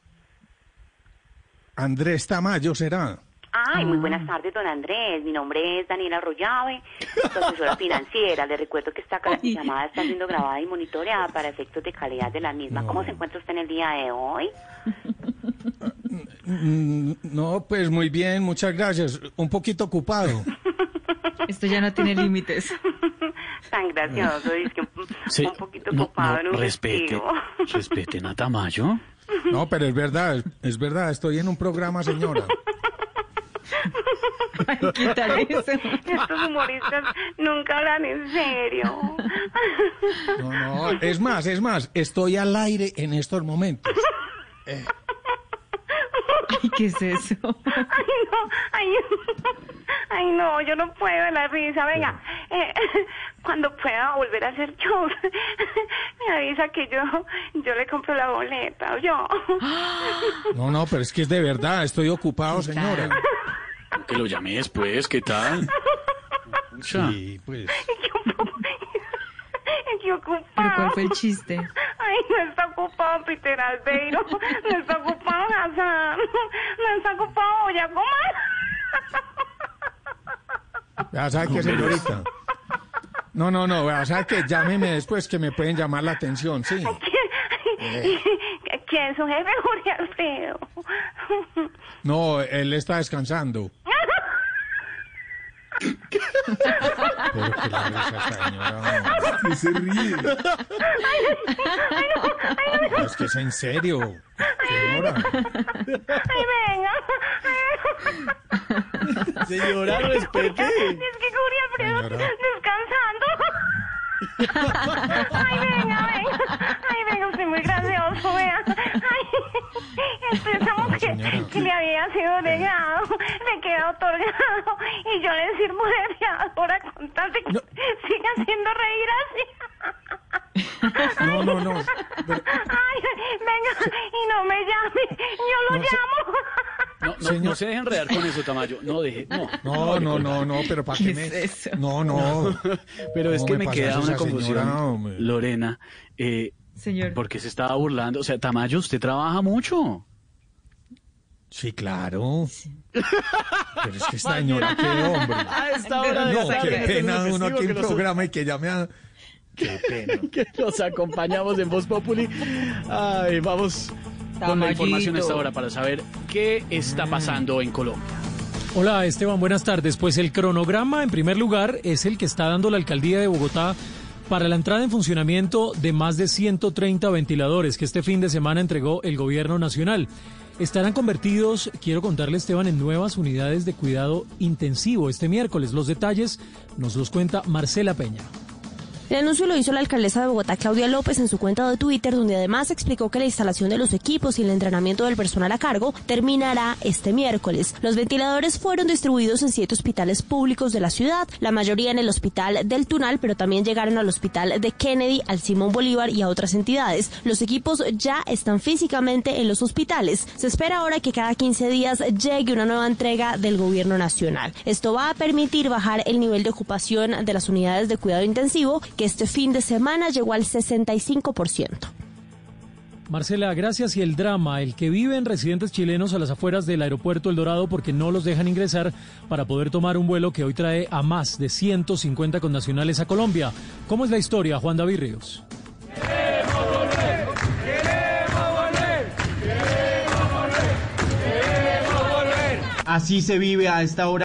[SPEAKER 27] Andrés Tamayo será.
[SPEAKER 19] Ay,
[SPEAKER 16] Ah.
[SPEAKER 19] muy buenas tardes, don Andrés. Mi nombre es Daniela Arroyave, profesora financiera. Le recuerdo que esta ca- llamada está siendo grabada y monitoreada para efectos de calidad de la misma. ¿Cómo se encuentra usted en el día de hoy?
[SPEAKER 27] Mm, No, pues muy bien, muchas gracias. Un poquito ocupado.
[SPEAKER 16] Esto ya no tiene límites.
[SPEAKER 19] Tan gracioso, es que un,
[SPEAKER 15] Sí,
[SPEAKER 19] un poquito
[SPEAKER 15] no,
[SPEAKER 19] ocupado
[SPEAKER 15] no,
[SPEAKER 19] en un
[SPEAKER 15] respete,
[SPEAKER 19] festivo.
[SPEAKER 15] respeten a Tamayo.
[SPEAKER 27] No, pero es verdad, es, es verdad, estoy en un programa, señora.
[SPEAKER 16] Quítale eso.
[SPEAKER 19] Estos humoristas nunca hablan en serio.
[SPEAKER 27] No, no, es más, es más, estoy al aire en estos momentos. Eh,
[SPEAKER 16] Ay, ¿qué es eso?
[SPEAKER 19] Ay, no, ay, ay, no, yo no puedo de la risa. Venga, eh, cuando pueda volver a hacer shows, me avisa que yo, yo le compro la boleta, o yo.
[SPEAKER 27] No, no, pero es que es de verdad, estoy ocupado, señora.
[SPEAKER 15] Que lo llame después, ¿qué tal?
[SPEAKER 27] Sí, pues.
[SPEAKER 19] Qué ocupado.
[SPEAKER 16] ¿Pero cuál fue el chiste?
[SPEAKER 19] Ay, no está ocupado Peter Albeiro, no está ocupado Hassan, no está ocupado Boyacomar.
[SPEAKER 27] Ya sabe que, señorita. No, no, no, ya sabe que llámeme después que me pueden llamar la atención, sí. Eh.
[SPEAKER 19] ¿Quién es su jefe, Jorge Alfredo?
[SPEAKER 27] No, él está descansando. Pero que la risa, señora. ¿Qué se ríe?
[SPEAKER 19] Ay, no, ay, no.
[SPEAKER 27] No, es que es en serio, señora.
[SPEAKER 19] Ay, venga.
[SPEAKER 15] Señora, respete.
[SPEAKER 19] Es que Jorge Alfredo
[SPEAKER 27] Señora.
[SPEAKER 19] descansando. Ay, venga, venga. Ay, venga, usted es muy gracioso, vea. Ay, pensamos que,
[SPEAKER 27] señora.
[SPEAKER 19] que le había sido negado, me queda otorgado y yo le sirvo de fiadora con tal de que siga haciendo reír así.
[SPEAKER 27] No, no, no. Pero-
[SPEAKER 19] Ay, venga, y no me llame, yo lo
[SPEAKER 27] No se-
[SPEAKER 19] llamo.
[SPEAKER 15] No, no,
[SPEAKER 27] Señor-
[SPEAKER 15] no se dejen enredar con eso, Tamayo. No, deje, no.
[SPEAKER 27] No, no, no, no, pero ¿para qué
[SPEAKER 16] ¿Qué
[SPEAKER 27] me...?
[SPEAKER 16] es eso?
[SPEAKER 27] No, no.
[SPEAKER 15] Pero es
[SPEAKER 27] ¿Cómo
[SPEAKER 15] que
[SPEAKER 27] me
[SPEAKER 15] me queda
[SPEAKER 27] pasas
[SPEAKER 15] una
[SPEAKER 27] esa
[SPEAKER 15] confusión,
[SPEAKER 27] señora, hombre?
[SPEAKER 15] Lorena. Eh,
[SPEAKER 16] Señor.
[SPEAKER 15] porque se estaba burlando. O sea, Tamayo, usted trabaja mucho.
[SPEAKER 27] Sí, claro. Pero es que esta señora, qué hombre.
[SPEAKER 15] A esta hora de
[SPEAKER 27] No,
[SPEAKER 15] la
[SPEAKER 27] qué
[SPEAKER 15] tarde,
[SPEAKER 27] pena
[SPEAKER 15] este
[SPEAKER 27] uno aquí
[SPEAKER 15] festivo
[SPEAKER 27] en
[SPEAKER 15] que nos-
[SPEAKER 27] programa y que llame a... Qué pena.
[SPEAKER 15] que nos acompañamos en Voz Populi. Ay, vamos con la información a esta hora para saber qué está pasando en Colombia.
[SPEAKER 5] Hola Esteban, buenas tardes. Pues el cronograma en primer lugar es el que está dando la alcaldía de Bogotá para la entrada en funcionamiento de más de ciento treinta ventiladores que este fin de semana entregó el gobierno nacional. Estarán convertidos, quiero contarle Esteban, en nuevas unidades de cuidado intensivo este miércoles. Los detalles nos los cuenta Marcela Peña.
[SPEAKER 7] El anuncio lo hizo la alcaldesa de Bogotá, Claudia López, en su cuenta de Twitter, donde además explicó que la instalación de los equipos y el entrenamiento del personal a cargo terminará este miércoles. Los ventiladores fueron distribuidos en siete hospitales públicos de la ciudad, la mayoría en el Hospital del Tunal, pero también llegaron al Hospital de Kennedy, al Simón Bolívar y a otras entidades. Los equipos ya están físicamente en los hospitales. Se espera ahora que cada quince días llegue una nueva entrega del gobierno nacional. Esto va a permitir bajar el nivel de ocupación de las unidades de cuidado intensivo, que este fin de semana llegó al sesenta y cinco por ciento.
[SPEAKER 5] Marcela, gracias. Y el drama, el que viven residentes chilenos a las afueras del aeropuerto El Dorado porque no los dejan ingresar para poder tomar un vuelo que hoy trae a más de ciento cincuenta connacionales a Colombia. ¿Cómo es la historia, Juan David Ríos?
[SPEAKER 13] ¡Queremos volver! ¡Queremos volver! ¡Queremos volver! ¡Queremos volver!
[SPEAKER 9] Así se vive a esta hora